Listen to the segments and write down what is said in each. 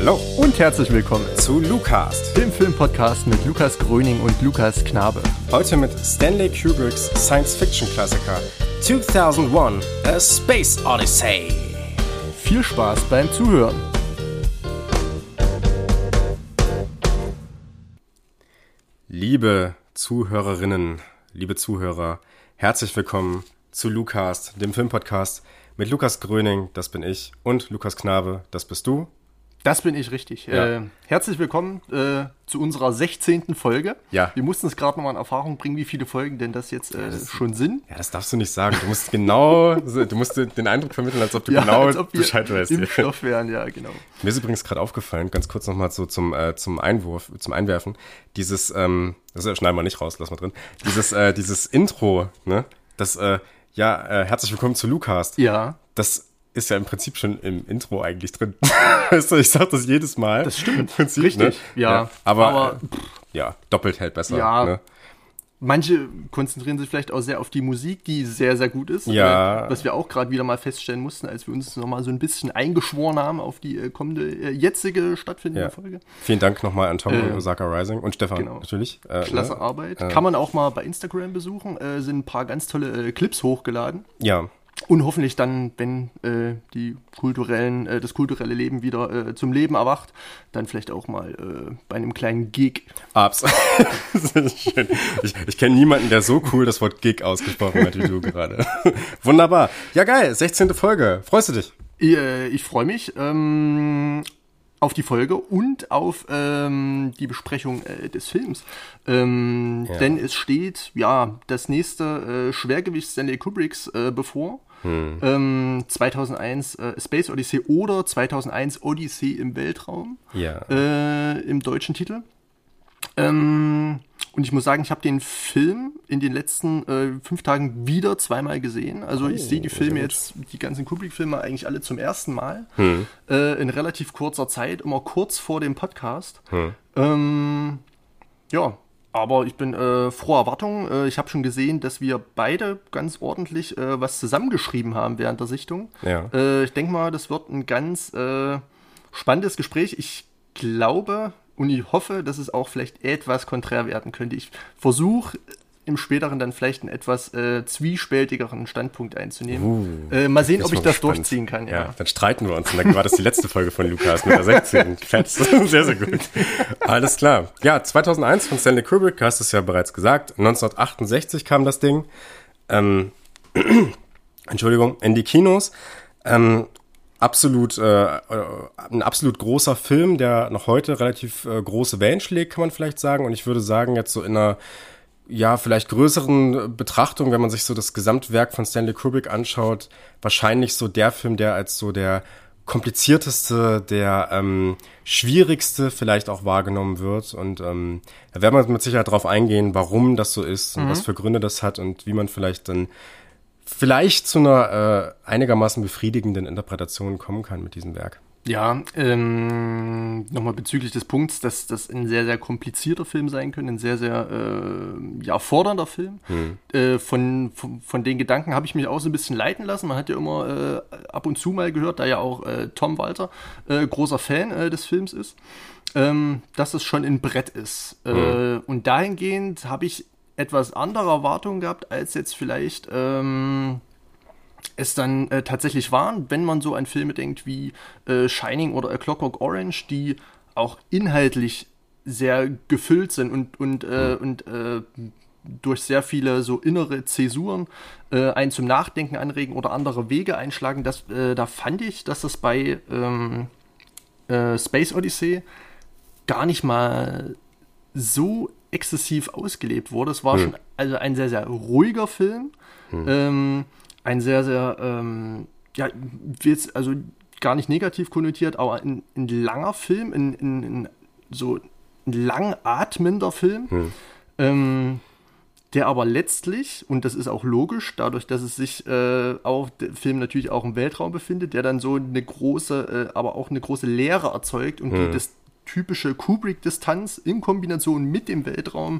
Hallo und herzlich willkommen zu Lucast, dem Filmpodcast mit Lukas Gröning und Lukas Knabe. Heute mit Stanley Kubricks Science-Fiction-Klassiker 2001: A Space Odyssey. Viel Spaß beim Zuhören. Liebe Zuhörerinnen, liebe Zuhörer, herzlich willkommen zu Lucast, dem Filmpodcast mit Lukas Gröning, das bin ich, und Lukas Knabe, das bist du. Das bin ich, richtig. Ja. Herzlich willkommen zu unserer 16. Folge. Ja. Wir mussten es gerade nochmal in Erfahrung bringen, wie viele Folgen denn das jetzt schon sind. Ja, das darfst du nicht sagen. Du musst den Eindruck vermitteln, als ob du als ob wir Bescheid weißt. Im Stoff wären, ja, genau. Mir ist übrigens gerade aufgefallen, ganz kurz nochmal so zum Einwerfen, dieses, das schneiden wir nicht raus, lass mal drin, dieses Intro, ne, das, herzlich willkommen zu Lucast. Ja. Das ist ja im Prinzip schon im Intro eigentlich drin. Weißt du, ich sag das jedes Mal. Das stimmt, im Prinzip, richtig, ne? ja. Aber doppelt hält besser. Ja. Ne? Manche konzentrieren sich vielleicht auch sehr auf die Musik, die sehr, sehr gut ist. Ja. Was wir auch gerade wieder mal feststellen mussten, als wir uns nochmal so ein bisschen eingeschworen haben auf die kommende, jetzige stattfindende Folge. Vielen Dank nochmal an Tom und Osaka Rising und Stefan natürlich. Klasse Arbeit. Kann man auch mal bei Instagram besuchen. Sind ein paar ganz tolle Clips hochgeladen. Ja. Und hoffentlich dann, wenn das kulturelle Leben wieder zum Leben erwacht, dann vielleicht auch mal bei einem kleinen Gig. Schön. Ich kenne niemanden, der so cool das Wort Gig ausgesprochen hat wie du gerade. Wunderbar. Ja, geil. 16. Folge. Freust du dich? Ich freue mich auf die Folge und auf die Besprechung des Films. Denn es steht das nächste Schwergewicht Stanley Kubricks bevor. 2001 Space Odyssey oder 2001 Odyssey im Weltraum im deutschen Titel. Und ich muss sagen, ich habe den Film in den letzten 5 Tagen wieder zweimal gesehen. Also ich sehe die Filme jetzt, die ganzen Kubrick-Filme eigentlich alle zum ersten Mal. In relativ kurzer Zeit, immer kurz vor dem Podcast. Aber ich bin froher Erwartung. Ich habe schon gesehen, dass wir beide ganz ordentlich was zusammengeschrieben haben während der Sichtung. Ja. Ich denke mal, das wird ein ganz spannendes Gespräch. Ich glaube und ich hoffe, dass es auch vielleicht etwas konträr werden könnte. Ich versuche im Späteren dann vielleicht einen etwas zwiespältigeren Standpunkt einzunehmen. Mal sehen, ob ich das durchziehen kann. Ja, dann streiten wir uns. Und dann war das die letzte Folge von Lukas mit der 16. Fett. Sehr, sehr gut. Alles klar. Ja, 2001 von Stanley Kubrick, hast du es ja bereits gesagt. 1968 kam das Ding. Entschuldigung, in die Kinos. Ein absolut großer Film, der noch heute relativ große Wellen schlägt, kann man vielleicht sagen. Und ich würde sagen, jetzt so in einer vielleicht größeren Betrachtung, wenn man sich so das Gesamtwerk von Stanley Kubrick anschaut, wahrscheinlich so der Film, der als so der komplizierteste, der schwierigste vielleicht auch wahrgenommen wird. Und da werden wir mit Sicherheit drauf eingehen, warum das so ist und was für Gründe das hat und wie man vielleicht dann zu einer einigermaßen befriedigenden Interpretation kommen kann mit diesem Werk. Ja, nochmal bezüglich des Punkts, dass das ein sehr, sehr komplizierter Film sein könnte, ein sehr, sehr fordernder Film. Von den Gedanken habe ich mich auch so ein bisschen leiten lassen. Man hat ja immer ab und zu mal gehört, da ja auch Tom Walter großer Fan des Films ist, dass es schon ein Brett ist. Und dahingehend habe ich etwas andere Erwartungen gehabt, als jetzt vielleicht es dann tatsächlich waren, wenn man so an Filme denkt wie Shining oder A Clockwork Orange, die auch inhaltlich sehr gefüllt sind und durch sehr viele so innere Zäsuren einen zum Nachdenken anregen oder andere Wege einschlagen. Da fand ich, dass das bei Space Odyssey gar nicht mal so exzessiv ausgelebt wurde. Es war schon also ein sehr, sehr ruhiger Film. Ein sehr, sehr, jetzt also gar nicht negativ konnotiert, aber ein langer Film, ein lang atmender Film, der aber letztlich, und das ist auch logisch, dadurch, dass es sich der Film natürlich auch im Weltraum befindet, der dann so eine große, aber auch eine große Leere erzeugt und die das typische Kubrick-Distanz in Kombination mit dem Weltraum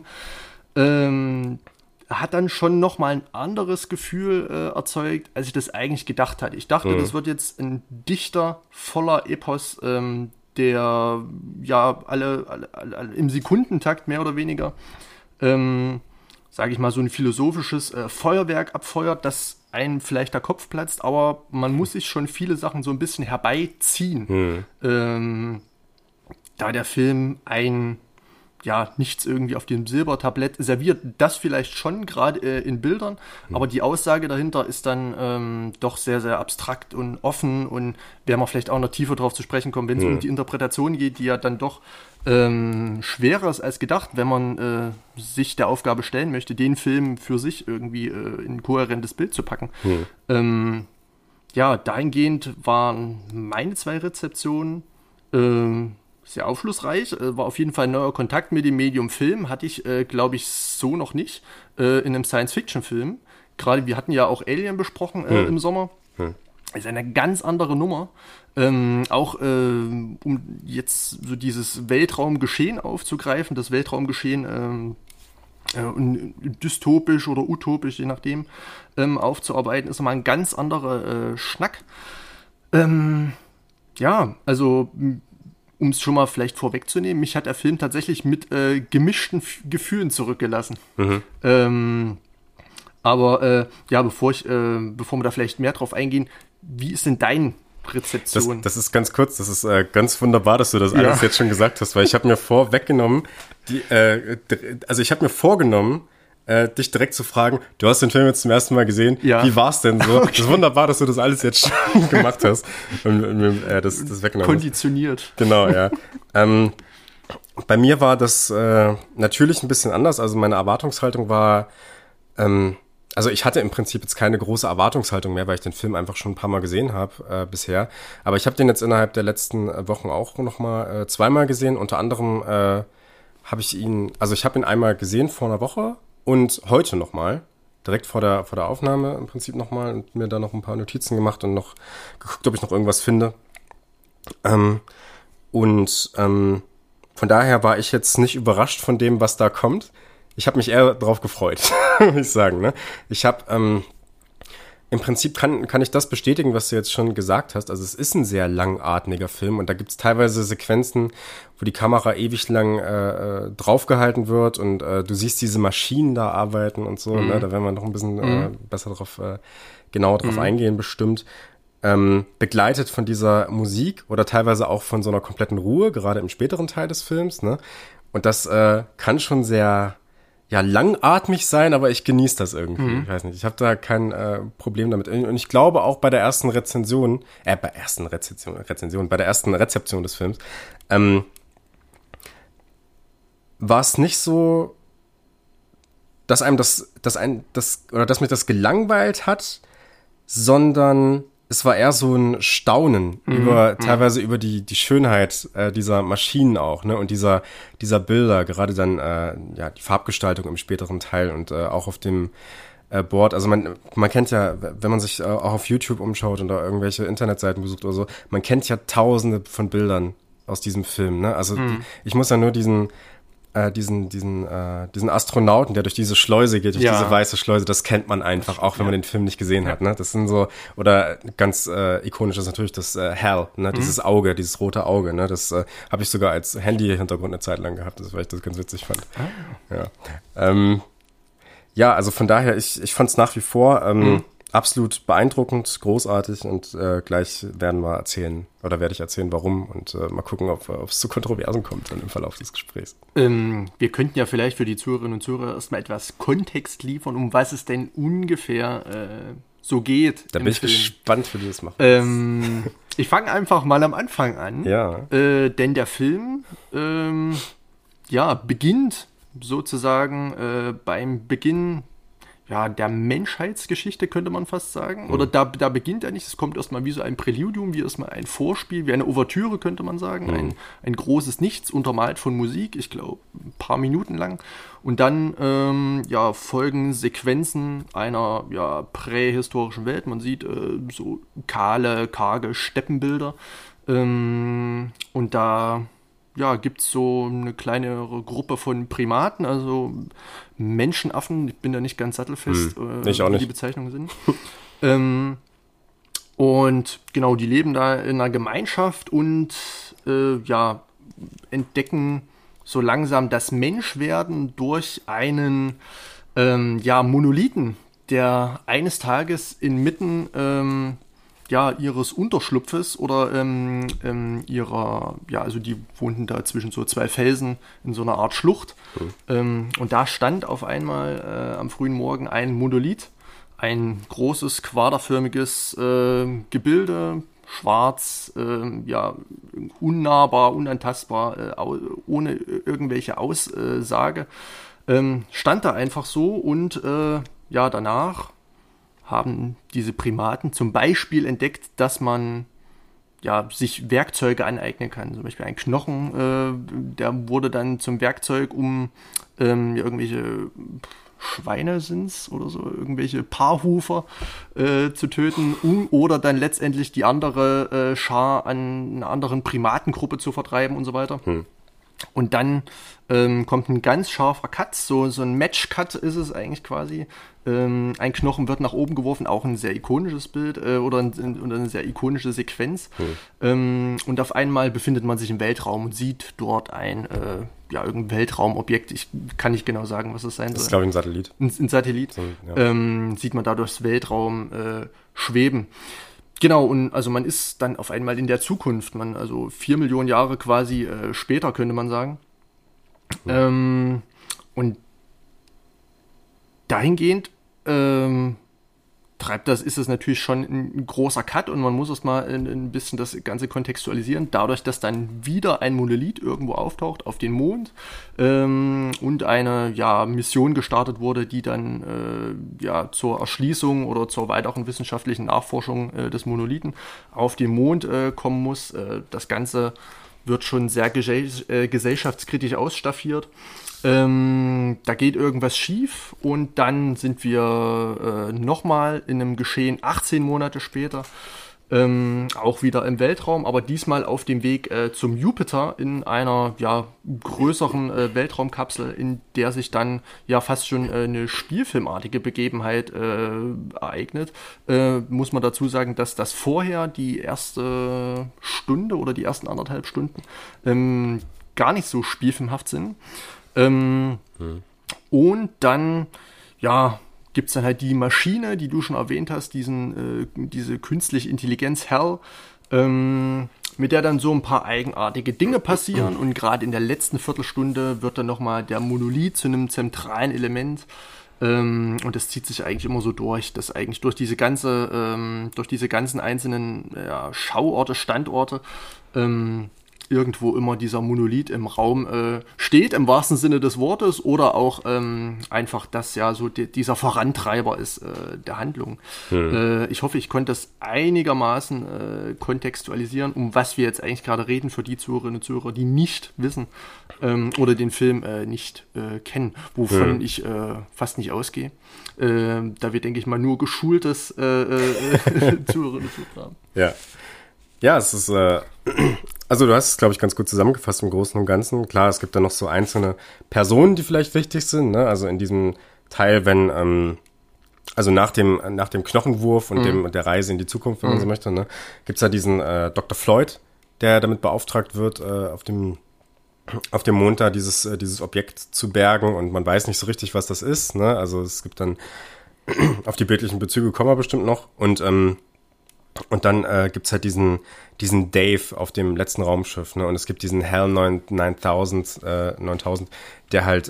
hat dann schon nochmal ein anderes Gefühl erzeugt, als ich das eigentlich gedacht hatte. Ich dachte, das wird jetzt ein dichter, voller Epos, der ja alle im Sekundentakt mehr oder weniger, sage ich mal, so ein philosophisches Feuerwerk abfeuert, das einem vielleicht der Kopf platzt, aber man muss sich schon viele Sachen so ein bisschen herbeiziehen, da der Film nichts irgendwie auf dem Silbertablett serviert, das vielleicht schon, gerade in Bildern, aber die Aussage dahinter ist dann doch sehr, sehr abstrakt und offen, und werden wir vielleicht auch noch tiefer drauf zu sprechen kommen, wenn es um die Interpretation geht, die ja dann doch schwerer ist als gedacht, wenn man sich der Aufgabe stellen möchte, den Film für sich irgendwie in ein kohärentes Bild zu packen. Dahingehend waren meine 2 Rezeptionen sehr aufschlussreich. War auf jeden Fall ein neuer Kontakt mit dem Medium Film. Hatte ich, glaube ich, so noch nicht in einem Science-Fiction-Film. Gerade wir hatten ja auch Alien besprochen im Sommer. Ist eine ganz andere Nummer. Um jetzt so dieses Weltraumgeschehen aufzugreifen, das Weltraumgeschehen dystopisch oder utopisch, je nachdem, aufzuarbeiten, ist nochmal ein ganz anderer Schnack. Um es schon mal vielleicht vorwegzunehmen, mich hat der Film tatsächlich mit gemischten Gefühlen zurückgelassen. Bevor wir da vielleicht mehr drauf eingehen, wie ist denn dein Rezeption? Das ist ganz kurz, das ist ganz wunderbar, dass du das alles jetzt schon gesagt hast, weil ich habe mir vorgenommen, dich direkt zu fragen, du hast den Film jetzt zum ersten Mal gesehen, wie war's denn so? Okay. Das ist wunderbar, dass du das alles jetzt schon gemacht hast und das weggenommen konditioniert. Hast. Genau, ja. Bei mir war das natürlich ein bisschen anders, also meine Erwartungshaltung war, also ich hatte im Prinzip jetzt keine große Erwartungshaltung mehr, weil ich den Film einfach schon ein paar Mal gesehen habe bisher, aber ich habe den jetzt innerhalb der letzten Wochen auch nochmal 2-mal gesehen, unter anderem habe ich ihn einmal gesehen vor einer Woche und heute nochmal, direkt vor der Aufnahme im Prinzip nochmal, und mir da noch ein paar Notizen gemacht und noch geguckt, ob ich noch irgendwas finde. Von daher war ich jetzt nicht überrascht von dem, was da kommt. Ich habe mich eher drauf gefreut, muss ich sagen. Ne? Ich habe im Prinzip kann ich das bestätigen, was du jetzt schon gesagt hast. Also es ist ein sehr langatmiger Film und da gibt es teilweise Sequenzen, wo die Kamera ewig lang draufgehalten wird und du siehst diese Maschinen da arbeiten und so. Ne? Da werden wir noch ein bisschen besser genauer drauf eingehen bestimmt. Begleitet von dieser Musik oder teilweise auch von so einer kompletten Ruhe, gerade im späteren Teil des Films. Ne? Und das kann schon sehr langatmig sein, aber ich genieße das irgendwie. Ich weiß nicht, ich habe da kein Problem damit. Und ich glaube auch bei der ersten Rezeption des Films, war es nicht so, dass mich das gelangweilt hat, sondern es war eher so ein Staunen teilweise über die Schönheit dieser Maschinen auch, ne, und dieser Bilder, gerade dann die Farbgestaltung im späteren Teil und auch auf dem Board. Also man kennt ja, wenn man sich auch auf YouTube umschaut und da irgendwelche Internetseiten besucht oder so, man kennt ja tausende von Bildern aus diesem Film, ne? Also ich muss ja nur diesen Astronauten, der durch diese Schleuse geht, durch diese weiße Schleuse, das kennt man einfach, auch wenn man den Film nicht gesehen hat, ne? Das sind so, oder ganz ikonisch ist natürlich das Hal, ne? Dieses Auge, dieses rote Auge, ne? Das habe ich sogar als Handy-Hintergrund eine Zeit lang gehabt, weil ich das ganz witzig fand. Also von daher, ich fand es nach wie vor absolut beeindruckend, großartig und gleich werde ich erzählen, warum und mal gucken, ob es zu Kontroversen kommt dann im Verlauf des Gesprächs. Wir könnten ja vielleicht für die Zuhörerinnen und Zuhörer erstmal etwas Kontext liefern, um was es denn ungefähr so geht. Da bin ich gespannt, wie du das machst. Ich fange einfach mal am Anfang an, denn der Film beginnt sozusagen beim Beginn der Menschheitsgeschichte, könnte man fast sagen. Oder da beginnt er nicht. Es kommt erstmal wie so ein Präludium, wie erstmal ein Vorspiel, wie eine Ouvertüre, könnte man sagen. Ein großes Nichts, untermalt von Musik, ich glaube, ein paar Minuten lang. Und dann folgen Sequenzen einer prähistorischen Welt. Man sieht so kahle, karge Steppenbilder. Und da gibt es so eine kleinere Gruppe von Primaten, also Menschenaffen, ich bin da nicht ganz sattelfest, ich auch nicht. wie die Bezeichnungen sind. Und genau, die leben da in einer Gemeinschaft und entdecken so langsam das Menschwerden durch einen Monolithen, der eines Tages inmitten ihres Unterschlupfes oder also die wohnten da zwischen so zwei Felsen in so einer Art Schlucht. Und da stand auf einmal am frühen Morgen ein Monolith, ein großes, quaderförmiges Gebilde, schwarz, unnahbar, unantastbar, ohne irgendwelche Aussage, stand da einfach so und danach haben diese Primaten zum Beispiel entdeckt, dass man sich Werkzeuge aneignen kann. Zum Beispiel ein Knochen, der wurde dann zum Werkzeug, um irgendwelche Schweine sind's oder so, irgendwelche Paarhufer zu töten, oder dann letztendlich die andere Schar an einer anderen Primatengruppe zu vertreiben und so weiter. Und dann kommt ein ganz scharfer Cut, so ein Match-Cut ist es eigentlich quasi. Ein Knochen wird nach oben geworfen, auch ein sehr ikonisches Bild oder eine sehr ikonische Sequenz. Und auf einmal befindet man sich im Weltraum und sieht dort irgendein Weltraumobjekt. Ich kann nicht genau sagen, was es sein soll. Das ist, glaube ich, ein Satellit. Ein Satellit. So, ja. Sieht man da durchs Weltraum schweben. Genau, und also man ist dann auf einmal in der Zukunft, also 4 Millionen Jahre quasi später, könnte man sagen. Und dahingehend ist es natürlich schon ein großer Cut und man muss erstmal ein bisschen das Ganze kontextualisieren, dadurch, dass dann wieder ein Monolith irgendwo auftaucht auf den Mond und eine Mission gestartet wurde, die dann zur Erschließung oder zur weiteren wissenschaftlichen Nachforschung des Monolithen auf den Mond kommen muss. Das Ganze wird schon sehr gesellschaftskritisch ausstaffiert. Da geht irgendwas schief und dann sind wir nochmal in einem Geschehen 18 Monate später, auch wieder im Weltraum, aber diesmal auf dem Weg zum Jupiter in einer größeren Weltraumkapsel, in der sich dann fast schon eine spielfilmartige Begebenheit ereignet. Muss man dazu sagen, dass das vorher die erste Stunde oder die ersten 1,5 Stunden gar nicht so spielfilmhaft sind. Und dann, gibt es dann halt die Maschine, die du schon erwähnt hast, diese künstliche Intelligenz HAL, mit der dann so ein paar eigenartige Dinge passieren. Und gerade in der letzten Viertelstunde wird dann nochmal der Monolith zu einem zentralen Element. Und das zieht sich eigentlich immer so durch, dass eigentlich durch diese ganzen einzelnen Schauorte, Standorte, irgendwo immer dieser Monolith im Raum steht, im wahrsten Sinne des Wortes, oder auch einfach, dass dieser Vorantreiber ist der Handlung. Ich hoffe, ich konnte das einigermaßen kontextualisieren, um was wir jetzt eigentlich gerade reden, für die Zuhörerinnen und Zuhörer, die nicht wissen oder den Film nicht kennen, wovon ich fast nicht ausgehe. Da wir, denke ich mal, nur geschultes Zuhörerinnen und Zuhörer haben. Ja, es ist also du hast es, glaube ich, ganz gut zusammengefasst im Großen und Ganzen. Klar, es gibt da noch so einzelne Personen, die vielleicht wichtig sind, ne? Also in diesem Teil, wenn, also nach dem Knochenwurf und der Reise in die Zukunft, wenn man so möchte, ne, gibt's da diesen Dr. Floyd, der damit beauftragt wird, auf dem Mond da dieses Objekt zu bergen, und man weiß nicht so richtig, was das ist, ne? Also es gibt dann, auf die bildlichen Bezüge kommen wir bestimmt noch, und dann gibt's halt diesen Dave auf dem letzten Raumschiff, ne? Und es gibt diesen HAL 9000, der halt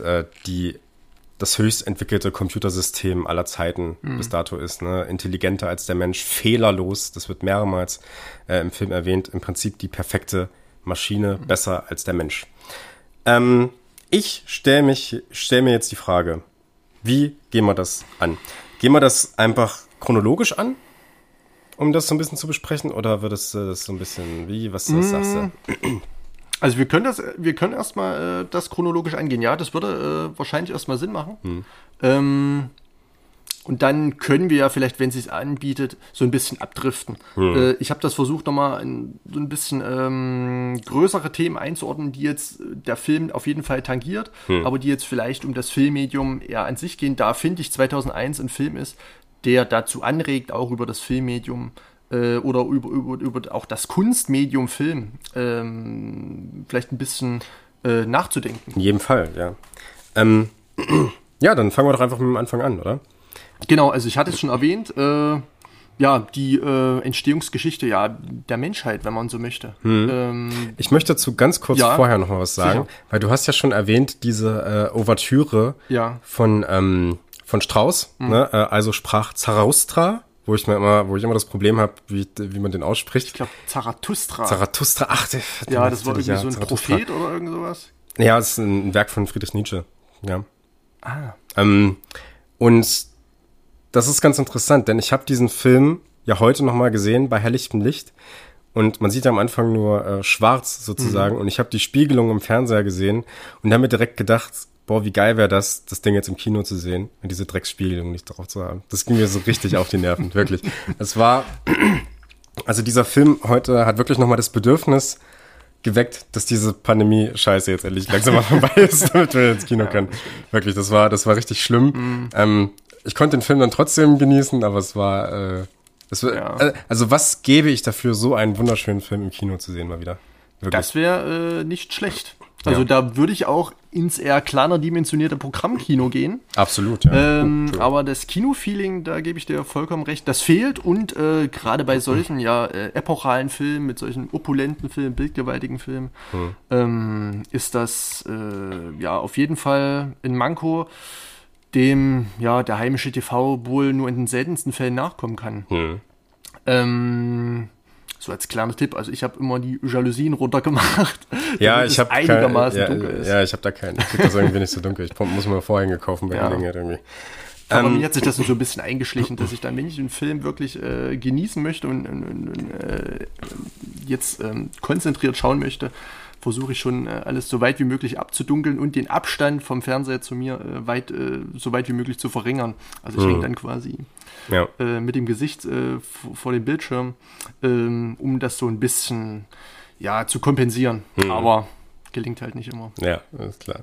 das höchst entwickelte Computersystem aller Zeiten bis dato ist, ne? Intelligenter als der Mensch, fehlerlos, das wird mehrmals im Film erwähnt, im Prinzip die perfekte Maschine, besser als der Mensch. Ich stell mir jetzt die Frage, wie gehen wir das an? Gehen wir das einfach chronologisch an, um das so ein bisschen zu besprechen, oder wird es das so ein bisschen, was sagst du? Also wir können erstmal das chronologisch angehen. Ja, das würde wahrscheinlich erstmal Sinn machen. Und dann können wir ja vielleicht, wenn es sich anbietet, so ein bisschen abdriften. Ich habe das versucht, nochmal so ein bisschen größere Themen einzuordnen, die jetzt der Film auf jeden Fall tangiert, aber die jetzt vielleicht um das Filmmedium eher an sich gehen. Da finde ich 2001 ein Film ist, der dazu anregt, auch über das Filmmedium oder über auch das Kunstmedium Film vielleicht ein bisschen nachzudenken. In jedem Fall, ja. Ja, dann fangen wir doch einfach mit dem Anfang an, oder? Genau, also ich hatte es schon erwähnt, die Entstehungsgeschichte der Menschheit, wenn man so möchte. Ich möchte dazu ganz kurz vorher noch mal was sagen, sicher. Weil du hast ja schon erwähnt, diese Ouvertüre von Strauss, ne? Also sprach Zarathustra, wo ich immer das Problem habe, wie man den ausspricht. Ich glaube Zarathustra. Zarathustra, ach, das war irgendwie so ein Prophet oder irgend sowas. Ja, das ist ein Werk von Friedrich Nietzsche, ja. Und das ist ganz interessant, denn ich habe diesen Film ja heute nochmal gesehen bei helllichtem Licht und man sieht ja am Anfang nur schwarz sozusagen und ich habe die Spiegelung im Fernseher gesehen und habe mir direkt gedacht, boah, wie geil wäre das Ding jetzt im Kino zu sehen und diese Drecksspiegelung nicht drauf zu haben. Das ging mir so richtig auf die Nerven, wirklich. Also dieser Film heute hat wirklich nochmal das Bedürfnis geweckt, dass diese Pandemie-Scheiße jetzt endlich langsam mal vorbei ist, damit wir ins Kino können. Wirklich, das war richtig schlimm. Ich konnte den Film dann trotzdem genießen, aber also was gebe ich dafür, so einen wunderschönen Film im Kino zu sehen mal wieder? Wirklich. Das wäre nicht schlecht. Also da würde ich auch ins eher kleiner dimensionierte Programmkino gehen. Absolut, ja. Aber das Kinofeeling, da gebe ich dir vollkommen recht, das fehlt. Und gerade bei solchen epochalen Filmen, mit solchen opulenten Filmen, bildgewaltigen Filmen, ist das auf jeden Fall ein Manko, dem der heimische TV wohl nur in den seltensten Fällen nachkommen kann. So als kleiner Tipp, also ich habe immer die Jalousien runtergemacht, damit es einigermaßen dunkel ist. Ja, ich habe da keinen. Ich krieg das irgendwie nicht so dunkel. Ich muss mir Vorhänge kaufen bei Gelegenheit irgendwie. Aber mir hat sich das so ein bisschen eingeschlichen, dass ich dann, wenn ich den Film wirklich genießen möchte und jetzt konzentriert schauen möchte, versuche ich schon alles so weit wie möglich abzudunkeln und den Abstand vom Fernseher zu mir so weit wie möglich zu verringern. Also ich hänge dann quasi mit dem Gesicht vor dem Bildschirm, um das so ein bisschen zu kompensieren. Aber gelingt halt nicht immer. Ja, ist klar.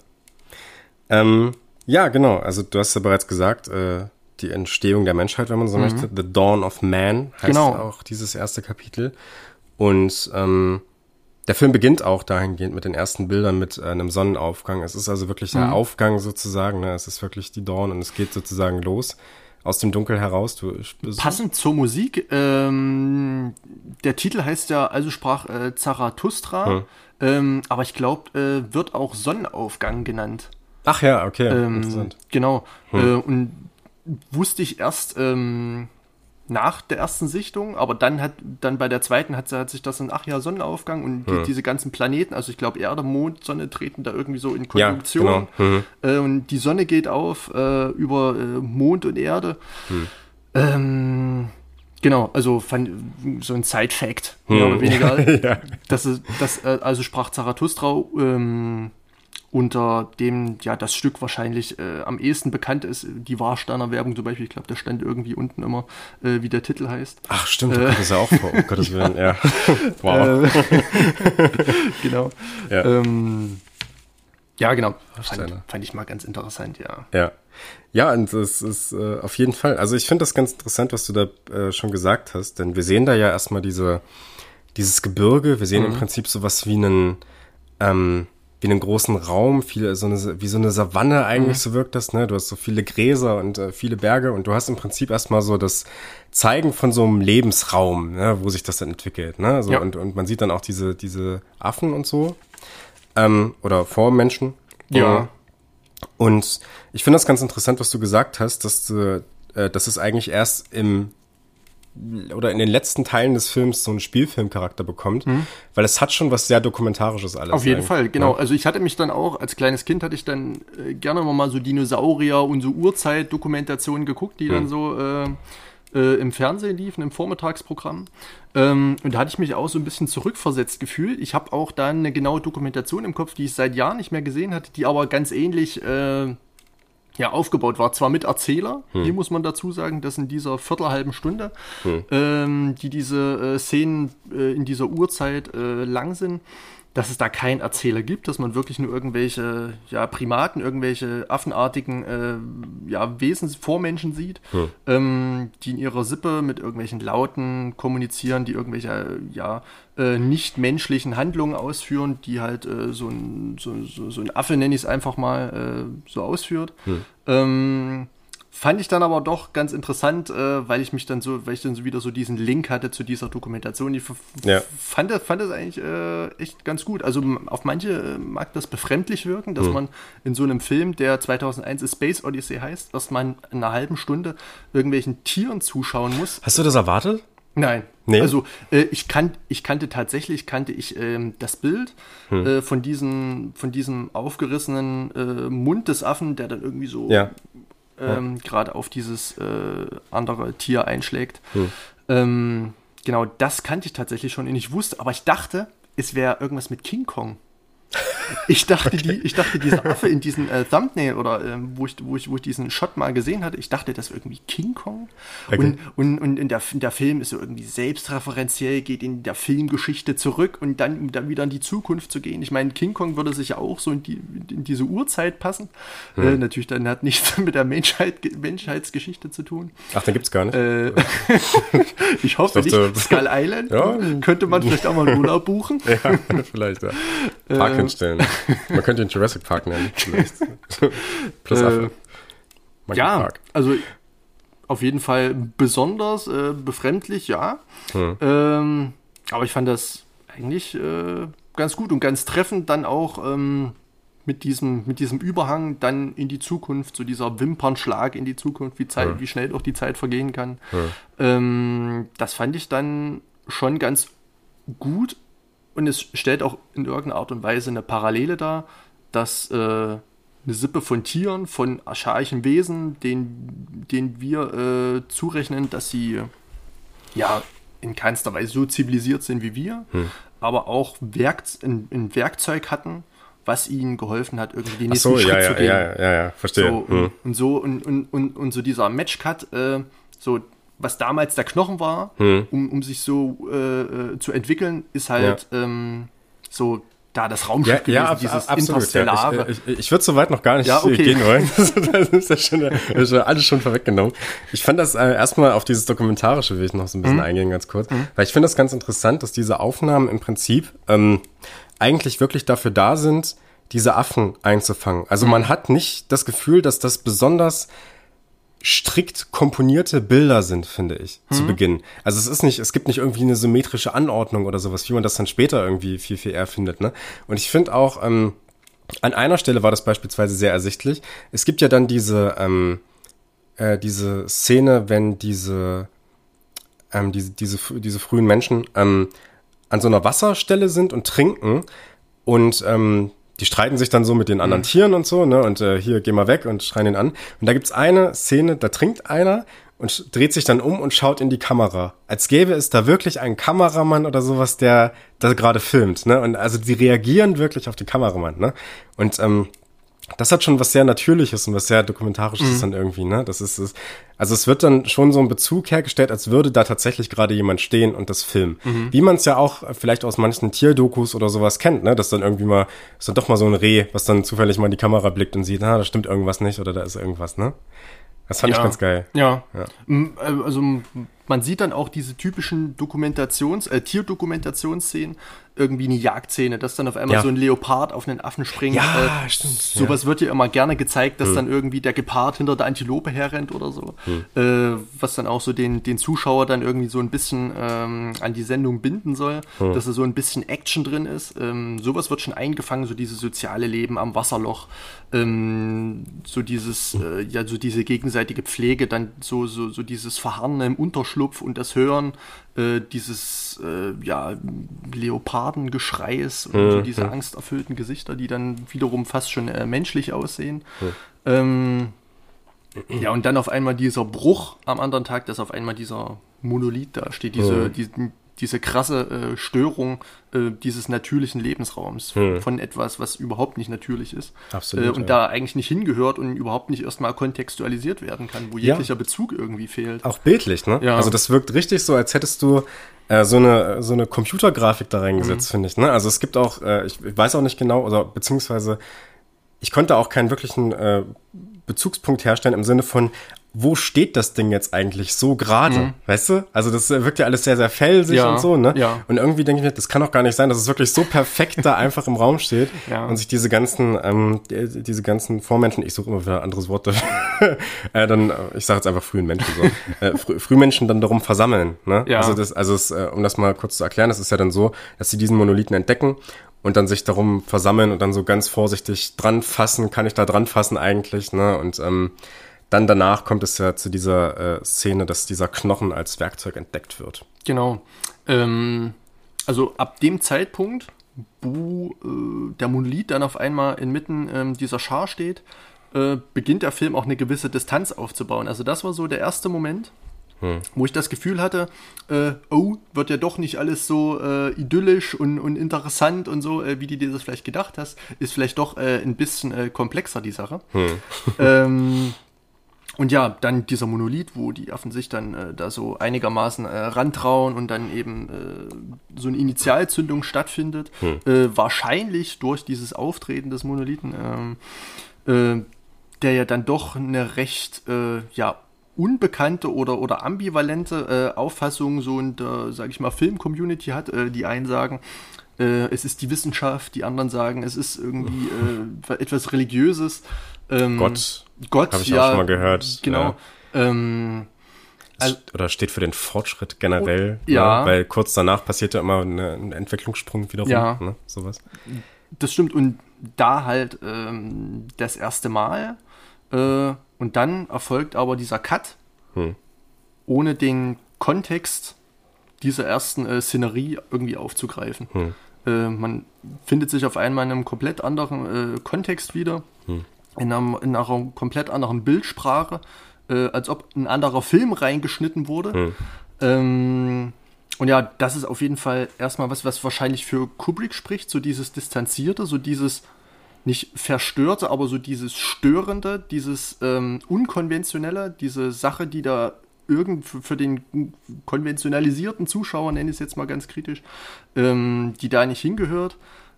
Ja, genau. Also du hast ja bereits gesagt, die Entstehung der Menschheit, wenn man so möchte. The Dawn of Man heißt auch dieses erste Kapitel. Und der Film beginnt auch dahingehend mit den ersten Bildern mit einem Sonnenaufgang. Es ist also wirklich der Aufgang sozusagen. Ne? Es ist wirklich die Dawn und es geht sozusagen los aus dem Dunkel heraus. Passend zur Musik, der Titel heißt ja, also sprach Zarathustra, aber ich glaube, wird auch Sonnenaufgang genannt. Ach ja, okay, interessant. Genau, und wusste ich erst nach der ersten Sichtung, aber dann bei der zweiten hat sich das dann, Sonnenaufgang und diese ganzen Planeten, also ich glaube Erde, Mond, Sonne treten da irgendwie so in Konjunktion. Ja, genau. Und die Sonne geht auf über Mond und Erde. Genau, also so ein Side-Fact, mehr oder weniger. Also sprach Zarathustra, unter dem das Stück wahrscheinlich am ehesten bekannt ist, die Warsteiner Werbung zum Beispiel, ich glaube, da stand irgendwie unten immer, wie der Titel heißt. Ach stimmt, da kommt das ja auch vor, um Gottes Willen, ja. Wow. Genau. Genau, fand ich mal ganz interessant, Ja, und das ist auf jeden Fall, also ich finde das ganz interessant, was du da schon gesagt hast, denn wir sehen da ja erstmal dieses Gebirge, wir sehen im Prinzip sowas wie einen großen Raum, wie so eine Savanne eigentlich, so wirkt das, ne? Du hast so viele Gräser und viele Berge und du hast im Prinzip erstmal so das Zeigen von so einem Lebensraum, ne? Wo sich das dann entwickelt, ne? So, und man sieht dann auch diese Affen und so, oder Vormenschen. Ja. Und ich finde das ganz interessant, was du gesagt hast, dass es eigentlich erst in den letzten Teilen des Films so einen Spielfilmcharakter bekommt, weil es hat schon was sehr Dokumentarisches alles. Auf jeden Fall, genau. Ja. Also ich hatte mich dann auch, als kleines Kind hatte ich dann gerne mal so Dinosaurier und so Urzeit-Dokumentationen geguckt, die dann so im Fernsehen liefen, im Vormittagsprogramm. Und da hatte ich mich auch so ein bisschen zurückversetzt gefühlt. Ich habe auch dann eine genaue Dokumentation im Kopf, die ich seit Jahren nicht mehr gesehen hatte, die aber ganz ähnlich aufgebaut war, zwar mit Erzähler, hier muss man dazu sagen, dass in dieser viertelhalben Stunde, die diese Szenen in dieser Uhrzeit lang sind, dass es da keinen Erzähler gibt, dass man wirklich nur irgendwelche Primaten, irgendwelche affenartigen Wesen, Vormenschen sieht, die in ihrer Sippe mit irgendwelchen Lauten kommunizieren, die irgendwelche nicht-menschlichen Handlungen ausführen, die halt so ein Affe, nenne ich es einfach mal, so ausführt. Fand ich dann aber doch ganz interessant, weil ich dann so wieder so diesen Link hatte zu dieser Dokumentation. Ich fand das eigentlich echt ganz gut. Also auf manche mag das befremdlich wirken, dass man in so einem Film, der 2001 A Space Odyssey heißt, dass man in einer halben Stunde irgendwelchen Tieren zuschauen muss. Hast du das erwartet? Nein. Nee. Also ich kannte das Bild von diesem aufgerissenen Mund des Affen, der dann irgendwie so gerade auf dieses andere Tier einschlägt. Genau, das kannte ich tatsächlich schon und ich wusste, aber ich dachte, es wäre irgendwas mit King Kong. Ich dachte, dieser Affe in diesem Thumbnail oder wo ich diesen Shot mal gesehen hatte, ich dachte, das wäre irgendwie King Kong. Okay. Und in der Film ist so irgendwie selbstreferenziell, geht in der Filmgeschichte zurück und dann wieder in die Zukunft zu gehen. Ich meine, King Kong würde sich ja auch so in diese Urzeit passen. Natürlich dann hat nichts mit der Menschheitsgeschichte zu tun. Ach, den gibt's gar nicht. Ich hoffe nicht. Skull Island könnte man vielleicht auch mal einen Urlaub buchen. Ja, vielleicht, ja. Park hinstellen. Man könnte den Jurassic Park nennen. Plus Affe. Park. Also auf jeden Fall besonders befremdlich, ja. Aber ich fand das eigentlich ganz gut und ganz treffend dann auch mit diesem Überhang dann in die Zukunft, so dieser Wimpernschlag in die Zukunft, wie schnell doch die Zeit vergehen kann. Das fand ich dann schon ganz gut. Und es stellt auch in irgendeiner Art und Weise eine Parallele dar, dass eine Sippe von Tieren, von archaischen Wesen, denen wir zurechnen, dass sie in keinster Weise so zivilisiert sind wie wir, aber auch ein Werkzeug hatten, was ihnen geholfen hat, irgendwie den nächsten Schritt zu gehen. Ja, verstehe. Und so dieser Matchcut, was damals der Knochen war, um sich so zu entwickeln, ist halt da das Raumschiff gewesen, dieses Interstellare. Ich würde so weit noch gar nicht gehen wollen. Das ist ja schon alles schon vorweggenommen. Ich fand das erstmal auf dieses Dokumentarische will ich noch so ein bisschen eingehen, ganz kurz. Weil ich finde das ganz interessant, dass diese Aufnahmen im Prinzip eigentlich wirklich dafür da sind, diese Affen einzufangen. Also man hat nicht das Gefühl, dass das besonders strikt komponierte Bilder sind, finde ich, zu Beginn. Also es gibt nicht irgendwie eine symmetrische Anordnung oder sowas, wie man das dann später irgendwie viel, viel eher findet, ne? Und ich finde auch, an einer Stelle war das beispielsweise sehr ersichtlich. Es gibt ja dann diese Szene, wenn diese frühen Menschen an so einer Wasserstelle sind und trinken und die streiten sich dann so mit den anderen Tieren und so, ne? Und hier, geh mal weg und schreien ihn an. Und da gibt's eine Szene, da trinkt einer und dreht sich dann um und schaut in die Kamera. Als gäbe es da wirklich einen Kameramann oder sowas, der da gerade filmt, ne? Und also die reagieren wirklich auf den Kameramann, ne? Und das hat schon was sehr Natürliches und was sehr Dokumentarisches dann irgendwie, ne? Das ist es. Also es wird dann schon so ein Bezug hergestellt, als würde da tatsächlich gerade jemand stehen und das filmen. Wie man es ja auch vielleicht aus manchen Tierdokus oder sowas kennt, ne? Dass dann irgendwie mal, ist dann doch mal so ein Reh, was dann zufällig mal in die Kamera blickt und sieht, da stimmt irgendwas nicht oder da ist irgendwas, ne? Das fand ich ganz geil. Ja. Also man sieht dann auch diese typischen Tierdokumentationsszenen, irgendwie eine Jagdszene, dass dann auf einmal so ein Leopard auf einen Affen springt. Ja, stimmt. Sowas wird ja immer gerne gezeigt, dass dann irgendwie der Gepard hinter der Antilope herrennt oder so. Was dann auch so den Zuschauer dann irgendwie so ein bisschen an die Sendung binden soll, dass da so ein bisschen Action drin ist. Sowas wird schon eingefangen, so dieses soziale Leben am Wasserloch, so diese gegenseitige Pflege, dann so dieses Verharren im Unterschlupf und das Hören dieses Leopardengeschreies und so diese angsterfüllten Gesichter, die dann wiederum fast schon menschlich aussehen. Und dann auf einmal dieser Bruch am anderen Tag, dass auf einmal dieser Monolith da steht, diese krasse Störung dieses natürlichen Lebensraums von etwas, was überhaupt nicht natürlich ist. Absolut, und da eigentlich nicht hingehört und überhaupt nicht erstmal kontextualisiert werden kann, wo jeglicher Bezug irgendwie fehlt. Auch bildlich, ne? Ja. Also das wirkt richtig so, als hättest du so eine Computergrafik da reingesetzt, finde ich, ne? Also es gibt auch, ich weiß auch nicht genau, oder beziehungsweise ich konnte auch keinen wirklichen Bezugspunkt herstellen im Sinne von, wo steht das Ding jetzt eigentlich so gerade, weißt du? Also das wirkt ja alles sehr, sehr felsig und so, ne? Ja. Und irgendwie denke ich mir, das kann doch gar nicht sein, dass es wirklich so perfekt da einfach im Raum steht und sich diese ganzen Vormenschen, ich suche immer wieder ein anderes Wort dafür, ich sage jetzt einfach frühen Menschen so, Frühmenschen dann darum versammeln, ne? Ja. Um das mal kurz zu erklären, das ist ja dann so, dass sie diesen Monolithen entdecken und dann sich darum versammeln und dann so ganz vorsichtig dran fassen, kann ich da dran fassen eigentlich, ne? Und dann danach kommt es ja zu dieser Szene, dass dieser Knochen als Werkzeug entdeckt wird. Genau. Also ab dem Zeitpunkt, wo der Monolith dann auf einmal inmitten dieser Schar steht, beginnt der Film auch eine gewisse Distanz aufzubauen. Also das war so der erste Moment, wo ich das Gefühl hatte, wird ja doch nicht alles so idyllisch und interessant und so, wie du dir das vielleicht gedacht hast. Ist vielleicht doch ein bisschen komplexer, die Sache. Und ja, dann dieser Monolith, wo die Affen sich dann da so einigermaßen rantrauen und dann eben so eine Initialzündung stattfindet. Wahrscheinlich durch dieses Auftreten des Monolithen, der ja dann doch eine recht unbekannte oder ambivalente Auffassung so in der, sag ich mal, Film-Community hat. Die einen sagen, es ist die Wissenschaft, die anderen sagen, es ist irgendwie etwas Religiöses. Gott, habe ich auch schon mal gehört. Genau. Oder steht für den Fortschritt generell. Ja. Ne? Weil kurz danach passiert ja immer ein Entwicklungssprung wiederum. Ja. Ne? Sowas. Das stimmt. Und da halt das erste Mal. Und dann erfolgt aber dieser Cut, ohne den Kontext dieser ersten Szenerie irgendwie aufzugreifen. Man findet sich auf einmal in einem komplett anderen Kontext wieder. In einer komplett anderen Bildsprache, als ob ein anderer Film reingeschnitten wurde. Und ja, das ist auf jeden Fall erstmal was wahrscheinlich für Kubrick spricht, so dieses Distanzierte, so dieses nicht Verstörte, aber so dieses Störende, dieses Unkonventionelle, diese Sache, die da für den konventionalisierten Zuschauer, nenne ich es jetzt mal ganz kritisch, die da nicht hingehört.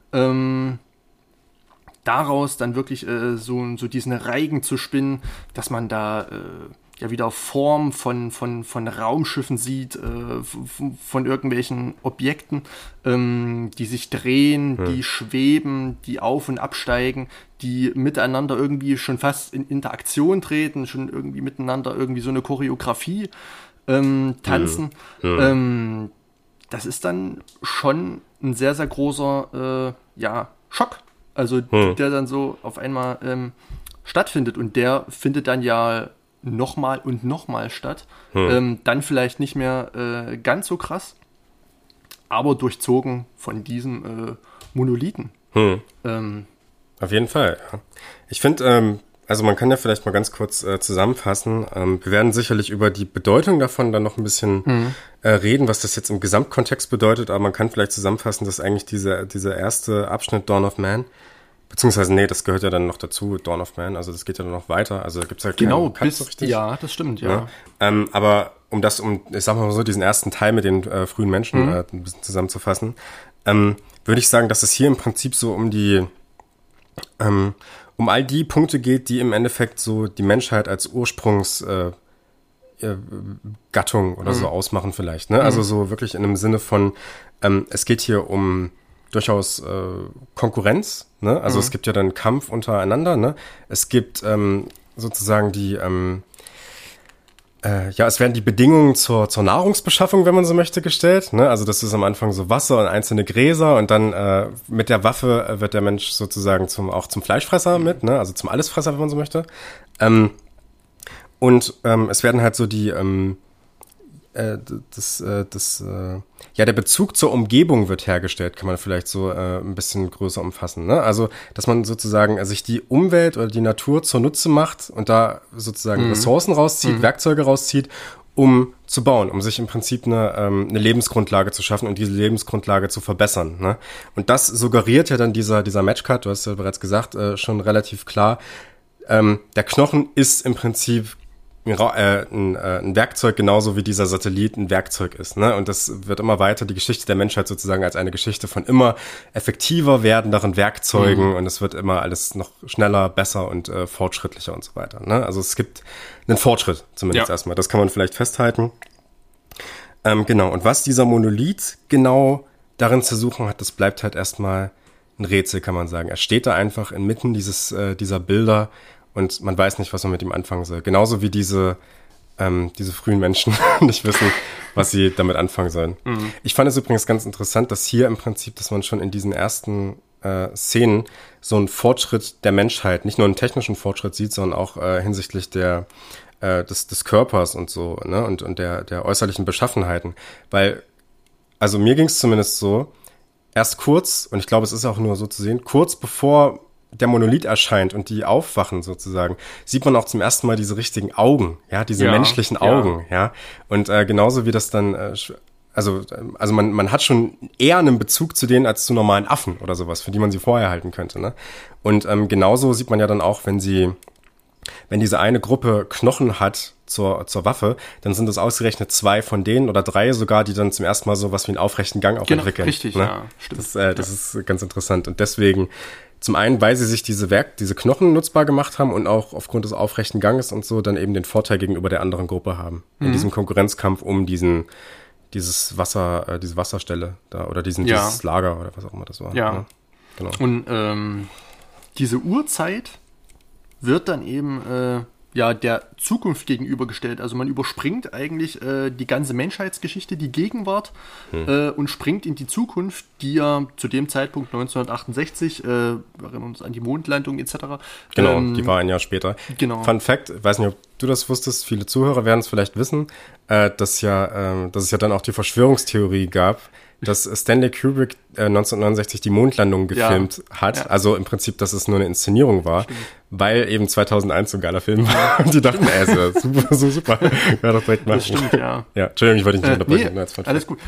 Daraus dann wirklich so diesen Reigen zu spinnen, dass man da wieder Form von Raumschiffen sieht, von irgendwelchen Objekten, die sich drehen, die schweben, die auf- und absteigen, die miteinander irgendwie schon fast in Interaktion treten, schon irgendwie miteinander irgendwie so eine Choreografie tanzen. Das ist dann schon ein sehr, sehr großer Schock. Also der dann so auf einmal stattfindet und der findet dann ja nochmal und nochmal statt. Dann vielleicht nicht mehr ganz so krass, aber durchzogen von diesem Monolithen. Auf jeden Fall, ja. Ich finde, also man kann ja vielleicht mal ganz kurz zusammenfassen. Wir werden sicherlich über die Bedeutung davon dann noch ein bisschen reden, was das jetzt im Gesamtkontext bedeutet, aber man kann vielleicht zusammenfassen, dass eigentlich dieser erste Abschnitt Dawn of Man, beziehungsweise, nee, das gehört ja dann noch dazu, Dawn of Man, also das geht ja dann noch weiter, also da gibt's ja keinen Cut so richtig. Ja, das stimmt, ja. Aber ich sag mal so, diesen ersten Teil mit den frühen Menschen ein bisschen zusammenzufassen, würde ich sagen, dass es hier im Prinzip so um all die Punkte geht, die im Endeffekt so die Menschheit als Ursprungsgattung oder so ausmachen vielleicht, ne? Also so wirklich in einem Sinne von, es geht hier um durchaus Konkurrenz, ne? Also es gibt ja dann Kampf untereinander, ne? Es gibt sozusagen es werden die Bedingungen zur Nahrungsbeschaffung, wenn man so möchte, gestellt, ne? Also das ist am Anfang so Wasser und einzelne Gräser und dann mit der Waffe wird der Mensch sozusagen auch zum Fleischfresser mit, ne? Also zum Allesfresser, wenn man so möchte. Es werden halt so der Bezug zur Umgebung wird hergestellt, kann man vielleicht so ein bisschen größer umfassen, ne? Also, dass man sozusagen sich die Umwelt oder die Natur zunutze macht und da sozusagen Ressourcen rauszieht, Werkzeuge rauszieht, um zu bauen, um sich im Prinzip eine Lebensgrundlage zu schaffen und diese Lebensgrundlage zu verbessern. Ne? Und das suggeriert ja dann dieser Matchcut, du hast ja bereits gesagt, schon relativ klar. Der Knochen ist im Prinzip ein Werkzeug, genauso wie dieser Satellit ein Werkzeug ist. Ne? Und das wird immer weiter, die Geschichte der Menschheit sozusagen als eine Geschichte von immer effektiver werdenderen Werkzeugen und es wird immer alles noch schneller, besser und fortschrittlicher und so weiter. Ne? Also es gibt einen Fortschritt zumindest erstmal. Das kann man vielleicht festhalten. Genau. Und was dieser Monolith genau darin zu suchen hat, das bleibt halt erstmal ein Rätsel, kann man sagen. Er steht da einfach inmitten dieser Bilder und man weiß nicht, was man mit ihm anfangen soll. Genauso wie diese frühen Menschen nicht wissen, was sie damit anfangen sollen. Mhm. Ich fand es übrigens ganz interessant, dass hier im Prinzip, dass man schon in diesen ersten Szenen so einen Fortschritt der Menschheit, nicht nur einen technischen Fortschritt sieht, sondern auch hinsichtlich des Körpers und so, ne, und der äußerlichen Beschaffenheiten. Weil, also mir ging es zumindest so, erst kurz, und ich glaube, es ist auch nur so zu sehen, kurz bevor der Monolith erscheint und die aufwachen sozusagen, sieht man auch zum ersten Mal diese richtigen Augen, ja, diese menschlichen Augen, ja. Und genauso wie das dann, also man hat schon eher einen Bezug zu denen als zu normalen Affen oder sowas, für die man sie vorher halten könnte, ne. Und genauso sieht man ja dann auch, wenn diese eine Gruppe Knochen hat zur Waffe, dann sind es ausgerechnet 2 von denen oder 3 sogar, die dann zum ersten Mal so was wie einen aufrechten Gang auch entwickeln. Richtig, ne? Ja, stimmt. Das ist ganz interessant. Und deswegen, zum einen, weil sie sich diese Knochen nutzbar gemacht haben und auch aufgrund des aufrechten Ganges und so dann eben den Vorteil gegenüber der anderen Gruppe haben. In diesem Konkurrenzkampf um diese Wasserstelle da oder dieses Lager oder was auch immer das war. Ja. Ne? Genau. Und diese Urzeit wird dann eben der Zukunft gegenübergestellt. Also man überspringt eigentlich die ganze Menschheitsgeschichte, die Gegenwart und springt in die Zukunft, die ja zu dem Zeitpunkt 1968, wir erinnern uns an die Mondlandung etc. Genau, die war ein Jahr später. Genau. Fun Fact, ich weiß nicht, ob du das wusstest, viele Zuhörer werden es vielleicht wissen, dass es ja dann auch die Verschwörungstheorie gab, dass Stanley Kubrick 1969 die Mondlandung gefilmt hat. Ja. Also im Prinzip, dass es nur eine Inszenierung war, weil eben 2001 so ein geiler Film war. Und die dachten, so super. Ja, doch direkt machen. Das stimmt, ja. Ja, Entschuldigung, ich wollte dich nicht unterbrechen. Nee, alles gut.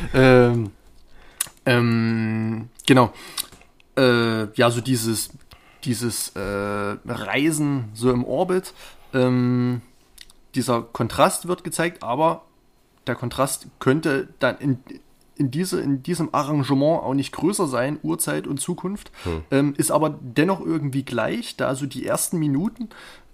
Genau. So dieses Reisen so im Orbit, dieser Kontrast wird gezeigt, aber der Kontrast könnte dann in diesem Arrangement auch nicht größer sein, Urzeit und Zukunft, ist aber dennoch irgendwie gleich, da also die ersten Minuten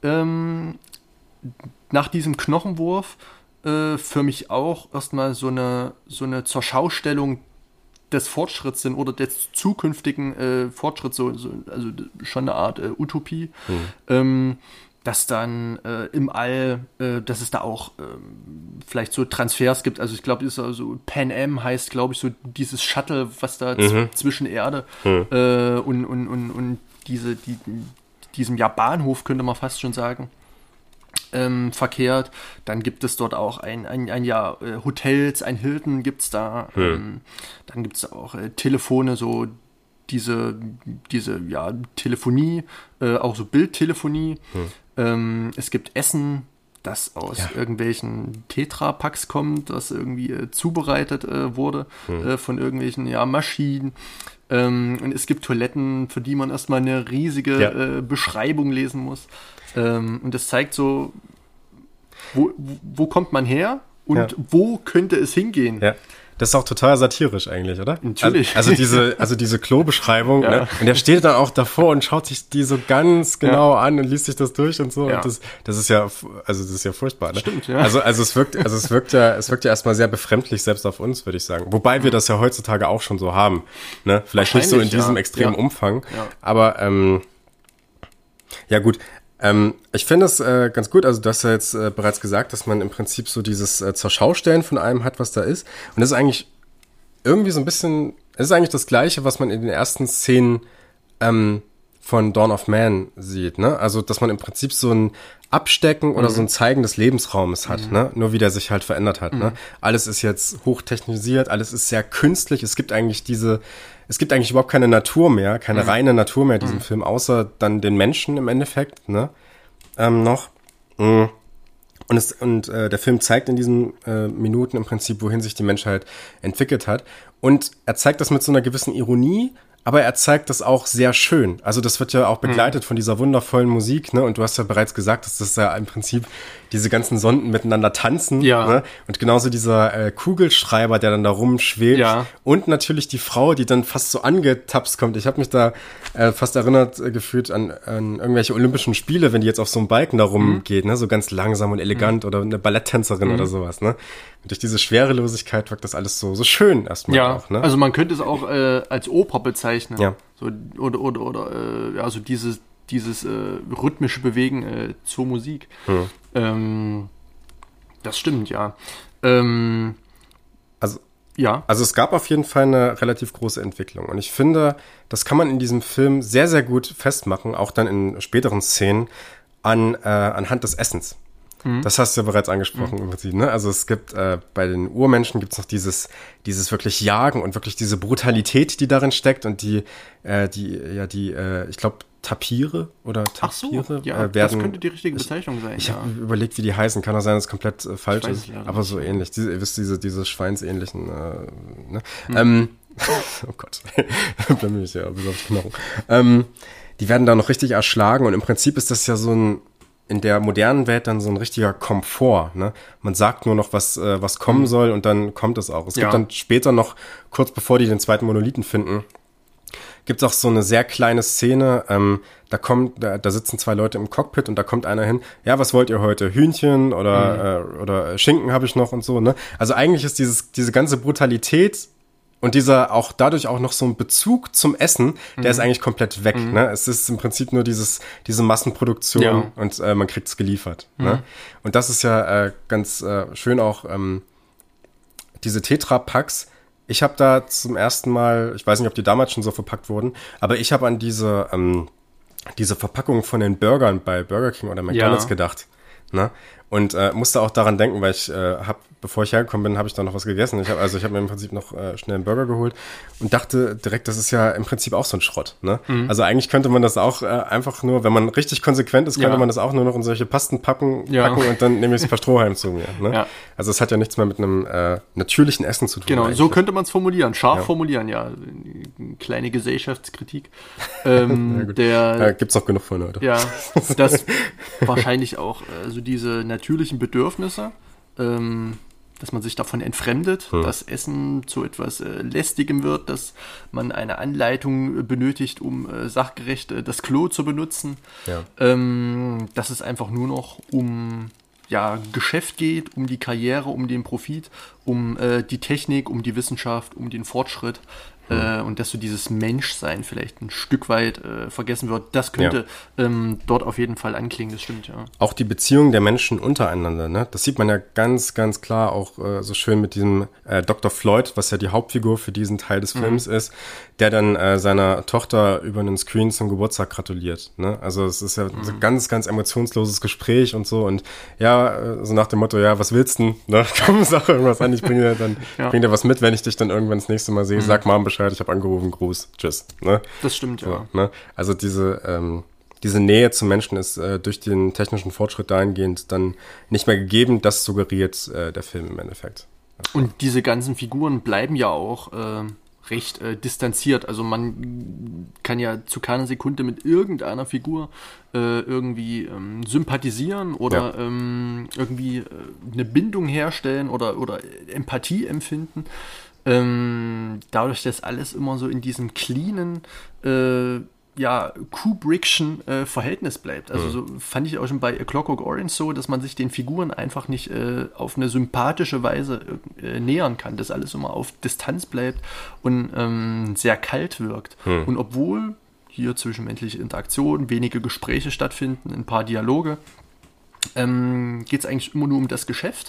nach diesem Knochenwurf für mich auch erstmal so eine Zurschaustellung des Fortschritts sind oder des zukünftigen Fortschritts, also schon eine Art Utopie, dass dann im All, dass es da auch vielleicht so Transfers gibt. Also ich glaube, ist also Pan Am heißt, glaube ich, so dieses Shuttle, was da zwischen Erde und diesem Bahnhof, könnte man fast schon sagen, verkehrt. Dann gibt es dort auch ein Hotels, ein Hilton gibt's da. Dann gibt es auch Telefone, so diese Telefonie, auch so Bildtelefonie. Es gibt Essen, das aus irgendwelchen Tetra-Packs kommt, das irgendwie zubereitet wurde von irgendwelchen Maschinen. Und es gibt Toiletten, für die man erstmal eine riesige Beschreibung lesen muss. Und das zeigt so, wo kommt man her und wo könnte es hingehen. Ja. Das ist auch total satirisch eigentlich, oder? Natürlich. Also diese Klo-Beschreibung, ne? Und der steht dann auch davor und schaut sich die so ganz genau an und liest sich das durch und so. Ja. Und das ist ja furchtbar, ne? Stimmt, ja. Also es wirkt ja erstmal sehr befremdlich, selbst auf uns, würde ich sagen. Wobei wir das ja heutzutage auch schon so haben, ne? Vielleicht nicht so in diesem extremen Umfang. Ja. Aber, ja gut. Ich finde es ganz gut, also du hast ja jetzt bereits gesagt, dass man im Prinzip so dieses Zurschaustellen von allem hat, was da ist. Und das ist eigentlich irgendwie so ein bisschen, es ist eigentlich das Gleiche, was man in den ersten Szenen von Dawn of Man sieht, ne? Also, dass man im Prinzip so ein Abstecken oder so ein Zeigen des Lebensraumes hat, ne? Nur wie der sich halt verändert hat, ne? Alles ist jetzt hochtechnisiert, alles ist sehr künstlich. Es gibt eigentlich überhaupt keine Natur mehr, keine reine Natur mehr in diesem Film, außer dann den Menschen im Endeffekt, ne? Noch. Und der Film zeigt in diesen Minuten im Prinzip, wohin sich die Menschheit entwickelt hat. Und er zeigt das mit so einer gewissen Ironie, aber er zeigt das auch sehr schön. Also das wird ja auch begleitet von dieser wundervollen Musik, ne? Und du hast ja bereits gesagt, dass das ja im Prinzip diese ganzen Sonden miteinander tanzen. Ja. Ne? Und genauso dieser Kugelschreiber, der dann da rumschwebt. Ja. Und natürlich die Frau, die dann fast so angetapst kommt. Ich habe mich da fast erinnert gefühlt an irgendwelche Olympischen Spiele, wenn die jetzt auf so einem Balken da rumgeht, ne? So ganz langsam und elegant oder eine Balletttänzerin oder sowas. Ne? Und durch diese Schwerelosigkeit wirkt das alles so schön erstmal auch. Ne? Also man könnte es auch als Oper bezeichnen. Ja. So, oder also dieses rhythmische Bewegen zur Musik. Das stimmt, ja. Also es gab auf jeden Fall eine relativ große Entwicklung. Und ich finde, das kann man in diesem Film sehr, sehr gut festmachen, auch dann in späteren Szenen, anhand des Essens. Das hast du ja bereits angesprochen im Prinzip, ne? Also es gibt bei den Urmenschen gibt's noch dieses wirklich Jagen und wirklich diese Brutalität, die darin steckt und ich glaube Tapire oder Tapire werden. Das könnte die richtige Bezeichnung sein. Ich habe überlegt, wie die heißen. Kann auch sein, dass es komplett falsch ist, aber so ähnlich. Ihr wisst, diese schweinsähnlichen. Ne? Oh Gott, bin mich ja bis auf die Knochen. Die werden da noch richtig erschlagen und im Prinzip ist das ja in der modernen Welt dann so ein richtiger Komfort, ne? Man sagt nur noch, was kommen soll und dann kommt es auch. Es gibt dann später noch, kurz bevor die den zweiten Monolithen finden, gibt's auch so eine sehr kleine Szene, da sitzen zwei Leute im Cockpit und da kommt einer hin, ja, was wollt ihr heute? Hühnchen oder Schinken habe ich noch und so, ne? Also eigentlich ist diese ganze Brutalität und dieser auch dadurch auch noch so ein Bezug zum Essen, der ist eigentlich komplett weg. Ne? Es ist im Prinzip nur diese Massenproduktion und man kriegt es geliefert. Ne? Und das ist ja ganz schön auch diese Tetra-Packs. Ich habe da zum ersten Mal, ich weiß nicht, ob die damals schon so verpackt wurden, aber ich habe an diese Verpackung von den Burgern bei Burger King oder McDonald's gedacht. Ne? Und musste auch daran denken, weil ich bevor ich hergekommen bin, habe ich da noch was gegessen. Ich habe mir im Prinzip noch schnell einen Burger geholt und dachte direkt, das ist ja im Prinzip auch so ein Schrott. Ne? Also eigentlich könnte man das auch einfach nur, wenn man richtig konsequent ist, könnte man das auch nur noch in solche Pasten packen und dann nehme ich es per Strohhalm zu mir. Ne? Ja. Also es hat ja nichts mehr mit einem natürlichen Essen zu tun. Genau, eigentlich. So könnte man es formulieren, formulieren, ja. Kleine Gesellschaftskritik. Gibt's auch genug von heute. Ja, das wahrscheinlich auch so diese natürlichen Bedürfnisse, dass man sich davon entfremdet, dass Essen zu etwas Lästigem wird, dass man eine Anleitung benötigt, um sachgerecht das Klo zu benutzen, dass es einfach nur noch um Geschäft geht, um die Karriere, um den Profit, um die Technik, um die Wissenschaft, um den Fortschritt. Und dass so dieses Menschsein vielleicht ein Stück weit vergessen wird, das könnte dort auf jeden Fall anklingen, das stimmt, ja. Auch die Beziehung der Menschen untereinander, ne? Das sieht man ja ganz, ganz klar auch so schön mit diesem Dr. Floyd, was ja die Hauptfigur für diesen Teil des Films ist, der dann seiner Tochter über einen Screen zum Geburtstag gratuliert, ne? Also es ist ja so ein ganz, ganz emotionsloses Gespräch und so und so nach dem Motto, was willst du? Ne? Komm, sag irgendwas an, ich bringe dir was mit, wenn ich dich dann irgendwann das nächste Mal sehe, sag Mom Bescheid, ich habe angerufen, Gruß, tschüss. Ne? Das stimmt, ja. So, ne? Also diese Nähe zum Menschen ist durch den technischen Fortschritt dahingehend dann nicht mehr gegeben, das suggeriert der Film im Endeffekt. Und diese ganzen Figuren bleiben ja auch recht distanziert. Also man kann ja zu keiner Sekunde mit irgendeiner Figur irgendwie sympathisieren oder irgendwie eine Bindung herstellen oder Empathie empfinden. Dadurch, dass alles immer so in diesem cleanen, Kubrickschen Verhältnis bleibt. Also so fand ich auch schon bei A Clockwork Orange so, dass man sich den Figuren einfach nicht auf eine sympathische Weise nähern kann, dass alles immer auf Distanz bleibt und sehr kalt wirkt. Und obwohl hier zwischenmenschliche Interaktionen, wenige Gespräche stattfinden, ein paar Dialoge, geht es eigentlich immer nur um das Geschäft.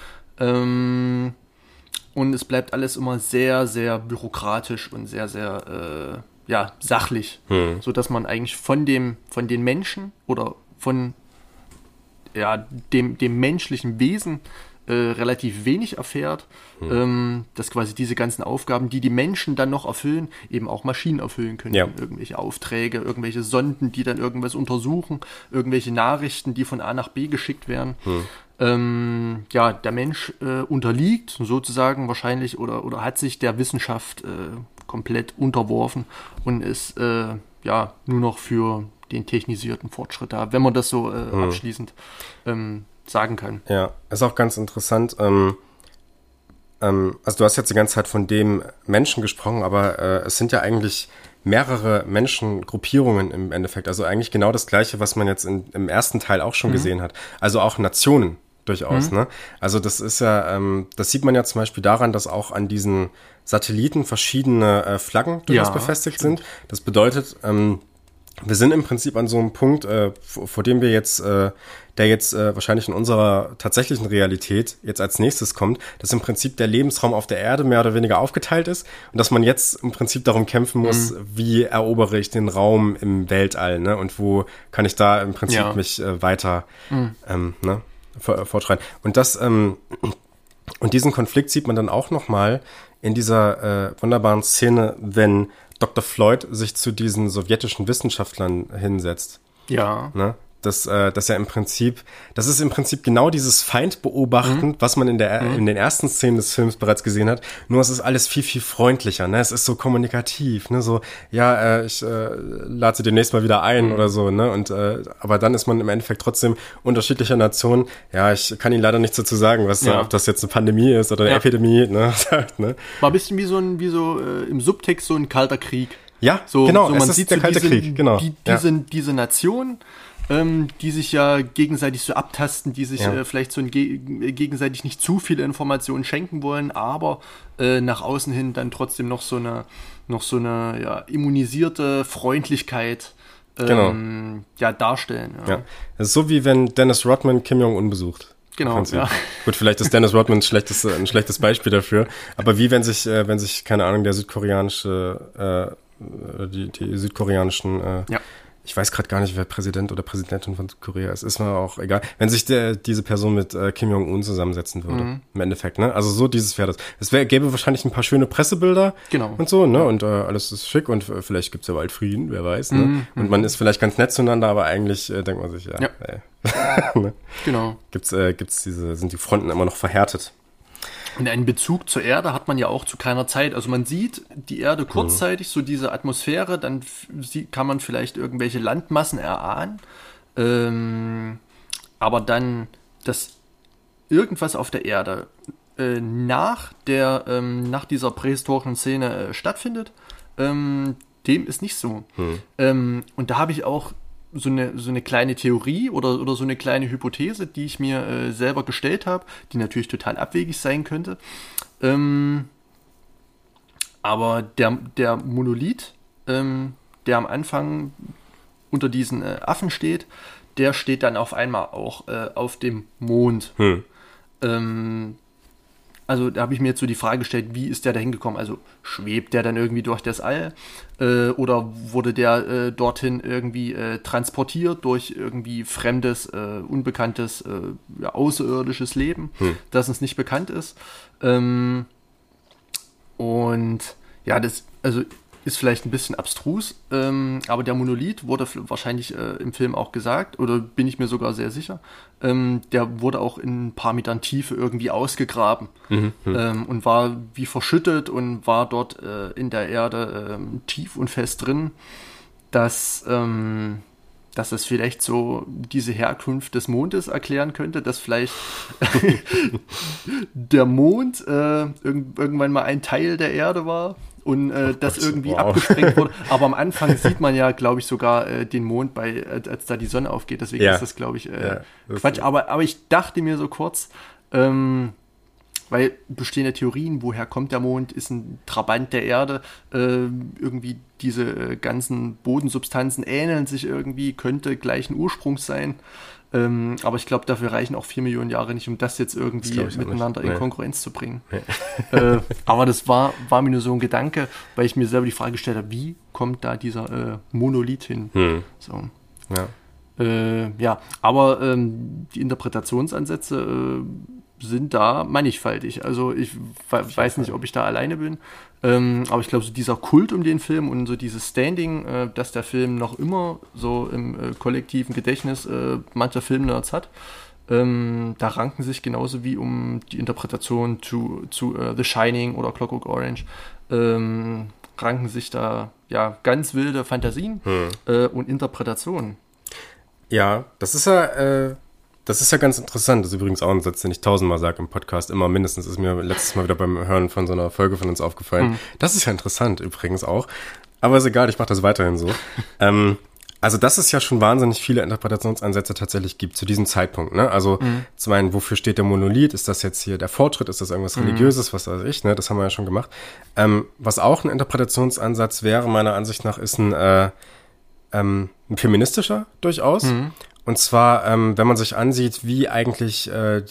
Und es bleibt alles immer sehr, sehr bürokratisch und sehr, sehr sachlich, sodass man eigentlich von den Menschen oder von dem menschlichen Wesen relativ wenig erfährt, dass quasi diese ganzen Aufgaben, die die Menschen dann noch erfüllen, eben auch Maschinen erfüllen können. Ja. Irgendwelche Aufträge, irgendwelche Sonden, die dann irgendwas untersuchen, irgendwelche Nachrichten, die von A nach B geschickt werden. Der Mensch unterliegt sozusagen wahrscheinlich oder hat sich der Wissenschaft komplett unterworfen und ist nur noch für den technisierten Fortschritt da, wenn man das so abschließend sagen kann. Ja, ist auch ganz interessant. Also du hast jetzt die ganze Zeit von dem Menschen gesprochen, aber es sind ja eigentlich mehrere Menschengruppierungen im Endeffekt. Also eigentlich genau das Gleiche, was man jetzt im ersten Teil auch schon gesehen hat. Also auch Nationen durchaus. Ne? Also das ist ja, das sieht man ja zum Beispiel daran, dass auch an diesen Satelliten verschiedene Flaggen durchaus befestigt sind. Das bedeutet, wir sind im Prinzip an so einem Punkt, vor dem wir jetzt, der jetzt wahrscheinlich in unserer tatsächlichen Realität jetzt als nächstes kommt, dass im Prinzip der Lebensraum auf der Erde mehr oder weniger aufgeteilt ist und dass man jetzt im Prinzip darum kämpfen muss, wie erobere ich den Raum im Weltall, ne? Und wo kann ich da im Prinzip mich weiter fortschreiten. Und und diesen Konflikt sieht man dann auch nochmal in dieser wunderbaren Szene, wenn Dr. Floyd sich zu diesen sowjetischen Wissenschaftlern hinsetzt. Ja. Ne? Das ist im Prinzip genau dieses Feindbeobachten, was man in den ersten Szenen des Films bereits gesehen hat. Nur es ist alles viel, viel freundlicher, ne? Es ist so kommunikativ, ne? So, ja, ich lade sie demnächst mal wieder ein oder so, ne? Und aber dann ist man im Endeffekt trotzdem unterschiedlicher Nationen. Ja, ich kann Ihnen leider nichts dazu sagen, ob das jetzt eine Pandemie ist oder eine Epidemie, ne? Ne? War ein bisschen wie so im Subtext so ein kalter Krieg. Ja, so, genau, so man es sieht ist der kalte Krieg, genau. Diese Nation, die sich ja gegenseitig so abtasten, die sich vielleicht so gegenseitig nicht zu viele Informationen schenken wollen, aber nach außen hin dann trotzdem noch so eine immunisierte Freundlichkeit darstellen. Ja. Das ist so, wie wenn Dennis Rodman Kim Jong-un besucht. Genau, ja. Gut, vielleicht ist Dennis Rodman ein schlechtes Beispiel dafür, aber wie wenn sich, keine Ahnung, der südkoreanische, die südkoreanischen ich weiß gerade gar nicht, wer Präsident oder Präsidentin von Korea ist mir auch egal. Wenn sich diese Person mit Kim Jong-un zusammensetzen würde, im Endeffekt, ne? Also so dieses wäre das. Gäbe wahrscheinlich ein paar schöne Pressebilder und so, ne? Und alles ist schick und vielleicht gibt's ja bald Frieden, wer weiß, ne? Und man ist vielleicht ganz nett zueinander, aber eigentlich denkt man sich, ne? Genau. Sind die Fronten immer noch verhärtet. Und einen Bezug zur Erde hat man ja auch zu keiner Zeit. Also man sieht die Erde kurzzeitig, so diese Atmosphäre, dann kann man vielleicht irgendwelche Landmassen erahnen. Aber dann, dass irgendwas auf der Erde nach dieser prähistorischen Szene stattfindet, dem ist nicht so. Und da habe ich auch so eine kleine Theorie oder so eine kleine Hypothese, die ich mir selber gestellt habe, die natürlich total abwegig sein könnte. Aber der Monolith, der am Anfang unter diesen Affen steht, der steht dann auf einmal auch auf dem Mond. Also da habe ich mir jetzt so die Frage gestellt, wie ist der da hingekommen? Also schwebt der dann irgendwie durch das All oder wurde der dorthin irgendwie transportiert durch irgendwie fremdes, unbekanntes, außerirdisches Leben, das uns nicht bekannt ist? Und ja, das ist vielleicht ein bisschen abstrus, aber der Monolith wurde wahrscheinlich im Film auch gesagt, oder bin ich mir sogar sehr sicher, der wurde auch in ein paar Metern Tiefe irgendwie ausgegraben und war wie verschüttet und war dort in der Erde tief und fest drin, dass es vielleicht so diese Herkunft des Mondes erklären könnte, dass vielleicht der Mond irgendwann mal ein Teil der Erde war und das irgendwie abgesprengt wurde. Aber am Anfang sieht man ja, glaube ich, sogar den Mond, als da die Sonne aufgeht. Deswegen ist das, glaube ich, Quatsch. Aber ich dachte mir so kurz, weil bestehende Theorien, woher kommt der Mond, ist ein Trabant der Erde, irgendwie diese ganzen Bodensubstanzen ähneln sich irgendwie, könnte gleichen Ursprungs sein. Aber ich glaube, dafür reichen auch 4 Millionen Jahre nicht, um das jetzt irgendwie miteinander in Konkurrenz zu bringen. Aber das war mir nur so ein Gedanke, weil ich mir selber die Frage gestellt habe, wie kommt da dieser Monolith hin? So. Ja. Aber die Interpretationsansätze sind da mannigfaltig. Also ich weiß nicht, ob ich da alleine bin, aber ich glaube, so dieser Kult um den Film und so dieses Standing, dass der Film noch immer so im kollektiven Gedächtnis mancher Filmnerds hat, da ranken sich genauso wie um die Interpretation zu The Shining oder Clockwork Orange, ranken sich da ja ganz wilde Fantasien und Interpretationen. Ja, das ist ja ganz interessant. Das ist übrigens auch ein Satz, den ich 1000-mal sage im Podcast, immer mindestens. Ist mir letztes Mal wieder beim Hören von so einer Folge von uns aufgefallen. Das ist ja interessant übrigens auch. Aber ist egal, ich mache das weiterhin so. Also, dass es ja schon wahnsinnig viele Interpretationsansätze tatsächlich gibt zu diesem Zeitpunkt, ne? Also, zum einen, wofür steht der Monolith? Ist das jetzt hier der Fortschritt? Ist das irgendwas Religiöses? Was weiß ich, ne? Das haben wir ja schon gemacht. Was auch ein Interpretationsansatz wäre, meiner Ansicht nach, ist ein feministischer durchaus. Und zwar, wenn man sich ansieht, wie eigentlich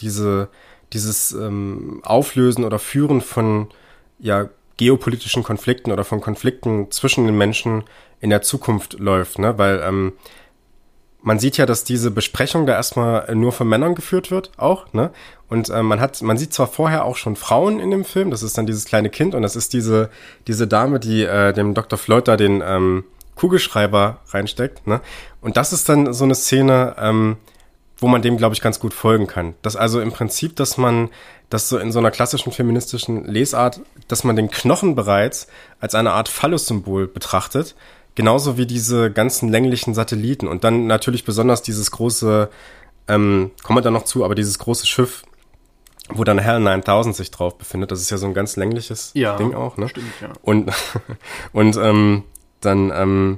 dieses Auflösen oder Führen von geopolitischen Konflikten oder von Konflikten zwischen den Menschen in der Zukunft läuft, ne? Weil man sieht ja, dass diese Besprechung da erstmal nur von Männern geführt wird, auch, ne? Und man sieht zwar vorher auch schon Frauen in dem Film, das ist dann dieses kleine Kind und das ist diese Dame, die dem Dr. Floyd da den Kugelschreiber reinsteckt, ne? Und das ist dann so eine Szene, wo man dem, glaube ich, ganz gut folgen kann. Das also im Prinzip, dass man das so in so einer klassischen feministischen Lesart, dass man den Knochen bereits als eine Art Phallus-Symbol betrachtet, genauso wie diese ganzen länglichen Satelliten und dann natürlich besonders dieses große, kommen wir dann noch zu, aber dieses große Schiff, wo dann Hell 9000 sich drauf befindet, das ist ja so ein ganz längliches Ding auch, ne? Stimmt, ja. Und dann,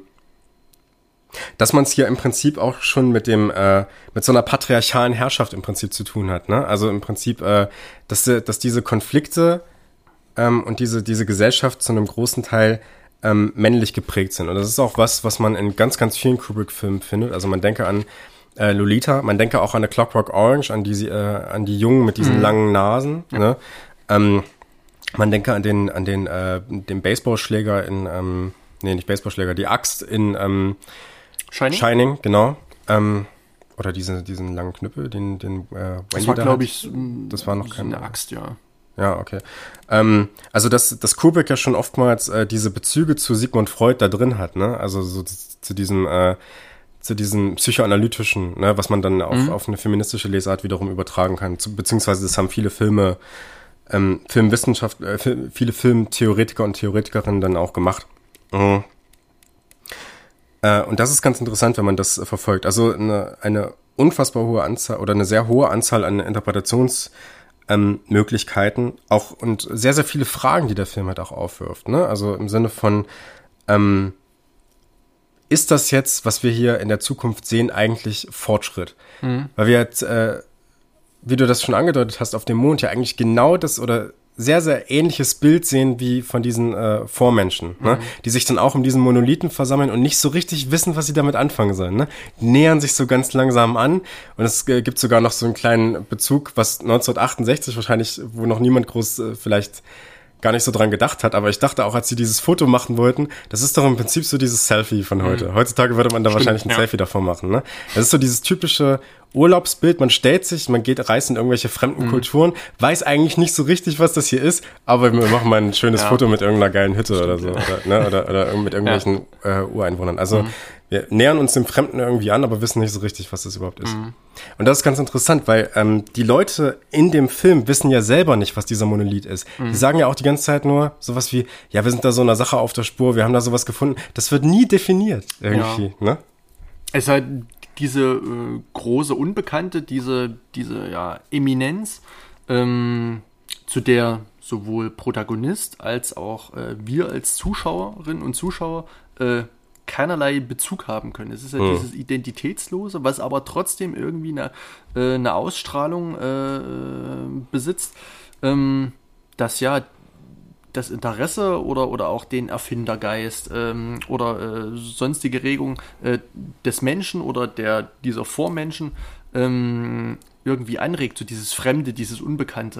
dass man es hier im Prinzip auch schon mit so einer patriarchalen Herrschaft im Prinzip zu tun hat, ne? Also im Prinzip, dass diese Konflikte und diese Gesellschaft zu einem großen Teil männlich geprägt sind. Und das ist auch was man in ganz, ganz vielen Kubrick-Filmen findet. Also man denke an Lolita, man denke auch an A Clockwork Orange, an die Jungen mit diesen langen Nasen, ne? Man denke an den Baseballschläger nicht Baseballschläger, die Axt in Shining, genau. Oder diesen langen Knüppel, den Wendy das war, glaube ich, das war noch keine Axt, ja. Ja, okay. Also dass Kubrick ja schon oftmals diese Bezüge zu Sigmund Freud da drin hat, ne? Also so zu diesem psychoanalytischen, ne, was man dann auch auf eine feministische Lesart wiederum übertragen kann. Beziehungsweise das haben viele viele Filmtheoretiker und Theoretikerinnen dann auch gemacht. Und das ist ganz interessant, wenn man das verfolgt. Also eine unfassbar hohe Anzahl oder eine sehr hohe Anzahl an Interpretationsmöglichkeiten auch und sehr, sehr viele Fragen, die der Film halt auch aufwirft, ne? Also im Sinne von, ist das jetzt, was wir hier in der Zukunft sehen, eigentlich Fortschritt? Weil wir jetzt, wie du das schon angedeutet hast, auf dem Mond ja eigentlich genau das oder sehr, sehr ähnliches Bild sehen wie von diesen Vormenschen, ne? Die sich dann auch um diesen Monolithen versammeln und nicht so richtig wissen, was sie damit anfangen sollen, ne? Die nähern sich so ganz langsam an und es gibt sogar noch so einen kleinen Bezug, was 1968 wahrscheinlich, wo noch niemand groß vielleicht gar nicht so dran gedacht hat, aber ich dachte auch, als sie dieses Foto machen wollten, das ist doch im Prinzip so dieses Selfie von heute. Heutzutage würde man da wahrscheinlich ein Selfie davon machen, ne? Das ist so dieses typische Urlaubsbild, man stellt sich, man reist in irgendwelche fremden Kulturen, weiß eigentlich nicht so richtig, was das hier ist, aber wir machen mal ein schönes Foto mit irgendeiner geilen Hütte oder so, oder mit irgendwelchen Ureinwohnern. Also wir nähern uns dem Fremden irgendwie an, aber wissen nicht so richtig, was das überhaupt ist. Und das ist ganz interessant, weil die Leute in dem Film wissen ja selber nicht, was dieser Monolith ist. Die sagen ja auch die ganze Zeit nur sowas wie, ja, wir sind da so einer Sache auf der Spur, wir haben da sowas gefunden. Das wird nie definiert irgendwie, ne? Es ist halt diese große Unbekannte, diese Eminenz, zu der sowohl Protagonist als auch wir als Zuschauerinnen und Zuschauer keinerlei Bezug haben können. Es ist ja dieses Identitätslose, was aber trotzdem irgendwie eine Ausstrahlung besitzt, dass ja das Interesse oder auch den Erfindergeist oder sonstige Regung des Menschen oder dieser Vormenschen irgendwie anregt, so dieses Fremde, dieses Unbekannte.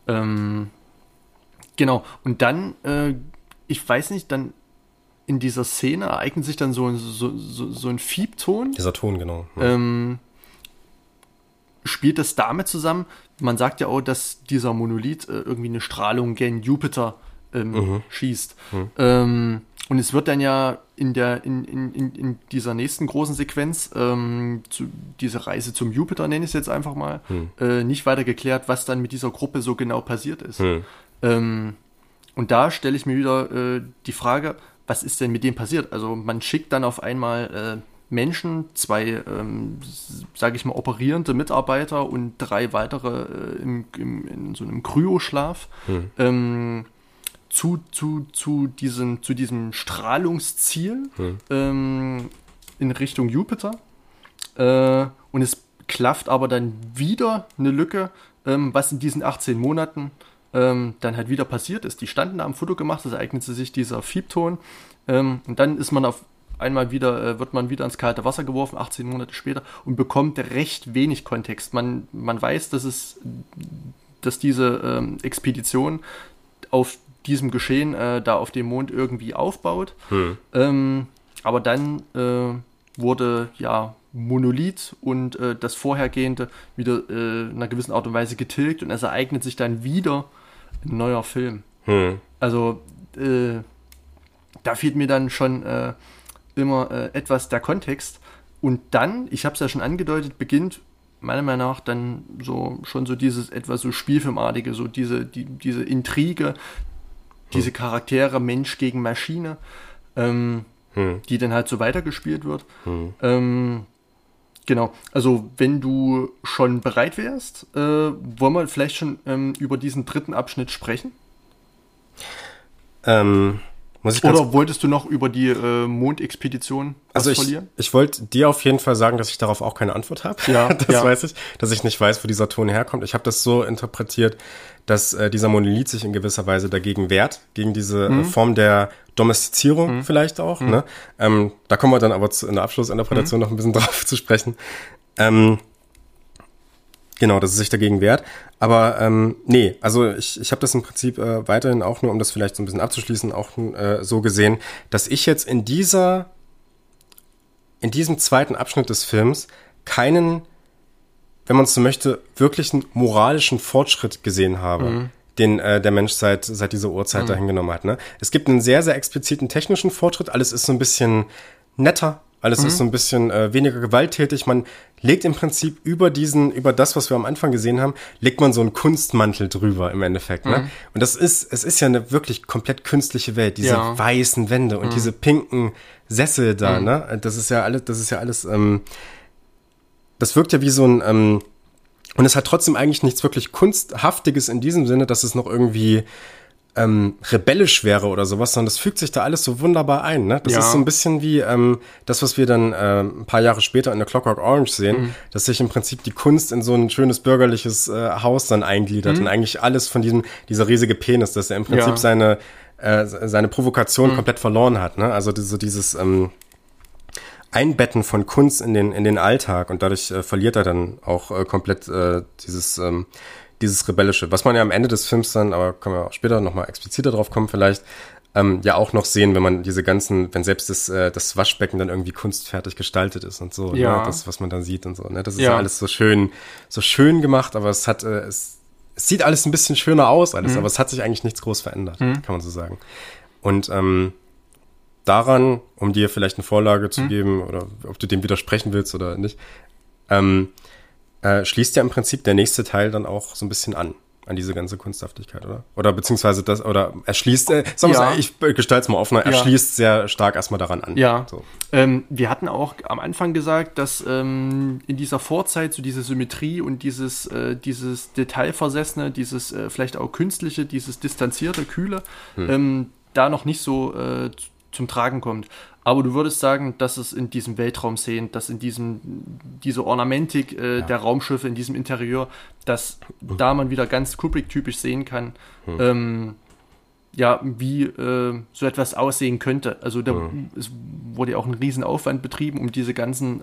Genau. Und dann, ich weiß nicht, dann in dieser Szene ereignet sich dann so ein Fiebton. Dieser Ton, genau. spielt das damit zusammen? Man sagt ja auch, dass dieser Monolith irgendwie eine Strahlung gen Jupiter schießt. Und es wird dann ja in dieser nächsten großen Sequenz, diese Reise zum Jupiter, nenne ich es jetzt einfach mal, nicht weiter geklärt, was dann mit dieser Gruppe so genau passiert ist. Und da stelle ich mir wieder die Frage, was ist denn mit dem passiert? Also man schickt dann auf einmal Menschen, 2, sage ich mal, operierende Mitarbeiter und 3 weitere in so einem Kryoschlaf zu diesem Strahlungsziel in Richtung Jupiter. Und es klafft aber dann wieder eine Lücke, was in diesen 18 Monaten dann halt wieder passiert ist. Die standen da am Foto gemacht, es ereignete sich dieser Fiebton und dann ist man auf einmal wieder, wird man wieder ins kalte Wasser geworfen, 18 Monate später, und bekommt recht wenig Kontext. Man weiß, dass diese Expedition auf diesem Geschehen da auf dem Mond irgendwie aufbaut. Aber dann wurde ja Monolith und das Vorhergehende wieder in einer gewissen Art und Weise getilgt und es ereignet sich dann wieder ein neuer Film. Also da fehlt mir dann schon immer etwas der Kontext. Und dann, ich habe es ja schon angedeutet, beginnt meiner Meinung nach dann schon so dieses etwas so Spielfilmartige, so diese Intrige, diese Charaktere Mensch gegen Maschine, die dann halt so weitergespielt wird. Genau, also wenn du schon bereit wärst, wollen wir vielleicht schon über diesen dritten Abschnitt sprechen? Oder wolltest du noch über die Mondexpedition verlieren? Ich wollte dir auf jeden Fall sagen, dass ich darauf auch keine Antwort habe. Ja, das weiß ich, dass ich nicht weiß, wo dieser Ton herkommt. Ich habe das so interpretiert, dass dieser Monolith sich in gewisser Weise dagegen wehrt, gegen diese Form der Domestizierung vielleicht auch. Ne? Da kommen wir dann aber in der Abschlussinterpretation noch ein bisschen drauf zu sprechen. Genau, dass es sich dagegen wehrt. Aber nee, also ich habe das im Prinzip weiterhin auch nur, um das vielleicht so ein bisschen abzuschließen, auch so gesehen, dass ich jetzt in diesem zweiten Abschnitt des Films keinen, wenn man es so möchte, wirklichen moralischen Fortschritt gesehen habe, den der Mensch seit dieser Uhrzeit dahin genommen hat. Ne? Es gibt einen sehr, sehr expliziten technischen Fortschritt. Alles ist so ein bisschen netter. Alles ist so ein bisschen weniger gewalttätig. Man legt im Prinzip über das, was wir am Anfang gesehen haben, legt man so einen Kunstmantel drüber im Endeffekt. Ne? Und es ist ja eine wirklich komplett künstliche Welt. Diese weißen Wände und diese pinken Sessel da. Ne? Das ist ja alles, das wirkt ja wie so ein, und es hat trotzdem eigentlich nichts wirklich Kunsthaftiges in diesem Sinne, dass es noch irgendwie rebellisch wäre oder sowas, sondern das fügt sich da alles so wunderbar ein. Ne? Das ist so ein bisschen wie das, was wir dann ein paar Jahre später in der Clockwork Orange sehen, dass sich im Prinzip die Kunst in so ein schönes bürgerliches Haus dann eingliedert und eigentlich alles von dieser riesige Penis, dass er im Prinzip seine Provokation komplett verloren hat. Ne? Also dieses Einbetten von Kunst in den Alltag und dadurch verliert er dann auch komplett dieses Rebellische, was man ja am Ende des Films dann, aber können wir auch später nochmal expliziter drauf kommen vielleicht, ja auch noch sehen, wenn man wenn selbst das Waschbecken dann irgendwie kunstfertig gestaltet ist und so, ne? Das, was man dann sieht und so, ne? Das ist ja alles so schön gemacht, aber es sieht alles ein bisschen schöner aus, aber es hat sich eigentlich nichts groß verändert, kann man so sagen. Und daran, um dir vielleicht eine Vorlage zu geben, oder ob du dem widersprechen willst oder nicht, schließt ja im Prinzip der nächste Teil dann auch so ein bisschen an diese ganze Kunsthaftigkeit, oder? Oder beziehungsweise er schließt, ich gestalte es mal offener, er schließt sehr stark erstmal daran an. Ja. So. Wir hatten auch am Anfang gesagt, dass in dieser Vorzeit so diese Symmetrie und dieses Detailversessene, dieses vielleicht auch künstliche, dieses distanzierte, kühle, da noch nicht so zum Tragen kommt. Aber du würdest sagen, dass es in diesem Weltraumszenen, dass in diese Ornamentik der Raumschiffe, in diesem Interieur, dass da man wieder ganz Kubrick-typisch sehen kann, wie so etwas aussehen könnte. Also es wurde ja auch ein Riesenaufwand betrieben, um diese ganzen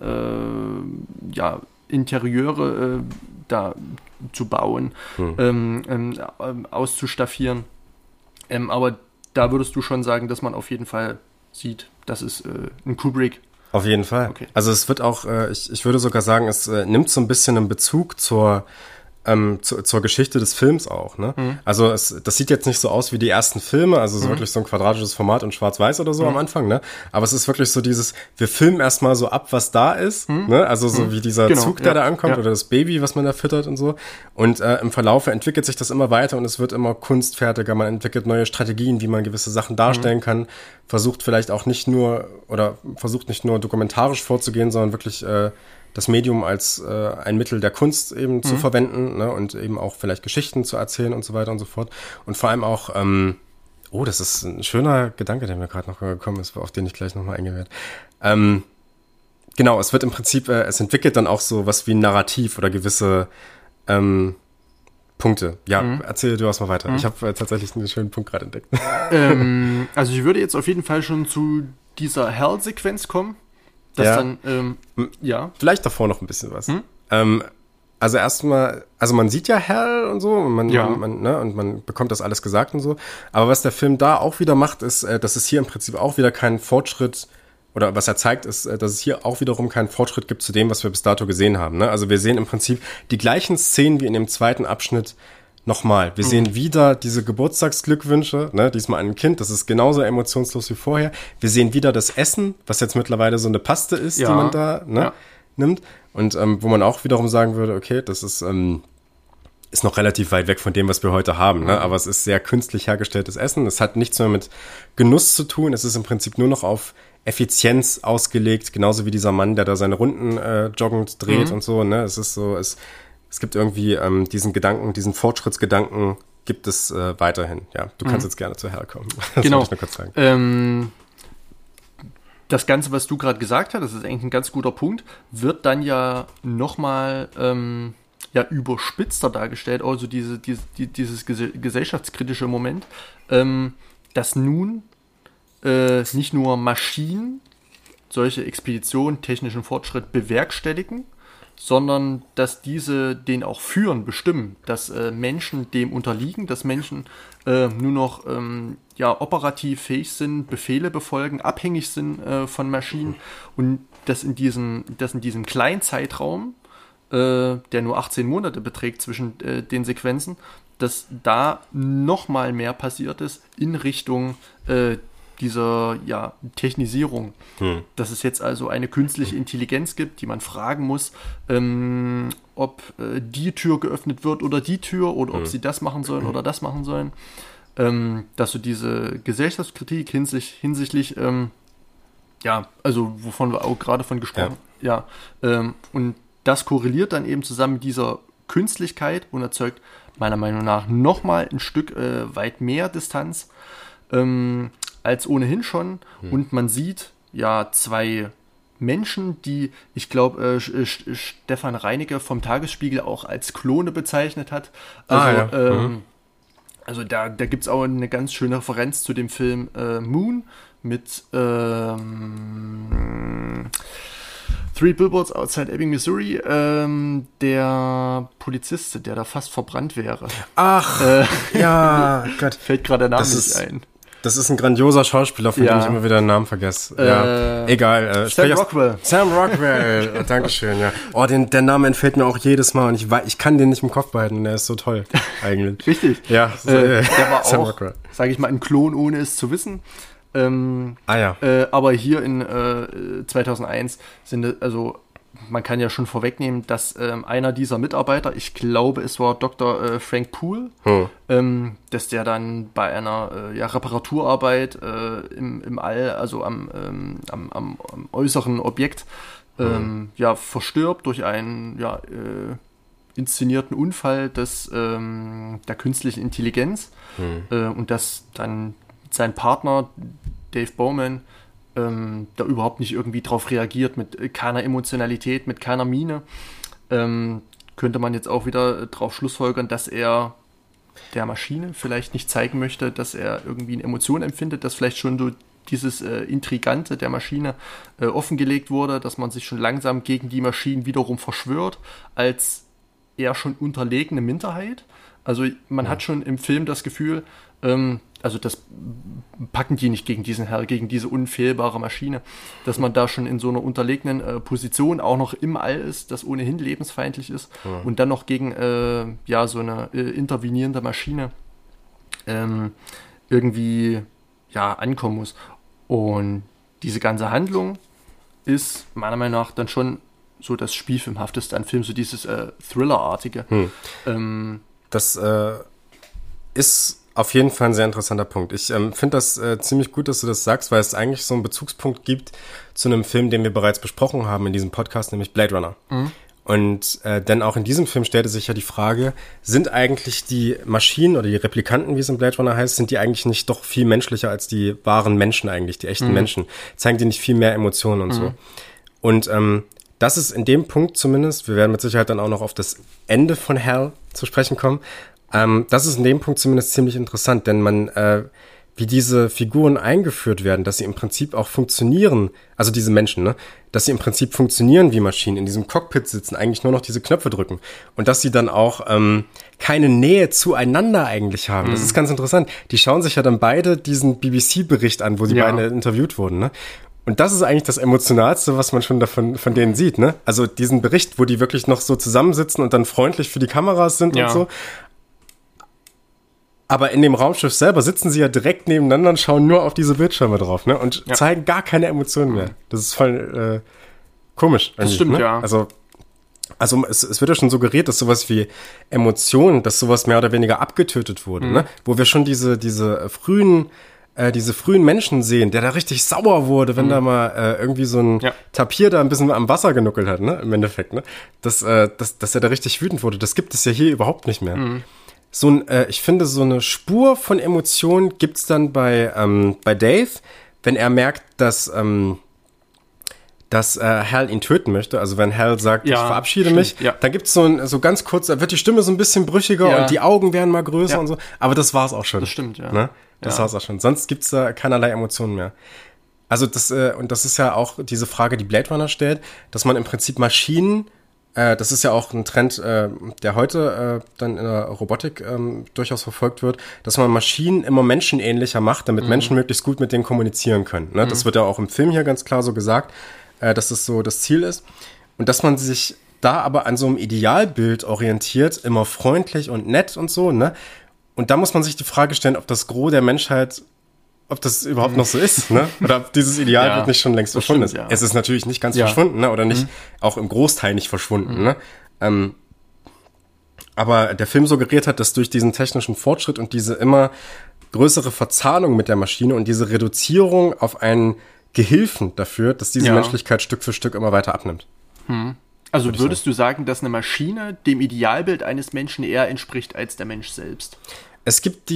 Interieure da zu bauen, auszustaffieren. Aber da würdest du schon sagen, dass man auf jeden Fall sieht, dass es ein Kubrick Auf jeden Fall. Okay. Also es wird auch, ich würde sogar sagen, es nimmt so ein bisschen einen Bezug zur Geschichte des Films auch, ne? Also das sieht jetzt nicht so aus wie die ersten Filme, also so wirklich so ein quadratisches Format und schwarz-weiß oder so am Anfang, ne? Aber es ist wirklich so wir filmen erstmal so ab, was da ist, ne? Also so wie dieser Zug, der da ankommt oder das Baby, was man da füttert und so. Und im Verlaufe entwickelt sich das immer weiter und es wird immer kunstfertiger, man entwickelt neue Strategien, wie man gewisse Sachen darstellen kann, versucht nicht nur dokumentarisch vorzugehen, sondern wirklich das Medium als ein Mittel der Kunst eben zu verwenden, ne, und eben auch vielleicht Geschichten zu erzählen und so weiter und so fort. Und vor allem auch, das ist ein schöner Gedanke, der mir gerade noch gekommen ist, auf den ich gleich nochmal eingehen werde. Genau, es wird im Prinzip, es entwickelt dann auch so was wie ein Narrativ oder gewisse Punkte. Ja, erzähl du erst mal weiter. Ich habe tatsächlich einen schönen Punkt gerade entdeckt. Also ich würde jetzt auf jeden Fall schon zu dieser Hell-Sequenz kommen. Vielleicht davor noch ein bisschen was. Also erstmal, man sieht ja Hell und so, und man bekommt das alles gesagt und so. Aber was der Film da auch wieder macht, ist, dass es hier im Prinzip auch wieder keinen Fortschritt, oder was er zeigt, ist, dass es hier auch wiederum keinen Fortschritt gibt zu dem, was wir bis dato gesehen haben. Ne? Also wir sehen im Prinzip die gleichen Szenen wie in dem zweiten Abschnitt nochmal. Wir sehen wieder diese Geburtstagsglückwünsche, ne, diesmal an ein Kind, das ist genauso emotionslos wie vorher. Wir sehen wieder das Essen, was jetzt mittlerweile so eine Paste ist, die man da nimmt. Und wo man auch wiederum sagen würde, okay, das ist noch relativ weit weg von dem, was wir heute haben. Ne? Aber es ist sehr künstlich hergestelltes Essen. Es hat nichts mehr mit Genuss zu tun. Es ist im Prinzip nur noch auf Effizienz ausgelegt, genauso wie dieser Mann, der da seine Runden joggend dreht und so. Ne? Es ist so, es gibt irgendwie diesen Fortschrittsgedanken gibt es weiterhin. Ja, du kannst jetzt gerne zu Hell kommen. Das genau. wollte ich nur kurz sagen. Das Ganze, was du gerade gesagt hast, das ist eigentlich ein ganz guter Punkt, wird dann ja nochmal überspitzter dargestellt, also dieses gesellschaftskritische Moment, dass nun nicht nur Maschinen solche Expeditionen, technischen Fortschritt bewerkstelligen, sondern dass diese den auch führen, bestimmen, dass Menschen dem unterliegen, dass Menschen nur noch operativ fähig sind, Befehle befolgen, abhängig sind von Maschinen und dass in diesem kleinen Zeitraum, der nur 18 Monate beträgt zwischen den Sequenzen, dass da nochmal mehr passiert ist in Richtung dieser Technisierung. Dass es jetzt also eine künstliche Intelligenz gibt, die man fragen muss, ob die Tür geöffnet wird oder die Tür oder ob sie das machen sollen oder das machen sollen. Dass so diese Gesellschaftskritik hinsichtlich wovon wir auch gerade von gesprochen haben, und das korreliert dann eben zusammen mit dieser Künstlichkeit und erzeugt meiner Meinung nach nochmal ein Stück weit mehr Distanz als ohnehin schon. Und man sieht zwei Menschen, die, ich glaube, Stefan Reinecke vom Tagesspiegel auch als Klone bezeichnet hat. Also da gibt es auch eine ganz schöne Referenz zu dem Film Moon mit Three Billboards Outside Ebbing, Missouri, der Polizist, der da fast verbrannt wäre. Ach, Gott. Fällt gerade der Name nicht ein. Das ist ein grandioser Schauspieler, von dem ich immer wieder den Namen vergesse. Egal. Sam Rockwell. Dankeschön, ja. Oh, der Name entfällt mir auch jedes Mal und ich kann den nicht im Kopf behalten und der ist so toll, eigentlich. Richtig. Ja. Der war Sam auch, sage ich mal, ein Klon, ohne es zu wissen. Aber hier in 2001 man kann ja schon vorwegnehmen, dass einer dieser Mitarbeiter, ich glaube, es war Dr. Frank Poole, dass der dann bei einer Reparaturarbeit im All, also am äußeren Objekt, verstirbt durch einen inszenierten Unfall der künstlichen Intelligenz und dass dann sein Partner Dave Bowman da überhaupt nicht irgendwie drauf reagiert, mit keiner Emotionalität, mit keiner Miene, könnte man jetzt auch wieder drauf schlussfolgern, dass er der Maschine vielleicht nicht zeigen möchte, dass er irgendwie eine Emotion empfindet, dass vielleicht schon so dieses Intrigante der Maschine offengelegt wurde, dass man sich schon langsam gegen die Maschinen wiederum verschwört, als eher schon unterlegene Minderheit. Also man hat schon im Film das Gefühl, also das packen die nicht gegen diesen Hal, gegen diese unfehlbare Maschine, dass man da schon in so einer unterlegenen Position auch noch im All ist, das ohnehin lebensfeindlich ist und dann noch gegen so eine intervenierende Maschine irgendwie ankommen muss. Und diese ganze Handlung ist meiner Meinung nach dann schon so das Spielfilmhafteste an Film, so dieses Thriller-artige. Das ist auf jeden Fall ein sehr interessanter Punkt. Ich finde das ziemlich gut, dass du das sagst, weil es eigentlich so einen Bezugspunkt gibt zu einem Film, den wir bereits besprochen haben in diesem Podcast, nämlich Blade Runner. Und denn auch in diesem Film stellte sich ja die Frage, sind eigentlich die Maschinen oder die Replikanten, wie es in Blade Runner heißt, sind die eigentlich nicht doch viel menschlicher als die wahren Menschen eigentlich, die echten Menschen? Zeigen die nicht viel mehr Emotionen und so? Und das ist in dem Punkt zumindest, wir werden mit Sicherheit dann auch noch auf das Ende von Hal zu sprechen kommen, das ist in dem Punkt zumindest ziemlich interessant, denn wie diese Figuren eingeführt werden, dass sie im Prinzip auch funktionieren, also diese Menschen, ne, dass sie im Prinzip funktionieren wie Maschinen, in diesem Cockpit sitzen, eigentlich nur noch diese Knöpfe drücken und dass sie dann auch keine Nähe zueinander eigentlich haben. Das ist ganz interessant. Die schauen sich ja dann beide diesen BBC-Bericht an, wo sie beide interviewt wurden, ne? Und das ist eigentlich das Emotionalste, was man schon von denen sieht, ne? Also diesen Bericht, wo die wirklich noch so zusammensitzen und dann freundlich für die Kameras sind und so. Aber in dem Raumschiff selber sitzen sie ja direkt nebeneinander und schauen nur auf diese Bildschirme drauf, ne? Und zeigen gar keine Emotionen mehr. Das ist voll komisch. Das stimmt, ne? ja. Also es wird ja schon suggeriert, dass sowas wie Emotionen, dass sowas mehr oder weniger abgetötet wurde, ne? Wo wir schon diese frühen Menschen sehen, der da richtig sauer wurde, wenn da mal irgendwie so ein Tapir da ein bisschen am Wasser genuckelt hat, ne? Im Endeffekt, ne? Dass er da richtig wütend wurde. Das gibt es ja hier überhaupt nicht mehr. Ich finde, so eine Spur von Emotionen gibt's dann bei Dave, wenn er merkt, dass Hal ihn töten möchte. Also wenn Hal sagt, ich verabschiede mich, dann gibt's so ganz kurz, da wird die Stimme so ein bisschen brüchiger und die Augen werden mal größer und so. Aber das war's auch schon. Das stimmt, ja. Ne? Das war's auch schon. Sonst gibt's da keinerlei Emotionen mehr. Also und das ist ja auch diese Frage, die Blade Runner stellt, dass man im Prinzip Maschinen, das ist ja auch ein Trend, der heute dann in der Robotik durchaus verfolgt wird, dass man Maschinen immer menschenähnlicher macht, damit Menschen möglichst gut mit denen kommunizieren können. Ne? Das wird ja auch im Film hier ganz klar so gesagt, dass das so das Ziel ist. Und dass man sich da aber an so einem Idealbild orientiert, immer freundlich und nett und so, ne? Und da muss man sich die Frage stellen, ob das Gros der Menschheit, ob das überhaupt noch so ist, ne? Oder ob dieses Idealbild nicht schon längst verschwunden ist. Es ist natürlich nicht ganz verschwunden, ne? Oder nicht, auch im Großteil nicht verschwunden, ne? Aber der Film suggeriert hat, dass durch diesen technischen Fortschritt und diese immer größere Verzahnung mit der Maschine und diese Reduzierung auf einen Gehilfen dafür, dass diese Menschlichkeit Stück für Stück immer weiter abnimmt. Also würdest du sagen, dass eine Maschine dem Idealbild eines Menschen eher entspricht als der Mensch selbst? Es gibt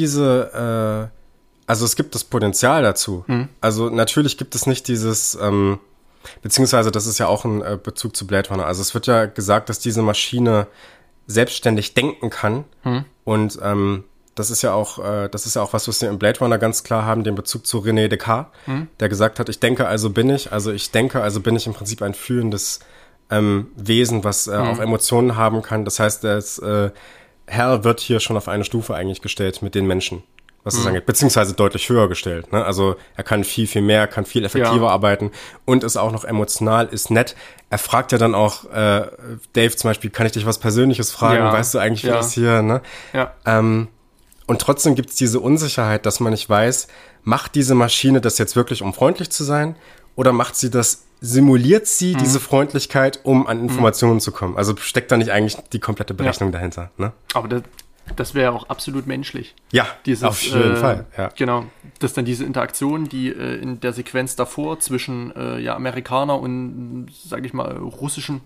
es gibt das Potenzial dazu. Also natürlich gibt es nicht dieses, beziehungsweise das ist ja auch ein Bezug zu Blade Runner. Also es wird ja gesagt, dass diese Maschine selbstständig denken kann. Und das ist ja auch was wir im Blade Runner ganz klar haben, den Bezug zu René Descartes, der gesagt hat, ich denke, also bin ich. Also ich denke, also bin ich im Prinzip ein fühlendes Wesen, was auch Emotionen haben kann. Das heißt, Hal wird hier schon auf eine Stufe eigentlich gestellt mit den Menschen, was das angeht, beziehungsweise deutlich höher gestellt. Ne? Also er kann viel, viel mehr, kann viel effektiver arbeiten und ist auch noch emotional, ist nett. Er fragt ja dann auch Dave zum Beispiel, kann ich dich was Persönliches fragen? Weißt du eigentlich, wie das hier, ne? Und trotzdem gibt's diese Unsicherheit, dass man nicht weiß, macht diese Maschine das jetzt wirklich, um freundlich zu sein? Oder simuliert sie diese Freundlichkeit, um an Informationen zu kommen? Also steckt da nicht eigentlich die komplette Berechnung dahinter, ne? Aber das wäre auch absolut menschlich. Ja, auf jeden Fall. Ja. Genau, dass dann diese Interaktion, die in der Sequenz davor zwischen Amerikaner und, sage ich mal, russischen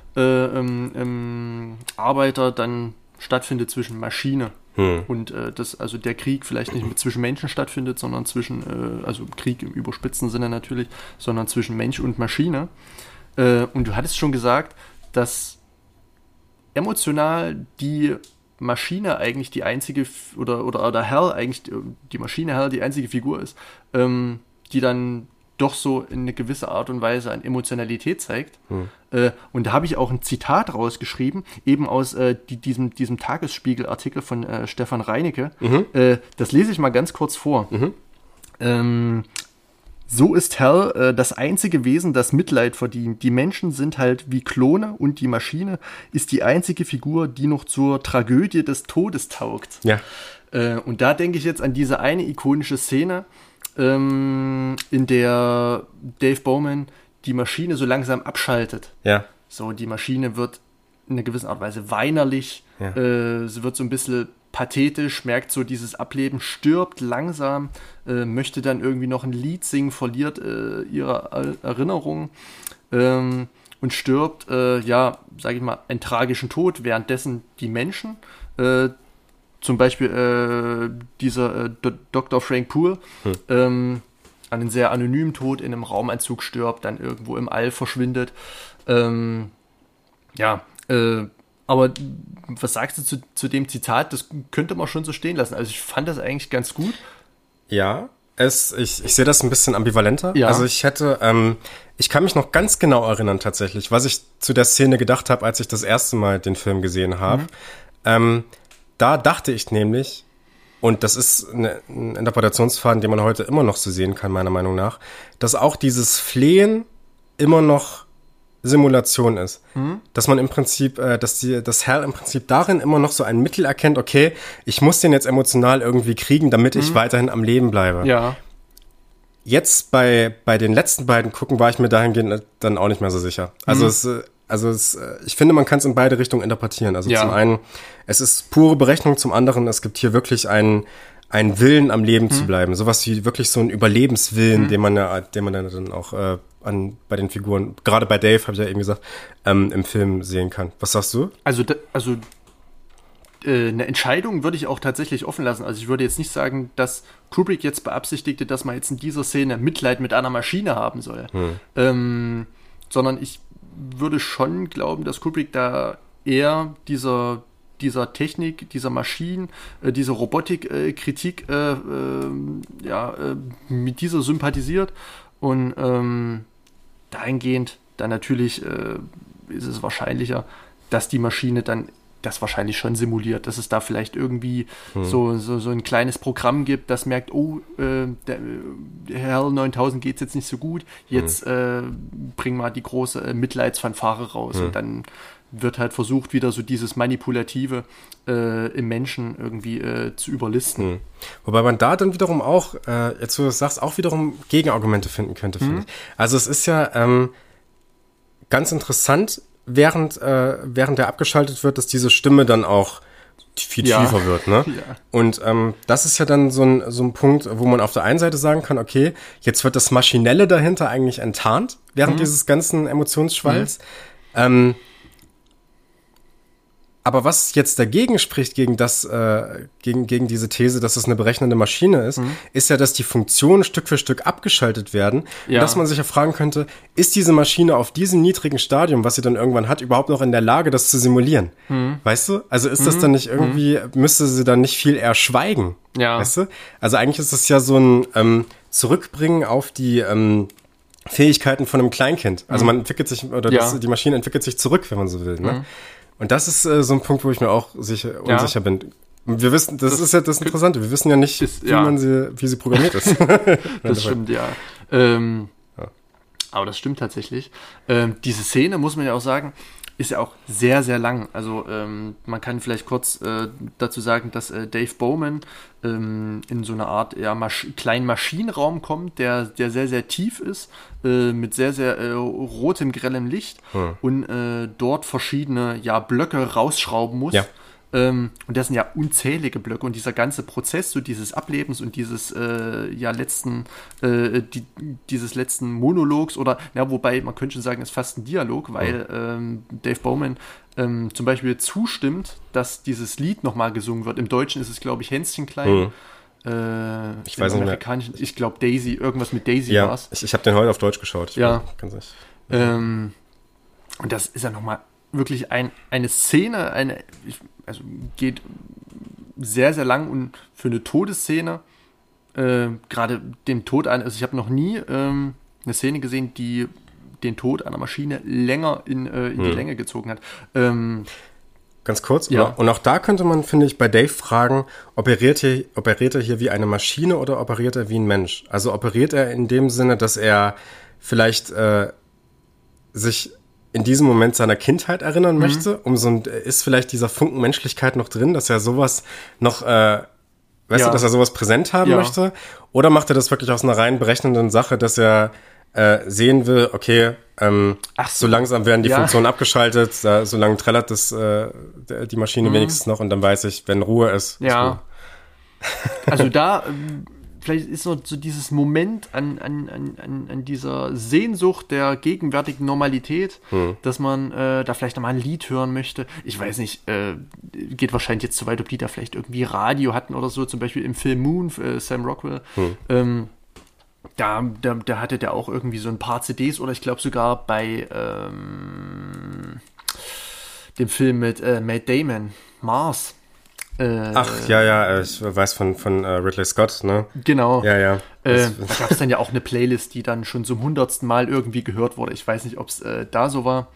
Arbeiter dann stattfindet zwischen Maschine. Und also der Krieg vielleicht nicht mit zwischen Menschen stattfindet, sondern also Krieg im überspitzten Sinne natürlich, sondern zwischen Mensch und Maschine. Und du hattest schon gesagt, dass emotional die Maschine eigentlich die einzige, oder Hal eigentlich, die Maschine Hal die einzige Figur ist, die dann doch so in eine gewisse Art und Weise an Emotionalität zeigt. Und da habe ich auch ein Zitat rausgeschrieben, eben aus diesem Tagesspiegel-Artikel von Stefan Reinecke. Das lese ich mal ganz kurz vor. So ist Hal das einzige Wesen, das Mitleid verdient. Die Menschen sind halt wie Klone und die Maschine ist die einzige Figur, die noch zur Tragödie des Todes taugt. Ja. Und da denke ich jetzt an diese eine ikonische Szene, in der Dave Bowman die Maschine so langsam abschaltet. Ja. So, die Maschine wird in einer gewissen Art und Weise weinerlich, Ja. Sie wird so ein bisschen pathetisch, merkt so dieses Ableben, stirbt langsam, möchte dann irgendwie noch ein Lied singen, verliert ihre Erinnerung und stirbt, sage ich mal, einen tragischen Tod, währenddessen die Menschen, zum Beispiel dieser Dr. Frank Poole, an einen sehr anonymen Tod in einem Raumanzug stirbt, dann irgendwo im All verschwindet. Aber was sagst du zu dem Zitat? Das könnte man schon so stehen lassen. Also ich fand das eigentlich ganz gut. Ja, ich sehe das ein bisschen ambivalenter. Ja. Also ich kann mich noch ganz genau erinnern tatsächlich, was ich zu der Szene gedacht habe, als ich das erste Mal den Film gesehen habe. Da dachte ich nämlich, und das ist ein Interpretationsfaden, den man heute immer noch so sehen kann, meiner Meinung nach, dass auch dieses Flehen immer noch Simulation ist. Dass man im Prinzip, dass Hal im Prinzip darin immer noch so ein Mittel erkennt, okay, ich muss den jetzt emotional irgendwie kriegen, damit ich weiterhin am Leben bleibe. Ja. Jetzt bei den letzten beiden Gucken war ich mir dahingehend dann auch nicht mehr so sicher. Ich finde, man kann es in beide Richtungen interpretieren. Also zum einen, es ist pure Berechnung, zum anderen, es gibt hier wirklich einen Willen, am Leben zu bleiben. Sowas wie wirklich so ein Überlebenswillen, den man dann auch bei den Figuren, gerade bei Dave, habe ich ja eben gesagt, im Film sehen kann. Was sagst du? Eine Entscheidung würde ich auch tatsächlich offen lassen. Also ich würde jetzt nicht sagen, dass Kubrick jetzt beabsichtigte, dass man jetzt in dieser Szene Mitleid mit einer Maschine haben soll. Sondern ich würde schon glauben, dass Kubrick da eher dieser Technik, dieser Maschinen, dieser Robotik-Kritik mit dieser sympathisiert und dahingehend dann natürlich ist es wahrscheinlicher, dass die Maschine dann das wahrscheinlich schon simuliert, dass es da vielleicht irgendwie so ein kleines Programm gibt, das merkt, der Hal 9000 geht's jetzt nicht so gut, jetzt bring mal die große Mitleidsfanfare raus und dann wird halt versucht, wieder so dieses Manipulative im Menschen irgendwie zu überlisten. Wobei man da dann wiederum auch, jetzt wo du das sagst, auch wiederum Gegenargumente finden könnte, finde ich. Also es ist ja ganz interessant, während der abgeschaltet wird, dass diese Stimme dann auch viel tiefer wird, ne? Ja. Und das ist ja dann so ein Punkt, wo man auf der einen Seite sagen kann, okay, jetzt wird das Maschinelle dahinter eigentlich enttarnt, während dieses ganzen Emotionsschwalls. Aber was jetzt dagegen spricht, gegen diese These, dass es eine berechnende Maschine ist, ist ja, dass die Funktionen Stück für Stück abgeschaltet werden. Ja. Und dass man sich ja fragen könnte, ist diese Maschine auf diesem niedrigen Stadium, was sie dann irgendwann hat, überhaupt noch in der Lage, das zu simulieren? Weißt du? Also ist das dann nicht irgendwie, müsste sie dann nicht viel eher schweigen? Ja. Weißt du? Also eigentlich ist es ja so ein Zurückbringen auf die Fähigkeiten von einem Kleinkind. Also man entwickelt sich, die Maschine entwickelt sich zurück, wenn man so will, ne? Und das ist so ein Punkt, wo ich mir auch unsicher bin. Wir wissen, das ist ja das Interessante. Wir wissen ja nicht, wie sie programmiert ist. Das stimmt, ja. Aber das stimmt tatsächlich. Diese Szene, muss man ja auch sagen, ist ja auch sehr, sehr lang. Also man kann vielleicht kurz dazu sagen, dass Dave Bowman in so eine Art kleinen Maschinenraum kommt, der sehr, sehr tief ist, mit sehr, sehr rotem, grellem Licht und dort verschiedene Blöcke rausschrauben muss. Ja. Und das sind ja unzählige Blöcke und dieser ganze Prozess, so dieses Ablebens und dieses dieses letzten Monologs oder, wobei man könnte schon sagen, es ist fast ein Dialog, weil Dave Bowman zum Beispiel zustimmt, dass dieses Lied nochmal gesungen wird. Im Deutschen ist es, glaube ich, Hänschen klein. Ich weiß nicht mehr. Ich glaube Daisy, irgendwas mit Daisy war es. Ich habe den heute auf Deutsch geschaut. Und das ist ja nochmal wirklich eine Szene, geht sehr, sehr lang und für eine Todesszene, gerade dem Tod also ich habe noch nie eine Szene gesehen, die den Tod einer Maschine länger in die Länge gezogen hat. Ganz kurz, Ja. und auch da könnte man, finde ich, bei Dave fragen, operiert er hier wie eine Maschine oder operiert er wie ein Mensch? Also operiert er in dem Sinne, dass er vielleicht sich in diesem Moment seiner Kindheit erinnern möchte, ist vielleicht dieser Funken Menschlichkeit noch drin, dass er sowas noch, weißt du, dass er sowas präsent haben möchte? Oder macht er das wirklich aus einer rein berechnenden Sache, dass er sehen will, okay, so langsam werden die Funktionen abgeschaltet, so lange trällert die Maschine wenigstens noch und dann weiß ich, wenn Ruhe ist. Ja. Also da, vielleicht ist so dieses Moment an dieser Sehnsucht der gegenwärtigen Normalität, dass man da vielleicht nochmal ein Lied hören möchte. Ich weiß nicht, geht wahrscheinlich jetzt zu weit, ob die da vielleicht irgendwie Radio hatten oder so, zum Beispiel im Film Moon, Sam Rockwell. Da hatte der auch irgendwie so ein paar CDs oder ich glaube sogar bei dem Film mit Matt Damon, Mars. Ach, ja, ich weiß von Ridley Scott, ne? Genau. Ja. Da gab es dann ja auch eine Playlist, die dann schon zum 100. Mal irgendwie gehört wurde. Ich weiß nicht, ob es da so war.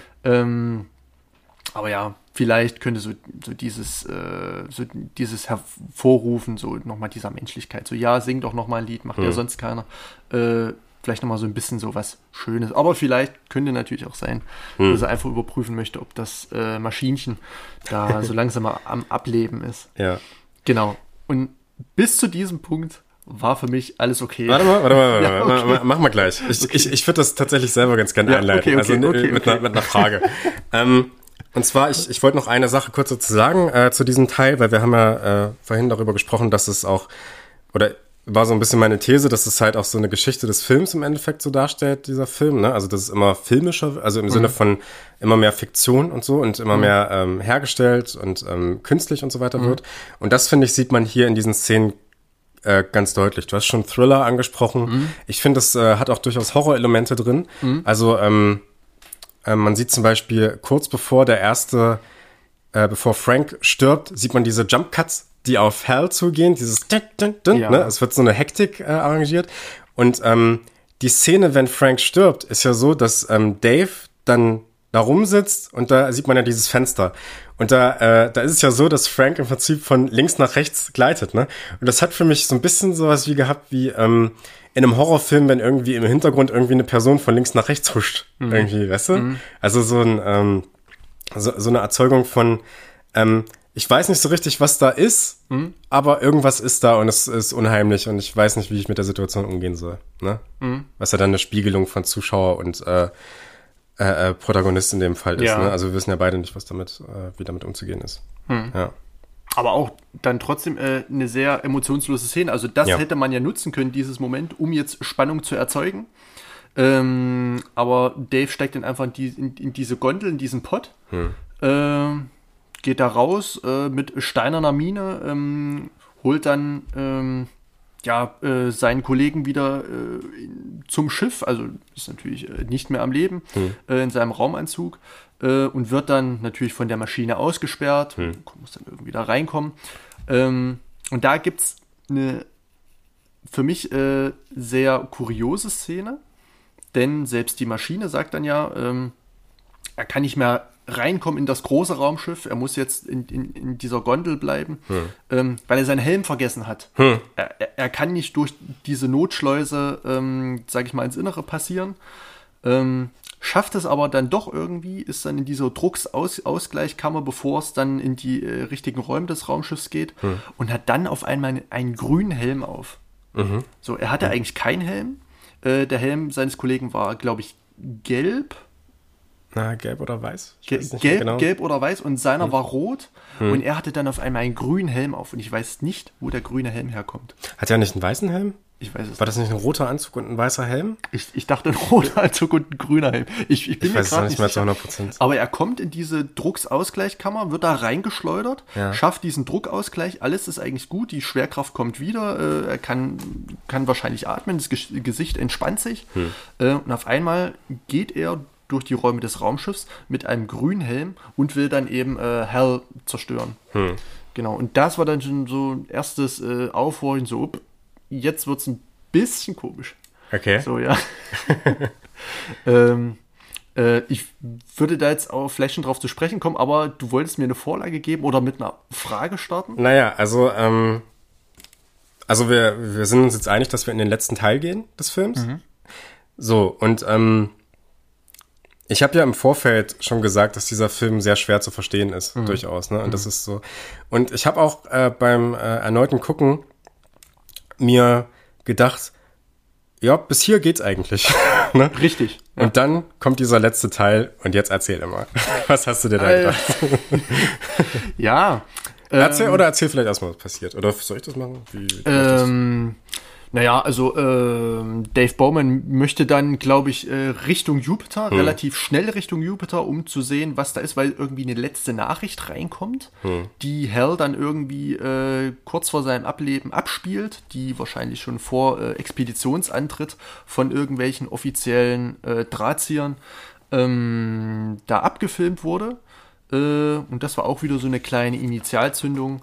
Aber ja, vielleicht könnte so dieses Hervorrufen, so nochmal dieser Menschlichkeit, so ja, sing doch nochmal ein Lied, macht ja sonst keiner. Vielleicht nochmal so ein bisschen so was Schönes. Aber vielleicht könnte natürlich auch sein, dass er einfach überprüfen möchte, ob das Maschinchen da so langsam am Ableben ist. Ja. Genau. Und bis zu diesem Punkt war für mich alles okay. Warte mal. Ja, okay. Mach mal gleich. Ich würde das tatsächlich selber ganz gerne einleiten. Okay. Mit einer Frage. Und zwar, ich wollte noch eine Sache kurz dazu sagen zu diesem Teil, weil wir haben ja vorhin darüber gesprochen, dass es auch, oder war so ein bisschen meine These, dass es halt auch so eine Geschichte des Films im Endeffekt so darstellt, dieser Film, ne? Also das ist immer filmischer, also im Sinne von immer mehr Fiktion und so und immer mehr hergestellt und künstlich und so weiter wird. Und das, finde ich, sieht man hier in diesen Szenen ganz deutlich. Du hast schon Thriller angesprochen. Ich finde, das hat auch durchaus Horrorelemente drin. Also man sieht zum Beispiel kurz bevor bevor Frank stirbt, sieht man diese Jump Cuts, die auf Hal zugehen, dieses ne? Es wird so eine Hektik arrangiert. Und die Szene, wenn Frank stirbt, ist ja so, dass Dave dann da rumsitzt und da sieht man ja dieses Fenster. Und da ist es ja so, dass Frank im Prinzip von links nach rechts gleitet, ne? Und das hat für mich so ein bisschen sowas gehabt wie in einem Horrorfilm, wenn irgendwie im Hintergrund irgendwie eine Person von links nach rechts huscht. Irgendwie, weißt du? Also so eine Erzeugung von ich weiß nicht so richtig, was da ist, aber irgendwas ist da und es ist unheimlich und ich weiß nicht, wie ich mit der Situation umgehen soll. Ne? Was ja dann eine Spiegelung von Zuschauer und Protagonist in dem Fall ist. Ne? Also wir wissen ja beide nicht, wie damit umzugehen ist. Ja. Aber auch dann trotzdem eine sehr emotionslose Szene. Also das hätte man ja nutzen können, dieses Moment, um jetzt Spannung zu erzeugen. Aber Dave steigt dann einfach in diese Gondel, in diesen Pott. Geht da raus mit steinerner Miene, holt dann seinen Kollegen wieder zum Schiff, also ist natürlich nicht mehr am Leben, in seinem Raumanzug und wird dann natürlich von der Maschine ausgesperrt, muss dann irgendwie da reinkommen. Und da gibt es eine für mich sehr kuriose Szene, denn selbst die Maschine sagt dann ja, er kann nicht mehr reinkommen in das große Raumschiff, er muss jetzt in dieser Gondel bleiben, weil er seinen Helm vergessen hat. Er kann nicht durch diese Notschleuse, sag ich mal, ins Innere passieren, schafft es aber dann doch irgendwie, ist dann in dieser Drucksausgleichkammer, bevor es dann in die richtigen Räume des Raumschiffs geht und hat dann auf einmal einen grünen Helm auf. So, er hatte eigentlich keinen Helm. Der Helm seines Kollegen war, glaube ich, gelb. Na, gelb oder weiß? Genau. Gelb oder weiß und seiner war rot und er hatte dann auf einmal einen grünen Helm auf und ich weiß nicht, wo der grüne Helm herkommt. Hat er nicht einen weißen Helm? Ich weiß es War das nicht ein roter Anzug und ein weißer Helm? Ich dachte ein roter Anzug und ein grüner Helm. Ich bin mir gerade nicht mehr zu 100%. Aber er kommt in diese Drucksausgleichkammer, wird da reingeschleudert, schafft diesen Druckausgleich, alles ist eigentlich gut, die Schwerkraft kommt wieder, er kann wahrscheinlich atmen, das Gesicht entspannt sich und auf einmal geht er durch die Räume des Raumschiffs mit einem grünen Helm und will dann eben Hal zerstören. Genau, und das war dann schon so ein erstes Aufhorchen, so, jetzt wird es ein bisschen komisch. Okay. So, ja. Ich würde da jetzt auch vielleicht schon drauf zu sprechen kommen, aber du wolltest mir eine Vorlage geben oder mit einer Frage starten? Naja, also wir sind uns jetzt einig, dass wir in den letzten Teil gehen des Films. So, und ich habe ja im Vorfeld schon gesagt, dass dieser Film sehr schwer zu verstehen ist, durchaus, ne? Und das ist so. Und ich habe auch beim erneuten Gucken mir gedacht, ja, bis hier geht's eigentlich. Ne? Richtig. Ja. Und dann kommt dieser letzte Teil und jetzt erzähl immer. Was hast du dir da gedacht? Ja. Erzähl vielleicht erstmal, was passiert. Oder soll ich das machen? Naja, also Dave Bowman möchte dann, glaube ich, Richtung Jupiter, relativ schnell Richtung Jupiter, um zu sehen, was da ist, weil irgendwie eine letzte Nachricht reinkommt, die Hal dann irgendwie kurz vor seinem Ableben abspielt, die wahrscheinlich schon vor Expeditionsantritt von irgendwelchen offiziellen Drahtziehern da abgefilmt wurde. Und das war auch wieder so eine kleine Initialzündung.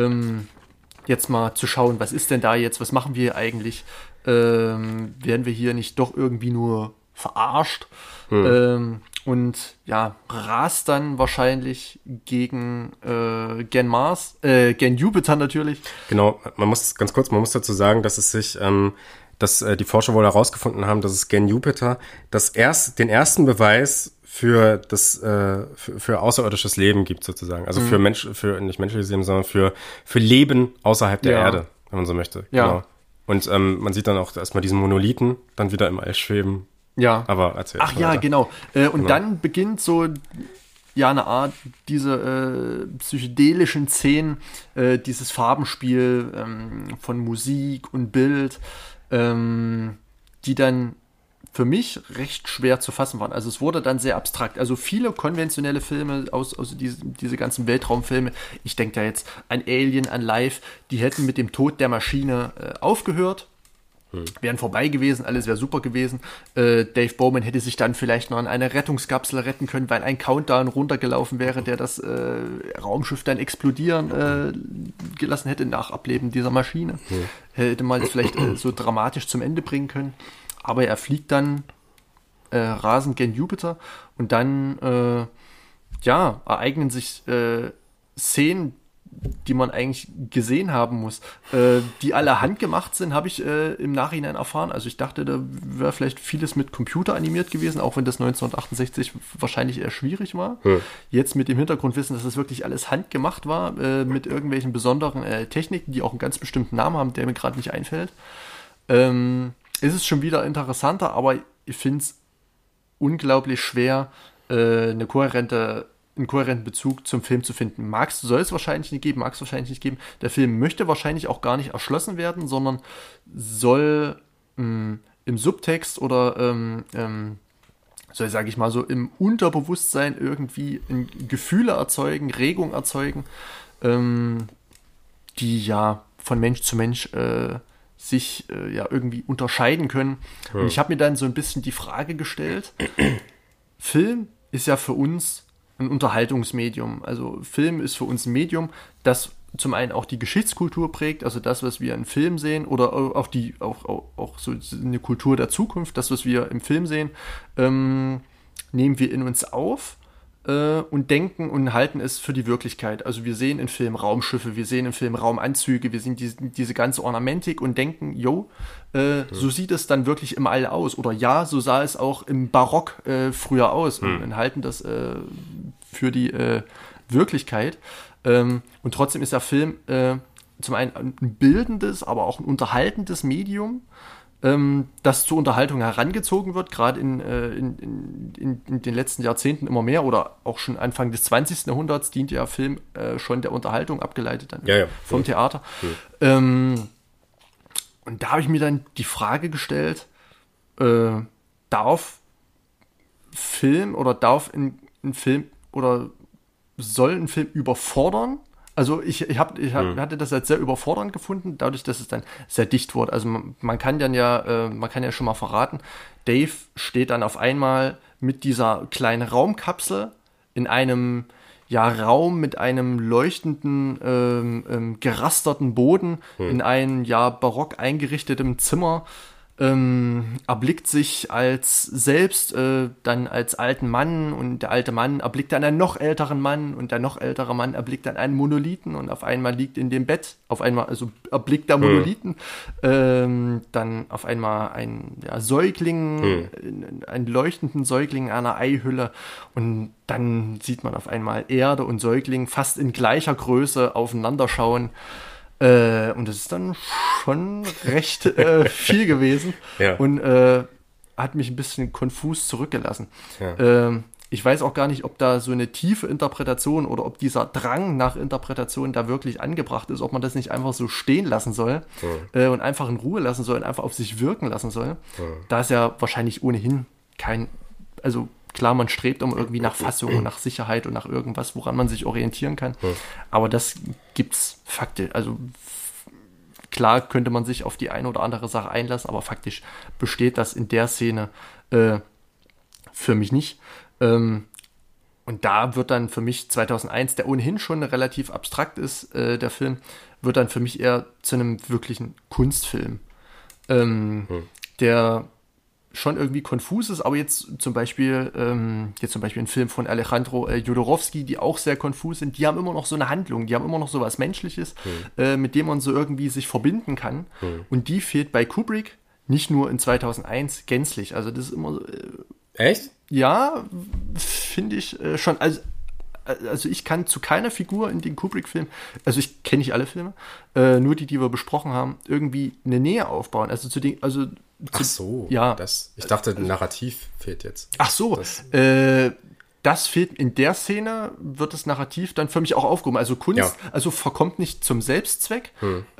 Jetzt mal zu schauen, was ist denn da jetzt, was machen wir eigentlich? Werden wir hier nicht doch irgendwie nur verarscht? Und ja, rast dann wahrscheinlich gegen gen Jupiter natürlich. Genau, man muss dazu sagen, dass es sich, dass die Forscher wohl herausgefunden haben, dass es gen Jupiter den ersten Beweis für außerirdisches Leben gibt sozusagen. Also für nicht menschliches Leben, sondern für Leben außerhalb der Erde, wenn man so möchte. Ja. Genau. Und man sieht dann auch erstmal diesen Monolithen dann wieder im All schweben. Ja. Aber erzähl. Ach ja, genau. Und dann beginnt so eine Art diese psychedelischen Szenen, dieses Farbenspiel von Musik und Bild, die dann für mich recht schwer zu fassen waren. Also es wurde dann sehr abstrakt. Also viele konventionelle Filme aus diese ganzen Weltraumfilme, ich denke da jetzt an Alien, an Life, die hätten mit dem Tod der Maschine aufgehört, wären vorbei gewesen, alles wäre super gewesen. Dave Bowman hätte sich dann vielleicht noch an eine Rettungskapsel retten können, weil ein Countdown runtergelaufen wäre, der das Raumschiff dann explodieren gelassen hätte nach Ableben dieser Maschine. Hätte man es vielleicht so dramatisch zum Ende bringen können. Aber er fliegt dann rasend gen Jupiter und dann ereignen sich Szenen, die man eigentlich gesehen haben muss, die alle handgemacht sind, habe ich im Nachhinein erfahren. Also ich dachte, da wäre vielleicht vieles mit Computer animiert gewesen, auch wenn das 1968 wahrscheinlich eher schwierig war. Jetzt mit dem Hintergrundwissen, dass das wirklich alles handgemacht war, mit irgendwelchen besonderen Techniken, die auch einen ganz bestimmten Namen haben, der mir gerade nicht einfällt. Ist es schon wieder interessanter, aber ich finde es unglaublich schwer, einen kohärenten Bezug zum Film zu finden. Soll es wahrscheinlich nicht geben, mag es wahrscheinlich nicht geben. Der Film möchte wahrscheinlich auch gar nicht erschlossen werden, sondern soll im Subtext oder soll, sage ich mal so, im Unterbewusstsein irgendwie Gefühle erzeugen, Regung erzeugen, die ja von Mensch zu Mensch sich irgendwie unterscheiden können. Und ich habe mir dann so ein bisschen die Frage gestellt, Film ist ja für uns ein Unterhaltungsmedium. Also Film ist für uns ein Medium, das zum einen auch die Geschichtskultur prägt, also das, was wir in Film sehen, oder auch so eine Kultur der Zukunft, das, was wir im Film sehen, nehmen wir in uns auf und denken und halten es für die Wirklichkeit. Also wir sehen in Film Raumschiffe, wir sehen in Film Raumanzüge, wir sehen diese ganze Ornamentik und denken, so sieht es dann wirklich im All aus. Oder ja, so sah es auch im Barock früher aus und halten das für die Wirklichkeit. Und trotzdem ist der Film zum einen ein bildendes, aber auch ein unterhaltendes Medium, das zur Unterhaltung herangezogen wird, gerade in den letzten Jahrzehnten immer mehr oder auch schon Anfang des 20. Jahrhunderts dient ja Film schon der Unterhaltung, abgeleitet dann vom Theater. Und da habe ich mir dann die Frage gestellt, darf Film oder soll ein Film überfordern? Also ich hatte das als sehr überfordernd gefunden, dadurch, dass es dann sehr dicht wurde. Also man kann ja schon mal verraten, Dave steht dann auf einmal mit dieser kleinen Raumkapsel in einem Raum mit einem leuchtenden, gerasterten Boden in einem barock eingerichtetem Zimmer. erblickt sich als selbst dann als alten Mann, und der alte Mann erblickt dann einen noch älteren Mann, und der noch ältere Mann erblickt dann einen Monolithen, und auf einmal liegt in dem Bett, auf einmal, also erblickt der Monolithen, dann auf einmal ein Säugling, einen leuchtenden Säugling in einer Eihülle, und dann sieht man auf einmal Erde und Säugling fast in gleicher Größe aufeinander schauen. Und das ist dann schon recht viel gewesen, und hat mich ein bisschen konfus zurückgelassen. Ja. Ich weiß auch gar nicht, ob da so eine tiefe Interpretation oder ob dieser Drang nach Interpretation da wirklich angebracht ist, ob man das nicht einfach so stehen lassen soll und einfach in Ruhe lassen soll und einfach auf sich wirken lassen soll. Da ist ja wahrscheinlich ohnehin also klar, man strebt irgendwie nach Fassung und nach Sicherheit und nach irgendwas, woran man sich orientieren kann. Aber das gibt's faktisch. Also klar könnte man sich auf die eine oder andere Sache einlassen, aber faktisch besteht das in der Szene für mich nicht. Und da wird dann für mich 2001, der ohnehin schon relativ abstrakt ist, der Film, wird dann für mich eher zu einem wirklichen Kunstfilm, der schon irgendwie konfus ist, aber jetzt zum Beispiel ein Film von Alejandro Jodorowsky, die auch sehr konfus sind, die haben immer noch so eine Handlung, die haben immer noch so was Menschliches, mit dem man so irgendwie sich verbinden kann. Und die fehlt bei Kubrick nicht nur in 2001 gänzlich. Also das ist immer so... Echt? Ja, finde ich schon. Also ich kann zu keiner Figur in den Kubrick-Filmen, also ich kenne nicht alle Filme, nur die wir besprochen haben, irgendwie eine Nähe aufbauen. Also zu den, ach so, ja. Ich dachte, Narrativ fehlt jetzt. Ach so, das fehlt in der Szene, wird das Narrativ dann für mich auch aufgehoben. Also Kunst, also verkommt nicht zum Selbstzweck,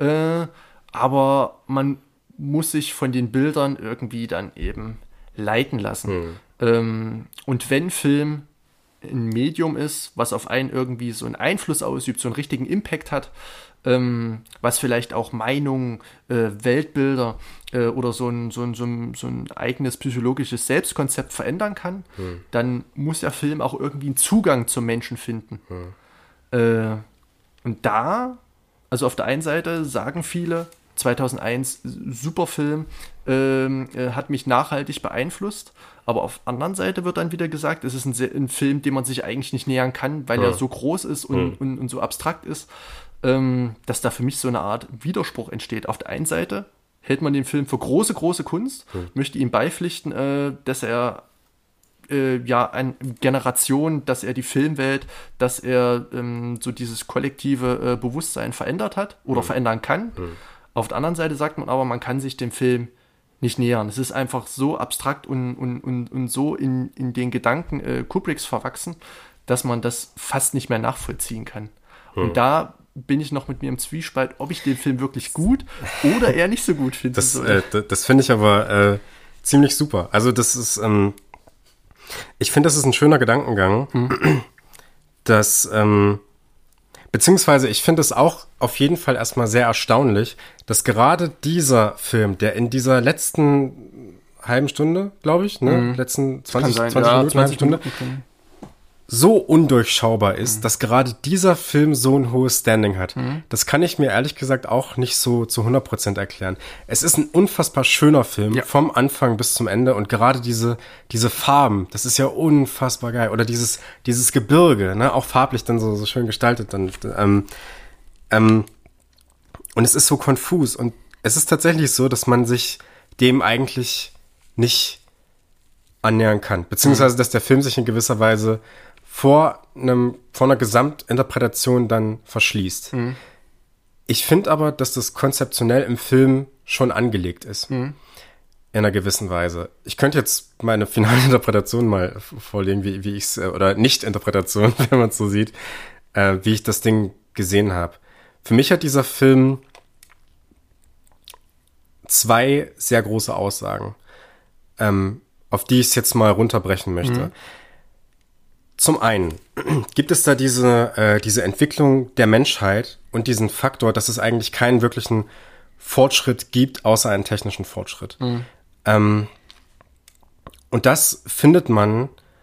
aber man muss sich von den Bildern irgendwie dann eben leiten lassen. Und wenn Film ein Medium ist, was auf einen irgendwie so einen Einfluss ausübt, so einen richtigen Impact hat, was vielleicht auch Meinungen, Weltbilder oder so ein eigenes psychologisches Selbstkonzept verändern kann, dann muss der Film auch irgendwie einen Zugang zum Menschen finden. Und da, also auf der einen Seite sagen viele, 2001, super Film, hat mich nachhaltig beeinflusst, aber auf der anderen Seite wird dann wieder gesagt, es ist ein Film, dem man sich eigentlich nicht nähern kann, weil er so groß ist und so abstrakt ist, dass da für mich so eine Art Widerspruch entsteht. Auf der einen Seite hält man den Film für große, große Kunst, möchte ihm beipflichten, dass er eine Generation, dass er die Filmwelt, dass er so dieses kollektive Bewusstsein verändert hat oder verändern kann. Auf der anderen Seite sagt man aber, man kann sich dem Film nicht nähern. Es ist einfach so abstrakt und so in den Gedanken Kubricks verwachsen, dass man das fast nicht mehr nachvollziehen kann. Und da bin ich noch mit mir im Zwiespalt, ob ich den Film wirklich gut oder eher nicht so gut finde. Das finde ich aber ziemlich super. Also das ist, ich finde, das ist ein schöner Gedankengang, dass beziehungsweise ich finde es auch auf jeden Fall erstmal sehr erstaunlich, dass gerade dieser Film, der in dieser letzten halben Stunde, glaube ich, letzten 20 Minuten, halbe Stunde, so undurchschaubar ist, dass gerade dieser Film so ein hohes Standing hat. Das kann ich mir ehrlich gesagt auch nicht so zu 100% erklären. Es ist ein unfassbar schöner Film, vom Anfang bis zum Ende, und gerade diese Farben, das ist ja unfassbar geil. Oder dieses Gebirge, ne, auch farblich dann so schön gestaltet. Und es ist so konfus, und es ist tatsächlich so, dass man sich dem eigentlich nicht annähern kann. Beziehungsweise, dass der Film sich in gewisser Weise vor einer Gesamtinterpretation dann verschließt. Ich finde aber, dass das konzeptionell im Film schon angelegt ist. In einer gewissen Weise. Ich könnte jetzt meine finale Interpretation mal vorlegen, wie ich es, oder Nicht-Interpretation, wenn man es so sieht, wie ich das Ding gesehen habe. Für mich hat dieser Film zwei sehr große Aussagen, auf die ich es jetzt mal runterbrechen möchte. Zum einen gibt es da diese Entwicklung der Menschheit und diesen Faktor, dass es eigentlich keinen wirklichen Fortschritt gibt, außer einen technischen Fortschritt. Und das findet man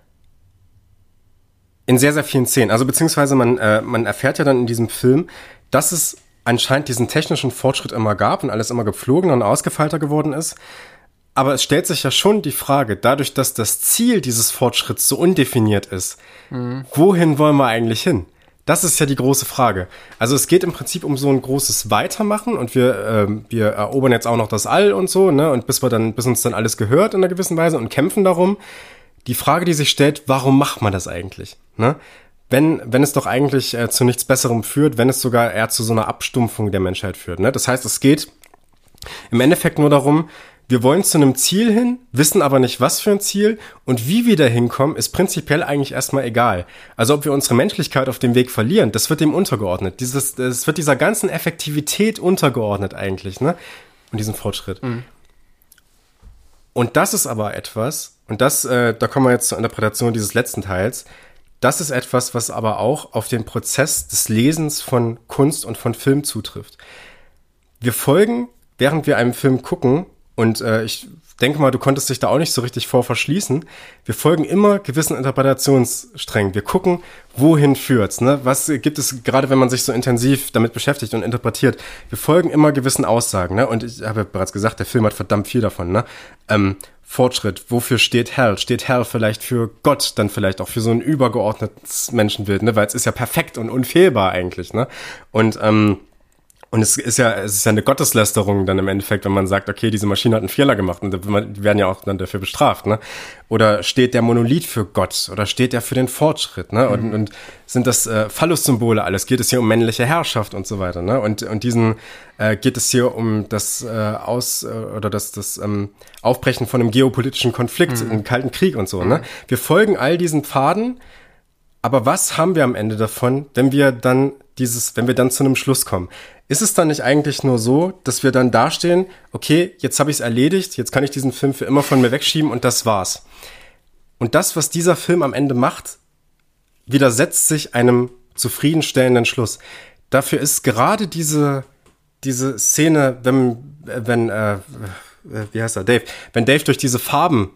in sehr, sehr vielen Szenen. Also beziehungsweise man erfährt ja dann in diesem Film, dass es anscheinend diesen technischen Fortschritt immer gab und alles immer gepflogener und ausgefeilter geworden ist. Aber es stellt sich ja schon die Frage, dadurch, dass das Ziel dieses Fortschritts so undefiniert ist, wohin wollen wir eigentlich hin? Das ist ja die große Frage. Also es geht im Prinzip um so ein großes Weitermachen und wir erobern jetzt auch noch das All und so, ne? Und bis uns dann alles gehört in einer gewissen Weise und kämpfen darum. Die Frage, die sich stellt, warum macht man das eigentlich? Ne? Wenn es doch eigentlich zu nichts Besserem führt, wenn es sogar eher zu so einer Abstumpfung der Menschheit führt. Ne? Das heißt, es geht im Endeffekt nur darum, wir wollen zu einem Ziel hin, wissen aber nicht, was für ein Ziel und wie wir da hinkommen, ist prinzipiell eigentlich erstmal egal. Also ob wir unsere Menschlichkeit auf dem Weg verlieren, das wird dem untergeordnet. Das wird dieser ganzen Effektivität untergeordnet eigentlich, ne? Und diesem Fortschritt. Mhm. Und das ist aber etwas, und das, da kommen wir jetzt zur Interpretation dieses letzten Teils, das ist etwas, was aber auch auf den Prozess des Lesens von Kunst und von Film zutrifft. Wir folgen, während wir einen Film gucken, und ich denke mal, du konntest dich da auch nicht so richtig vor verschließen. Wir folgen immer gewissen Interpretationssträngen. Wir gucken, wohin führt's, ne? Was gibt es, gerade wenn man sich so intensiv damit beschäftigt und interpretiert, wir folgen immer gewissen Aussagen, ne? Und ich habe ja bereits gesagt, der Film hat verdammt viel davon, ne? Fortschritt, wofür steht Hell? Steht Hell vielleicht für Gott, dann vielleicht auch für so ein übergeordnetes Menschenbild, ne? Weil es ist ja perfekt und unfehlbar eigentlich, ne? Und es ist ja eine Gotteslästerung dann im Endeffekt, wenn man sagt, okay, diese Maschine hat einen Fehler gemacht und die werden ja auch dann dafür bestraft, ne? Oder steht der Monolith für Gott? Oder steht der für den Fortschritt, ne? Und sind das Phallus-Symbole alles? Geht es hier um männliche Herrschaft und so weiter, ne? Und geht es hier um das Aufbrechen von einem geopolitischen Konflikt, im Kalten Krieg und so, ne? Wir folgen all diesen Pfaden, aber was haben wir am Ende davon, wenn wir dann zu einem Schluss kommen? Ist es dann nicht eigentlich nur so, dass wir dann dastehen, okay, jetzt habe ich es erledigt, jetzt kann ich diesen Film für immer von mir wegschieben und das war's. Und das, was dieser Film am Ende macht, widersetzt sich einem zufriedenstellenden Schluss. Dafür ist gerade diese Szene, wenn wie heißt er, Dave, wenn Dave durch diese Farben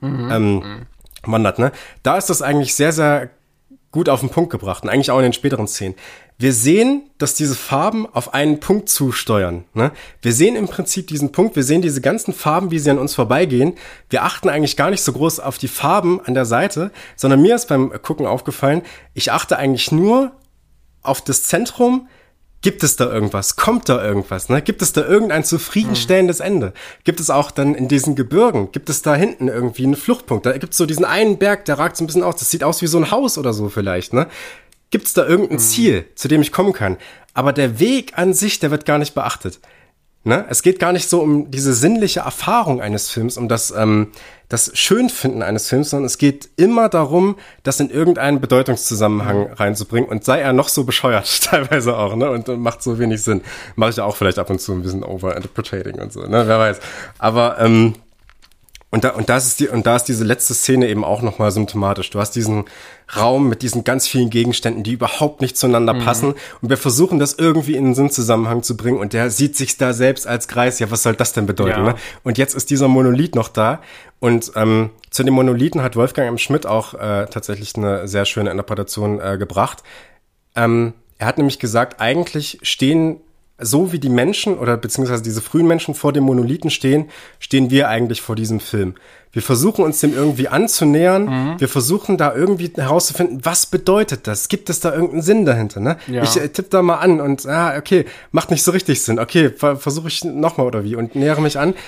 wandert, ne, da ist das eigentlich sehr, sehr gut auf den Punkt gebracht und eigentlich auch in den späteren Szenen. Wir sehen, dass diese Farben auf einen Punkt zusteuern, ne? Wir sehen im Prinzip diesen Punkt, wir sehen diese ganzen Farben, wie sie an uns vorbeigehen. Wir achten eigentlich gar nicht so groß auf die Farben an der Seite, sondern mir ist beim Gucken aufgefallen, ich achte eigentlich nur auf das Zentrum. Gibt es da irgendwas? Kommt da irgendwas? Ne? Gibt es da irgendein zufriedenstellendes Ende? Gibt es auch dann in diesen Gebirgen, gibt es da hinten irgendwie einen Fluchtpunkt? Da gibt es so diesen einen Berg, der ragt so ein bisschen aus. Das sieht aus wie so ein Haus oder so vielleicht, ne? Gibt es da irgendein Ziel, zu dem ich kommen kann? Aber der Weg an sich, der wird gar nicht beachtet. Ne? Es geht gar nicht so um diese sinnliche Erfahrung eines Films, um das Schönfinden eines Films, sondern es geht immer darum, das in irgendeinen Bedeutungszusammenhang reinzubringen und sei er noch so bescheuert teilweise auch, ne? Und macht so wenig Sinn. Mache ich ja auch vielleicht ab und zu ein bisschen overinterpretating und so, ne? Wer weiß. Aber und da ist diese letzte Szene eben auch nochmal symptomatisch. Du hast diesen Raum mit diesen ganz vielen Gegenständen, die überhaupt nicht zueinander passen. Und wir versuchen das irgendwie in einen Sinnzusammenhang zu bringen. Und der sieht sich da selbst als Kreis. Ja, was soll das denn bedeuten? Ja. Ne? Und jetzt ist dieser Monolith noch da. Und zu dem Monolithen hat Wolfgang M. Schmidt auch tatsächlich eine sehr schöne Interpretation gebracht. Er hat nämlich gesagt, eigentlich stehen so wie die Menschen oder beziehungsweise diese frühen Menschen vor dem Monolithen stehen wir eigentlich vor diesem Film. Wir versuchen uns dem irgendwie anzunähern. Wir versuchen da irgendwie herauszufinden, was bedeutet das? Gibt es da irgendeinen Sinn dahinter? Ne? Ja. Ich tippe da mal an und okay, macht nicht so richtig Sinn. Okay, versuche ich nochmal oder wie und nähere mich an.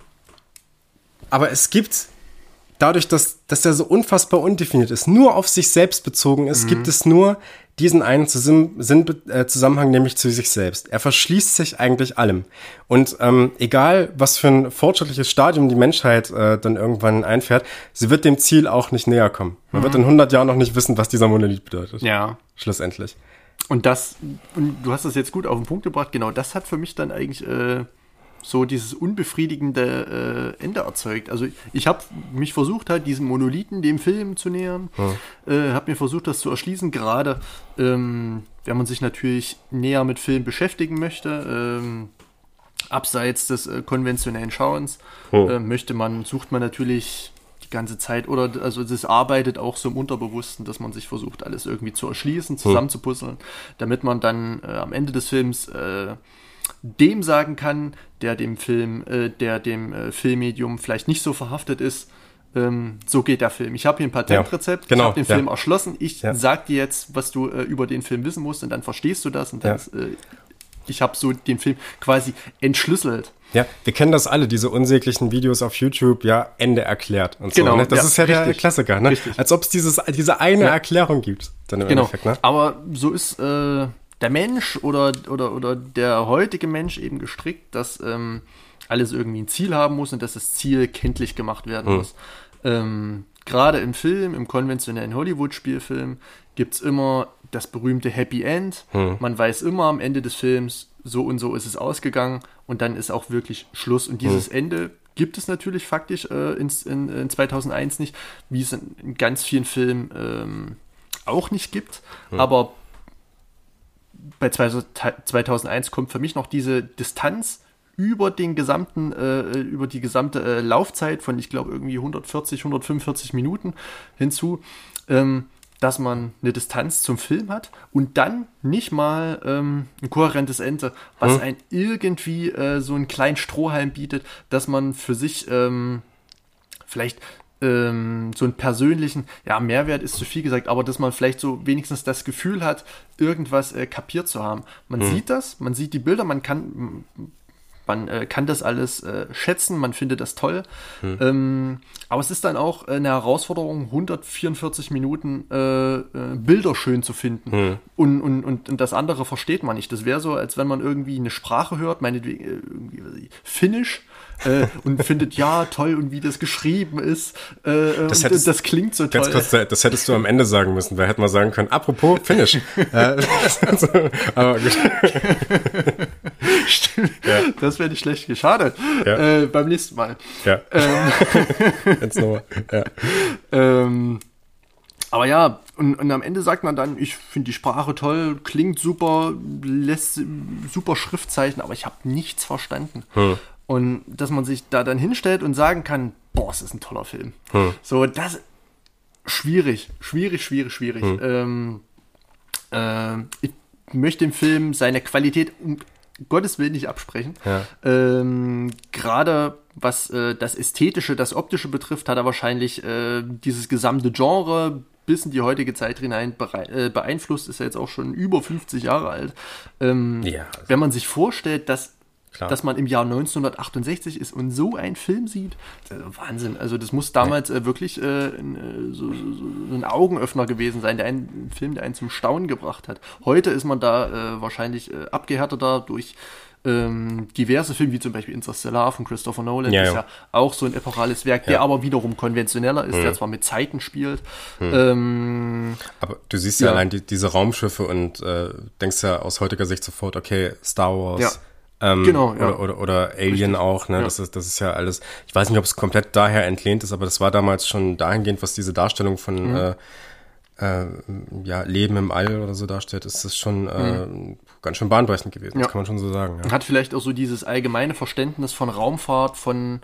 Aber es gibt dadurch, dass der so unfassbar undefiniert ist, nur auf sich selbst bezogen ist, gibt es nur diesen einen Zusammenhang, nämlich zu sich selbst. Er verschließt sich eigentlich allem. Und egal, was für ein fortschrittliches Stadium die Menschheit dann irgendwann einfährt, sie wird dem Ziel auch nicht näher kommen. Man wird in 100 Jahren noch nicht wissen, was dieser Monolith bedeutet. Ja. Schlussendlich. Und du hast das jetzt gut auf den Punkt gebracht, genau das hat für mich dann eigentlich so dieses unbefriedigende Ende erzeugt. Also ich habe mich versucht, halt diesem Monolithen, dem Film zu nähern, habe mir versucht, das zu erschließen, gerade wenn man sich natürlich näher mit Film beschäftigen möchte, abseits des konventionellen Schauens, sucht man natürlich die ganze Zeit, also das arbeitet auch so im Unterbewussten, dass man sich versucht, alles irgendwie zu erschließen, zusammenzupuzzeln, damit man dann am Ende des Films dem sagen kann, der dem Filmmedium vielleicht nicht so verhaftet ist, so geht der Film. Ich habe hier ein Patentrezept, genau, ich habe den Film erschlossen, ich sag dir jetzt, was du über den Film wissen musst und dann verstehst du das und dann ich habe so den Film quasi entschlüsselt. Ja, wir kennen das alle, diese unsäglichen Videos auf YouTube, Ende erklärt und so. Genau, Ne? Das ist ja der Klassiker, ne? Richtig. Als ob es diese eine Erklärung gibt, dann im Endeffekt, ne? Aber so ist der Mensch oder der heutige Mensch eben gestrickt, dass alles irgendwie ein Ziel haben muss und dass das Ziel kenntlich gemacht werden muss. Gerade im Film, im konventionellen Hollywood-Spielfilm, gibt es immer das berühmte Happy End. Man weiß immer am Ende des Films, so und so ist es ausgegangen und dann ist auch wirklich Schluss. Und dieses Ende gibt es natürlich faktisch in 2001 nicht, wie es in ganz vielen Filmen auch nicht gibt. Aber bei 2001 kommt für mich noch diese Distanz über die gesamte Laufzeit von, ich glaube, irgendwie 145 Minuten hinzu, dass man eine Distanz zum Film hat und dann nicht mal ein kohärentes Ende, was ein irgendwie so einen kleinen Strohhalm bietet, dass man für sich vielleicht so einen persönlichen, Mehrwert ist zu viel gesagt, aber dass man vielleicht so wenigstens das Gefühl hat, irgendwas kapiert zu haben. Man sieht das, man sieht die Bilder, man kann das alles schätzen, man findet das toll. Aber es ist dann auch eine Herausforderung, 144 Minuten Bilder schön zu finden. Und das andere versteht man nicht. Das wäre so, als wenn man irgendwie eine Sprache hört, meinetwegen irgendwie Finnisch, und findet, toll, und wie das geschrieben ist. Das klingt so toll. Ganz kurz, das hättest du am Ende sagen müssen. Da hätte man sagen können, apropos Finnisch. Aber gut. Stimmt. Das wäre nicht schlecht. Schade. Beim nächsten Mal. Ja. Jetzt nochmal. Ja. Aber und am Ende sagt man dann, ich finde die Sprache toll, klingt super, lässt super Schriftzeichen, aber ich habe nichts verstanden. Und dass man sich da dann hinstellt und sagen kann, boah, es ist ein toller Film. So, das schwierig. Ich möchte dem Film seine Qualität um Gottes Willen nicht absprechen. Gerade was das Ästhetische, das Optische betrifft, hat er wahrscheinlich dieses gesamte Genre bis in die heutige Zeit hinein beeinflusst, ist ja jetzt auch schon über 50 Jahre alt. Wenn man sich vorstellt, dass man im Jahr 1968 ist und so einen Film sieht, Wahnsinn. Also das muss damals wirklich so ein Augenöffner gewesen sein, der einen zum Staunen gebracht hat. Heute ist man da wahrscheinlich abgehärteter durch diverse Filme, wie zum Beispiel Interstellar von Christopher Nolan, ist ja auch so ein epochales Werk, der aber wiederum konventioneller ist, der zwar mit Zeiten spielt. Aber du siehst ja allein diese Raumschiffe und denkst ja aus heutiger Sicht sofort, okay, Star Wars, genau, oder Alien. Richtig. Auch, ne? Das ist ja alles, ich weiß nicht, ob es komplett daher entlehnt ist, aber das war damals schon dahingehend, was diese Darstellung von Leben im All oder so darstellt, ist das schon ganz schön bahnbrechend gewesen, das kann man schon so sagen. Ja. Hat vielleicht auch so dieses allgemeine Verständnis von Raumfahrt, von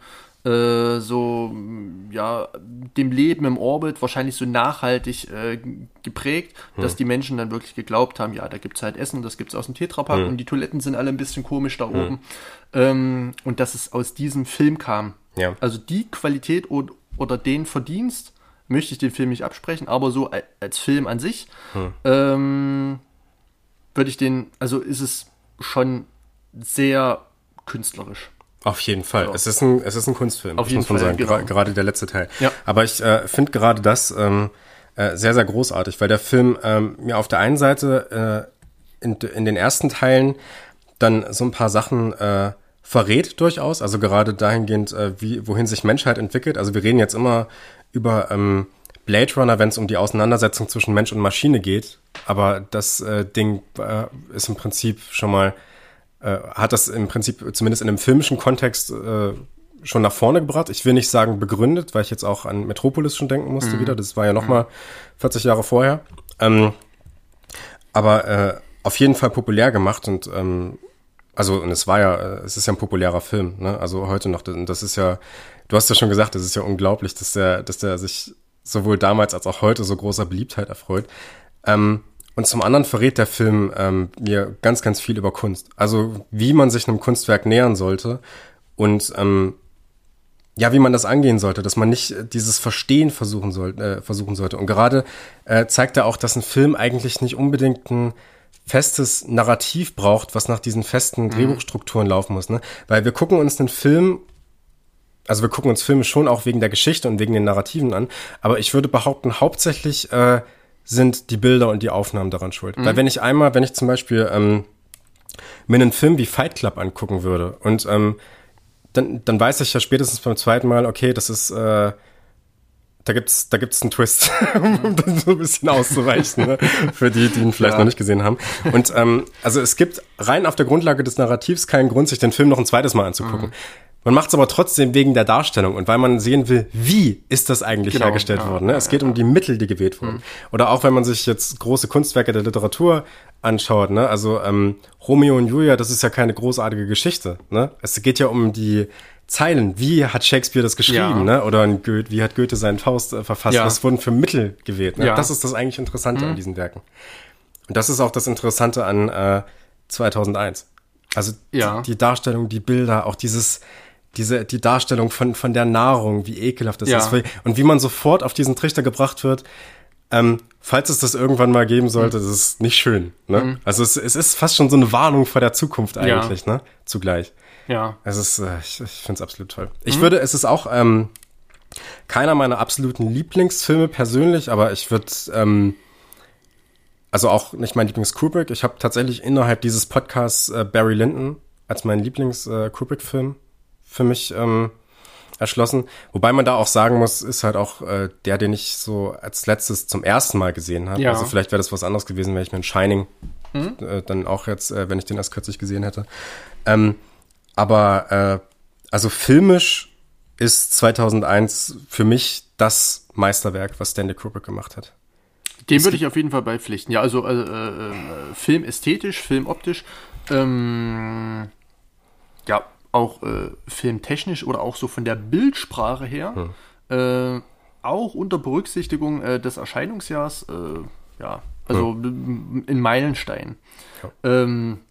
dem Leben im Orbit wahrscheinlich so nachhaltig geprägt, dass die Menschen dann wirklich geglaubt haben, da gibt's halt Essen, das gibt's aus dem Tetrapack und die Toiletten sind alle ein bisschen komisch da oben. Und dass es aus diesem Film kam. Ja. Also die Qualität oder den Verdienst möchte ich den Film nicht absprechen, aber so als Film an sich würde ich ist es schon sehr künstlerisch. Auf jeden Fall. Ja. Es ist ein Kunstfilm, auf jeden Fall, sagen. Genau. Gerade der letzte Teil. Ja. Aber ich finde gerade das sehr, sehr großartig, weil der Film mir auf der einen Seite in den ersten Teilen dann so ein paar Sachen verrät durchaus, also gerade dahingehend, wohin sich Menschheit entwickelt. Also wir reden jetzt immer über Blade Runner, wenn es um die Auseinandersetzung zwischen Mensch und Maschine geht, aber das Ding ist im Prinzip schon mal hat das im Prinzip zumindest in einem filmischen Kontext schon nach vorne gebracht. Ich will nicht sagen begründet, weil ich jetzt auch an Metropolis schon denken musste wieder. Das war ja noch mal 40 Jahre vorher. Aber auf jeden Fall populär gemacht und es ist ja ein populärer Film, ne? Also heute noch. Das ist ja, du hast ja schon gesagt, das ist ja unglaublich, dass der sich sowohl damals als auch heute so großer Beliebtheit erfreut. Und zum anderen verrät der Film mir ganz, ganz viel über Kunst. Also wie man sich einem Kunstwerk nähern sollte und wie man das angehen sollte, dass man nicht dieses Verstehen versuchen sollte. Und gerade zeigt er auch, dass ein Film eigentlich nicht unbedingt ein festes Narrativ braucht, was nach diesen festen Drehbuchstrukturen laufen muss. Ne? Weil wir gucken uns Filme schon auch wegen der Geschichte und wegen den Narrativen an, aber ich würde behaupten, hauptsächlich sind die Bilder und die Aufnahmen daran schuld. Weil wenn ich zum Beispiel mir einen Film wie Fight Club angucken würde und dann weiß ich ja spätestens beim zweiten Mal, okay, das ist da gibt's einen Twist, um dann so ein bisschen auszuweichen, ne? Für die ihn vielleicht noch nicht gesehen haben. Und also es gibt rein auf der Grundlage des Narrativs keinen Grund, sich den Film noch ein zweites Mal anzugucken. Man macht es aber trotzdem wegen der Darstellung und weil man sehen will, wie ist das eigentlich hergestellt worden. Ne? Es geht um die Mittel, die gewählt wurden. Oder auch wenn man sich jetzt große Kunstwerke der Literatur anschaut, ne? Also Romeo und Julia, das ist ja keine großartige Geschichte. Ne? Es geht ja um die Zeilen. Wie hat Shakespeare das geschrieben? Ne? Oder wie hat Goethe seinen Faust verfasst? Was wurden für Mittel gewählt? Ne? Das ist das eigentlich Interessante an diesen Werken. Und das ist auch das Interessante an 2001. Also die Darstellung, die Bilder, auch die Darstellung von der Nahrung, wie ekelhaft das ist. Und wie man sofort auf diesen Trichter gebracht wird, falls es das irgendwann mal geben sollte, das ist nicht schön. Ne? Also es ist fast schon so eine Warnung vor der Zukunft eigentlich, ne? Zugleich. Ja. Es ist, ich finde es absolut toll. Es ist auch keiner meiner absoluten Lieblingsfilme persönlich, aber ich würde, also auch nicht mein Lieblings-Kubrick. Ich habe tatsächlich innerhalb dieses Podcasts Barry Lyndon als meinen Lieblings-Kubrick-Film für mich erschlossen. Wobei man da auch sagen muss, ist halt auch der, den ich so als letztes zum ersten Mal gesehen habe. Also vielleicht wäre das was anderes gewesen, wenn ich mir in Shining dann auch jetzt, wenn ich den erst kürzlich gesehen hätte. Aber also filmisch ist 2001 für mich das Meisterwerk, was Stanley Kubrick gemacht hat. Dem würde ich auf jeden Fall beipflichten. Ja, also filmästhetisch, filmoptisch, auch filmtechnisch oder auch so von der Bildsprache her, auch unter Berücksichtigung des Erscheinungsjahrs, in Meilenstein. Ja.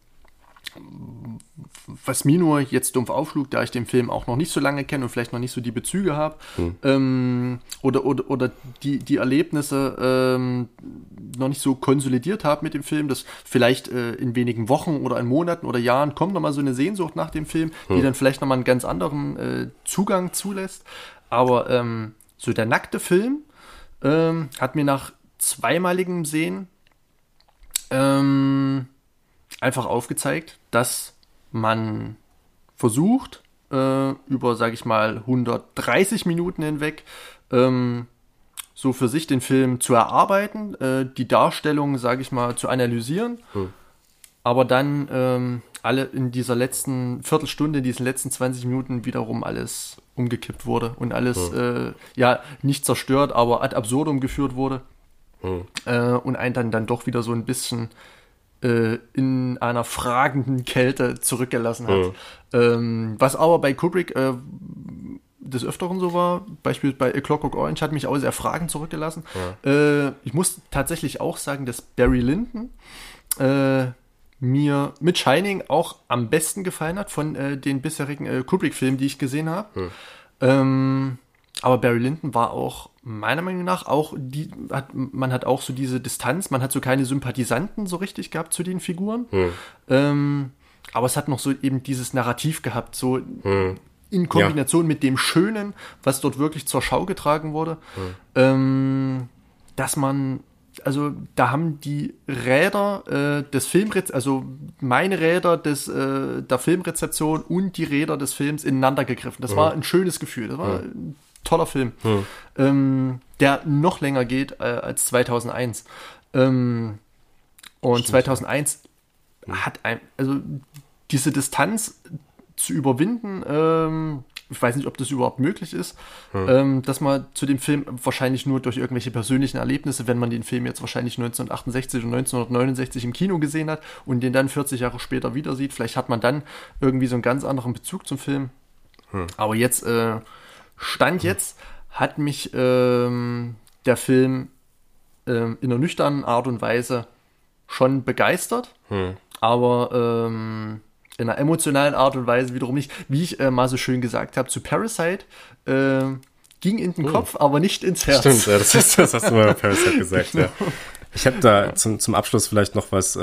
Was mir nur jetzt dumpf aufschlug, da ich den Film auch noch nicht so lange kenne und vielleicht noch nicht so die Bezüge habe, oder die Erlebnisse noch nicht so konsolidiert habe mit dem Film, dass vielleicht in wenigen Wochen oder in Monaten oder Jahren kommt nochmal so eine Sehnsucht nach dem Film, die dann vielleicht nochmal einen ganz anderen Zugang zulässt. Aber so der nackte Film hat mir nach zweimaligem Sehen einfach aufgezeigt, dass man versucht, über, sage ich mal, 130 Minuten hinweg so für sich den Film zu erarbeiten, die Darstellung, sage ich mal, zu analysieren, aber dann alle in dieser letzten Viertelstunde, in diesen letzten 20 Minuten wiederum alles umgekippt wurde und alles nicht zerstört, aber ad absurdum geführt wurde und einen dann doch wieder so ein bisschen in einer fragenden Kälte zurückgelassen hat. Was aber bei Kubrick des Öfteren so war, beispielsweise bei A Clockwork Orange, hat mich auch sehr fragend zurückgelassen. Ich muss tatsächlich auch sagen, dass Barry Lyndon mir mit Shining auch am besten gefallen hat von den bisherigen Kubrick-Filmen, die ich gesehen habe. Aber Barry Lyndon war auch meiner Meinung nach man hat auch so diese Distanz, man hat so keine Sympathisanten so richtig gehabt zu den Figuren. Aber es hat noch so eben dieses Narrativ gehabt, so in Kombination mit dem Schönen, was dort wirklich zur Schau getragen wurde, dass man, also da haben die Räder des also meine Räder der Filmrezeption und die Räder des Films ineinander gegriffen. Das war ein schönes Gefühl, das war ein toller Film, der noch länger geht als 2001. Und stimmt. 2001 hat also diese Distanz zu überwinden, ich weiß nicht, ob das überhaupt möglich ist, dass man zu dem Film wahrscheinlich nur durch irgendwelche persönlichen Erlebnisse, wenn man den Film jetzt wahrscheinlich 1968 und 1969 im Kino gesehen hat und den dann 40 Jahre später wieder sieht, vielleicht hat man dann irgendwie so einen ganz anderen Bezug zum Film. Aber jetzt, Stand jetzt, hat mich der Film in einer nüchternen Art und Weise schon begeistert, aber in einer emotionalen Art und Weise wiederum nicht. Wie ich mal so schön gesagt habe, zu Parasite ging in den Kopf, aber nicht ins Herz. Stimmt, ja, das hast du mal bei Parasite gesagt, ja. Ich habe da zum Abschluss vielleicht noch was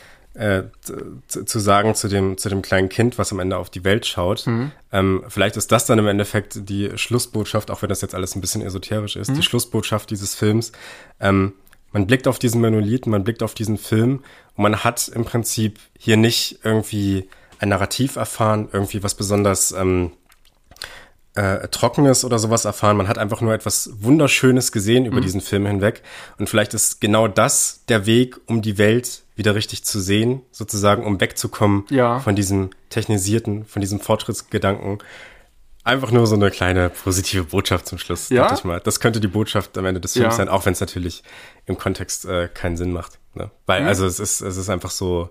zu sagen zu dem kleinen Kind, was am Ende auf die Welt schaut. Vielleicht ist das dann im Endeffekt die Schlussbotschaft, auch wenn das jetzt alles ein bisschen esoterisch ist, die Schlussbotschaft dieses Films. Man blickt auf diesen Monolithen, man blickt auf diesen Film und man hat im Prinzip hier nicht irgendwie ein Narrativ erfahren, irgendwie was besonders Trockenes oder sowas erfahren. Man hat einfach nur etwas Wunderschönes gesehen über diesen Film hinweg. Und vielleicht ist genau das der Weg, um die Welt wieder richtig zu sehen, sozusagen, um wegzukommen von diesem technisierten, von diesem Fortschrittsgedanken. Einfach nur so eine kleine positive Botschaft zum Schluss, dachte ich mal. Das könnte die Botschaft am Ende des Films sein, auch wenn es natürlich im Kontext keinen Sinn macht. Ne? Weil, also es ist einfach so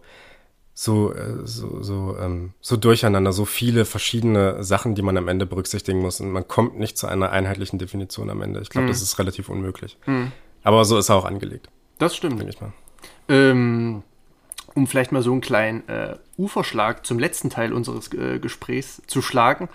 durcheinander, so viele verschiedene Sachen, die man am Ende berücksichtigen muss. Und man kommt nicht zu einer einheitlichen Definition am Ende. Ich glaube, das ist relativ unmöglich. Aber so ist er auch angelegt. Das stimmt. Denke ich mal. Um vielleicht mal so einen kleinen Uferschlag zum letzten Teil unseres Gesprächs zu schlagen.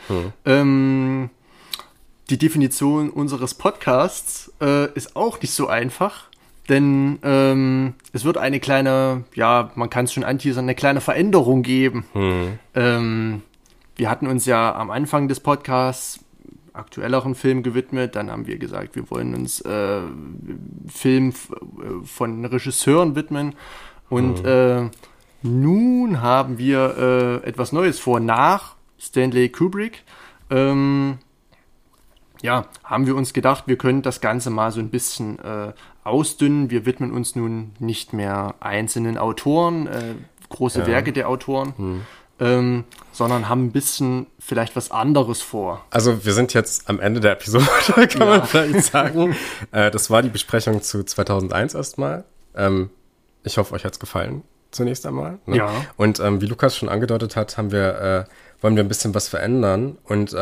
Die Definition unseres Podcasts ist auch nicht so einfach. Denn es wird eine kleine, man kann es schon anteasern, eine kleine Veränderung geben. Wir hatten uns ja am Anfang des Podcasts aktuelleren Film gewidmet. Dann haben wir gesagt, wir wollen uns Film von Regisseuren widmen. Und nun haben wir etwas Neues vor. Nach Stanley Kubrick haben wir uns gedacht, wir können das Ganze mal so ein bisschen ausdünnen. Wir widmen uns nun nicht mehr einzelnen Autoren, große Werke der Autoren, sondern haben ein bisschen vielleicht was anderes vor. Also wir sind jetzt am Ende der Episode, kann man vielleicht sagen. Das war die Besprechung zu 2001 erstmal. Ich hoffe, euch hat's gefallen zunächst einmal. Ne? Ja. Und wie Lukas schon angedeutet hat, wollen wir ein bisschen was verändern. Und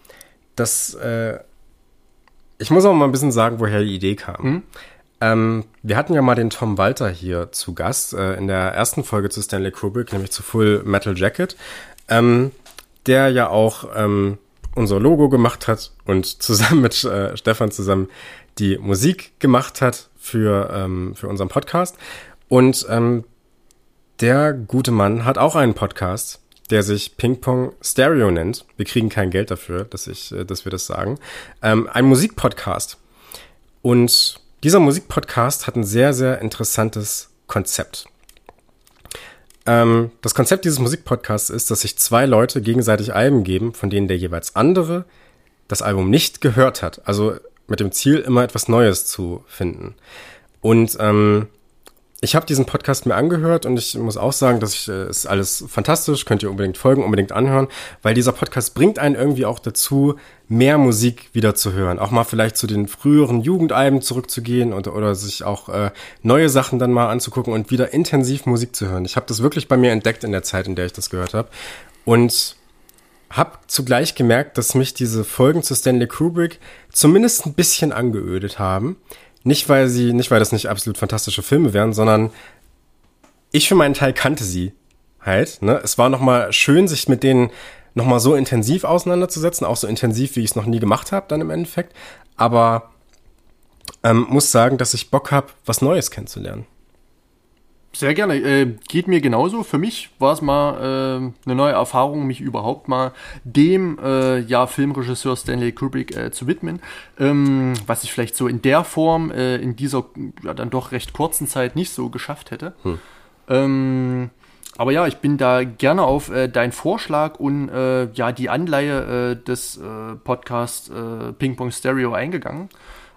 ich muss auch mal ein bisschen sagen, woher die Idee kam. Wir hatten ja mal den Tom Walter hier zu Gast in der ersten Folge zu Stanley Kubrick, nämlich zu Full Metal Jacket, der ja auch unser Logo gemacht hat und zusammen mit Stefan zusammen die Musik gemacht hat für unseren Podcast. Und der gute Mann hat auch einen Podcast, der sich Ping Pong Stereo nennt. Wir kriegen kein Geld dafür, dass wir das sagen. Ein Musikpodcast. Und dieser Musikpodcast hat ein sehr, sehr interessantes Konzept. Das Konzept dieses Musikpodcasts ist, dass sich zwei Leute gegenseitig Alben geben, von denen der jeweils andere das Album nicht gehört hat. Also mit dem Ziel, immer etwas Neues zu finden. Und ich habe diesen Podcast mir angehört und ich muss auch sagen, ist alles fantastisch, könnt ihr unbedingt folgen, unbedingt anhören, weil dieser Podcast bringt einen irgendwie auch dazu, mehr Musik wieder zu hören. Auch mal vielleicht zu den früheren Jugendalben zurückzugehen oder sich auch neue Sachen dann mal anzugucken und wieder intensiv Musik zu hören. Ich habe das wirklich bei mir entdeckt in der Zeit, in der ich das gehört habe. Und habe zugleich gemerkt, dass mich diese Folgen zu Stanley Kubrick zumindest ein bisschen angeödet haben. Nicht, weil das nicht absolut fantastische Filme wären, sondern ich für meinen Teil kannte sie halt. Ne? Es war nochmal schön, sich mit denen nochmal so intensiv auseinanderzusetzen, auch so intensiv, wie ich es noch nie gemacht habe dann im Endeffekt. Aber muss sagen, dass ich Bock habe, was Neues kennenzulernen. Sehr gerne. Geht mir genauso. Für mich war es mal eine neue Erfahrung, mich überhaupt mal dem Filmregisseur Stanley Kubrick zu widmen, was ich vielleicht so in der Form in dieser dann doch recht kurzen Zeit nicht so geschafft hätte. Aber ja, ich bin da gerne auf deinen Vorschlag und die Anleihe des Podcasts Ping Pong Stereo eingegangen.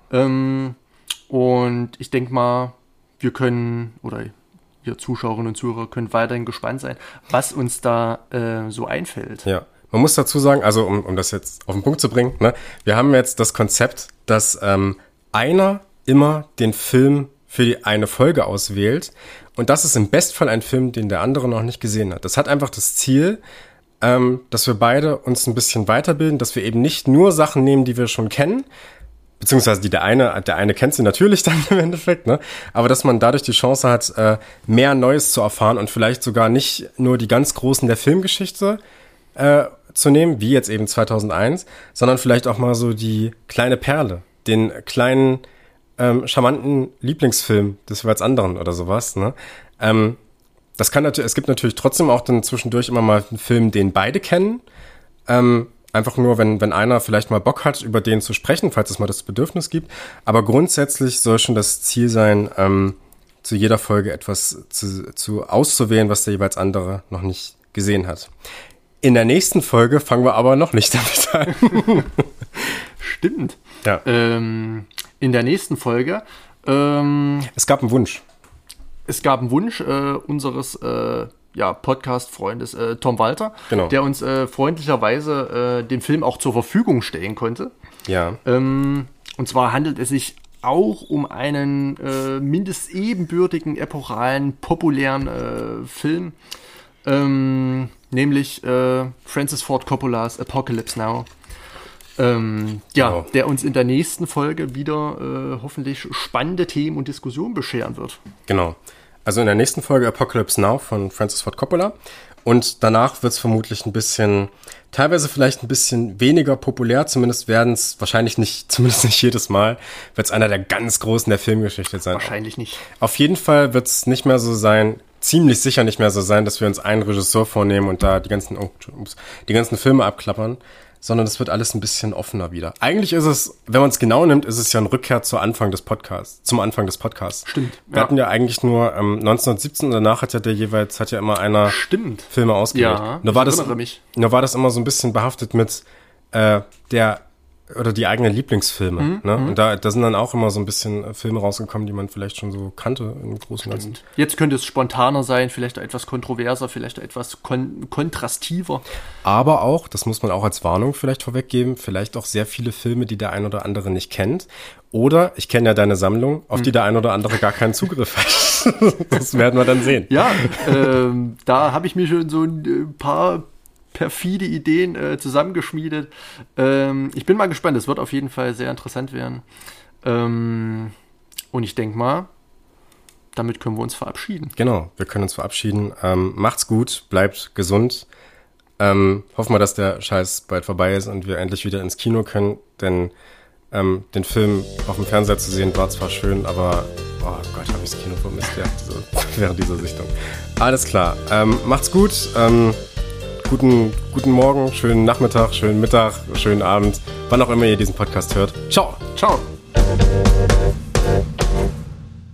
Und ich denke mal, wir können, oder ihr Zuschauerinnen und Zuhörer könnt weiterhin gespannt sein, was uns da so einfällt. Ja, man muss dazu sagen, also um das jetzt auf den Punkt zu bringen, ne, wir haben jetzt das Konzept, dass einer immer den Film für die eine Folge auswählt und das ist im Bestfall ein Film, den der andere noch nicht gesehen hat. Das hat einfach das Ziel, dass wir beide uns ein bisschen weiterbilden, dass wir eben nicht nur Sachen nehmen, die wir schon kennen, beziehungsweise der eine kennt sie natürlich dann im Endeffekt, ne? Aber dass man dadurch die Chance hat, mehr Neues zu erfahren und vielleicht sogar nicht nur die ganz Großen der Filmgeschichte zu nehmen, wie jetzt eben 2001, sondern vielleicht auch mal so die kleine Perle, den kleinen, charmanten Lieblingsfilm des jeweils anderen oder sowas, ne? Es gibt natürlich trotzdem auch dann zwischendurch immer mal einen Film, den beide kennen, einfach nur, wenn einer vielleicht mal Bock hat, über den zu sprechen, falls es mal das Bedürfnis gibt. Aber grundsätzlich soll schon das Ziel sein, zu jeder Folge etwas auszuwählen, was der jeweils andere noch nicht gesehen hat. In der nächsten Folge fangen wir aber noch nicht damit an. Stimmt. Ja. In der nächsten Folge. Es gab einen Wunsch. Unseres Podcast-Freundes Tom Walter, genau, der uns freundlicherweise den Film auch zur Verfügung stellen konnte. Ja. Und zwar handelt es sich auch um einen mindestens ebenbürtigen, epochalen, populären Film, nämlich Francis Ford Coppolas Apocalypse Now. Genau. Der uns in der nächsten Folge wieder hoffentlich spannende Themen und Diskussionen bescheren wird. Genau. Also in der nächsten Folge Apocalypse Now von Francis Ford Coppola. Und danach wird es vermutlich teilweise vielleicht ein bisschen weniger populär, zumindest nicht jedes Mal, wird es einer der ganz Großen der Filmgeschichte sein. Wahrscheinlich nicht. Auf jeden Fall wird es nicht mehr so sein, ziemlich sicher nicht mehr so sein, dass wir uns einen Regisseur vornehmen und da die ganzen Filme abklappern, sondern es wird alles ein bisschen offener wieder. Eigentlich ist es, wenn man es genau nimmt, ist es ja ein Rückkehr zum Anfang des Podcasts. Stimmt. Wir hatten ja eigentlich nur 1917 und danach hat ja immer einer Filme ausgewählt. Ja, nur war das immer so ein bisschen behaftet mit die eigenen Lieblingsfilme. Ne? Und da sind dann auch immer so ein bisschen Filme rausgekommen, die man vielleicht schon so kannte im Großen und Ganzen. Jetzt könnte es spontaner sein, vielleicht etwas kontroverser, vielleicht etwas kontrastiver. Aber auch, das muss man auch als Warnung vielleicht vorweggeben, vielleicht auch sehr viele Filme, die der ein oder andere nicht kennt. Oder, ich kenne ja deine Sammlung, auf die der ein oder andere gar keinen Zugriff hat. Das werden wir dann sehen. Ja, da habe ich mir schon so ein paar perfide Ideen zusammengeschmiedet. Ich bin mal gespannt. Es wird auf jeden Fall sehr interessant werden. Und ich denke mal, damit können wir uns verabschieden. Genau, wir können uns verabschieden. Macht's gut, bleibt gesund. Hoffen wir, dass der Scheiß bald vorbei ist und wir endlich wieder ins Kino können. Denn den Film auf dem Fernseher zu sehen war zwar schön, aber oh Gott, habe ich das Kino vermisst während dieser Sichtung. Alles klar. Macht's gut. Guten Morgen, schönen Nachmittag, schönen Mittag, schönen Abend, wann auch immer ihr diesen Podcast hört. Ciao. Ciao.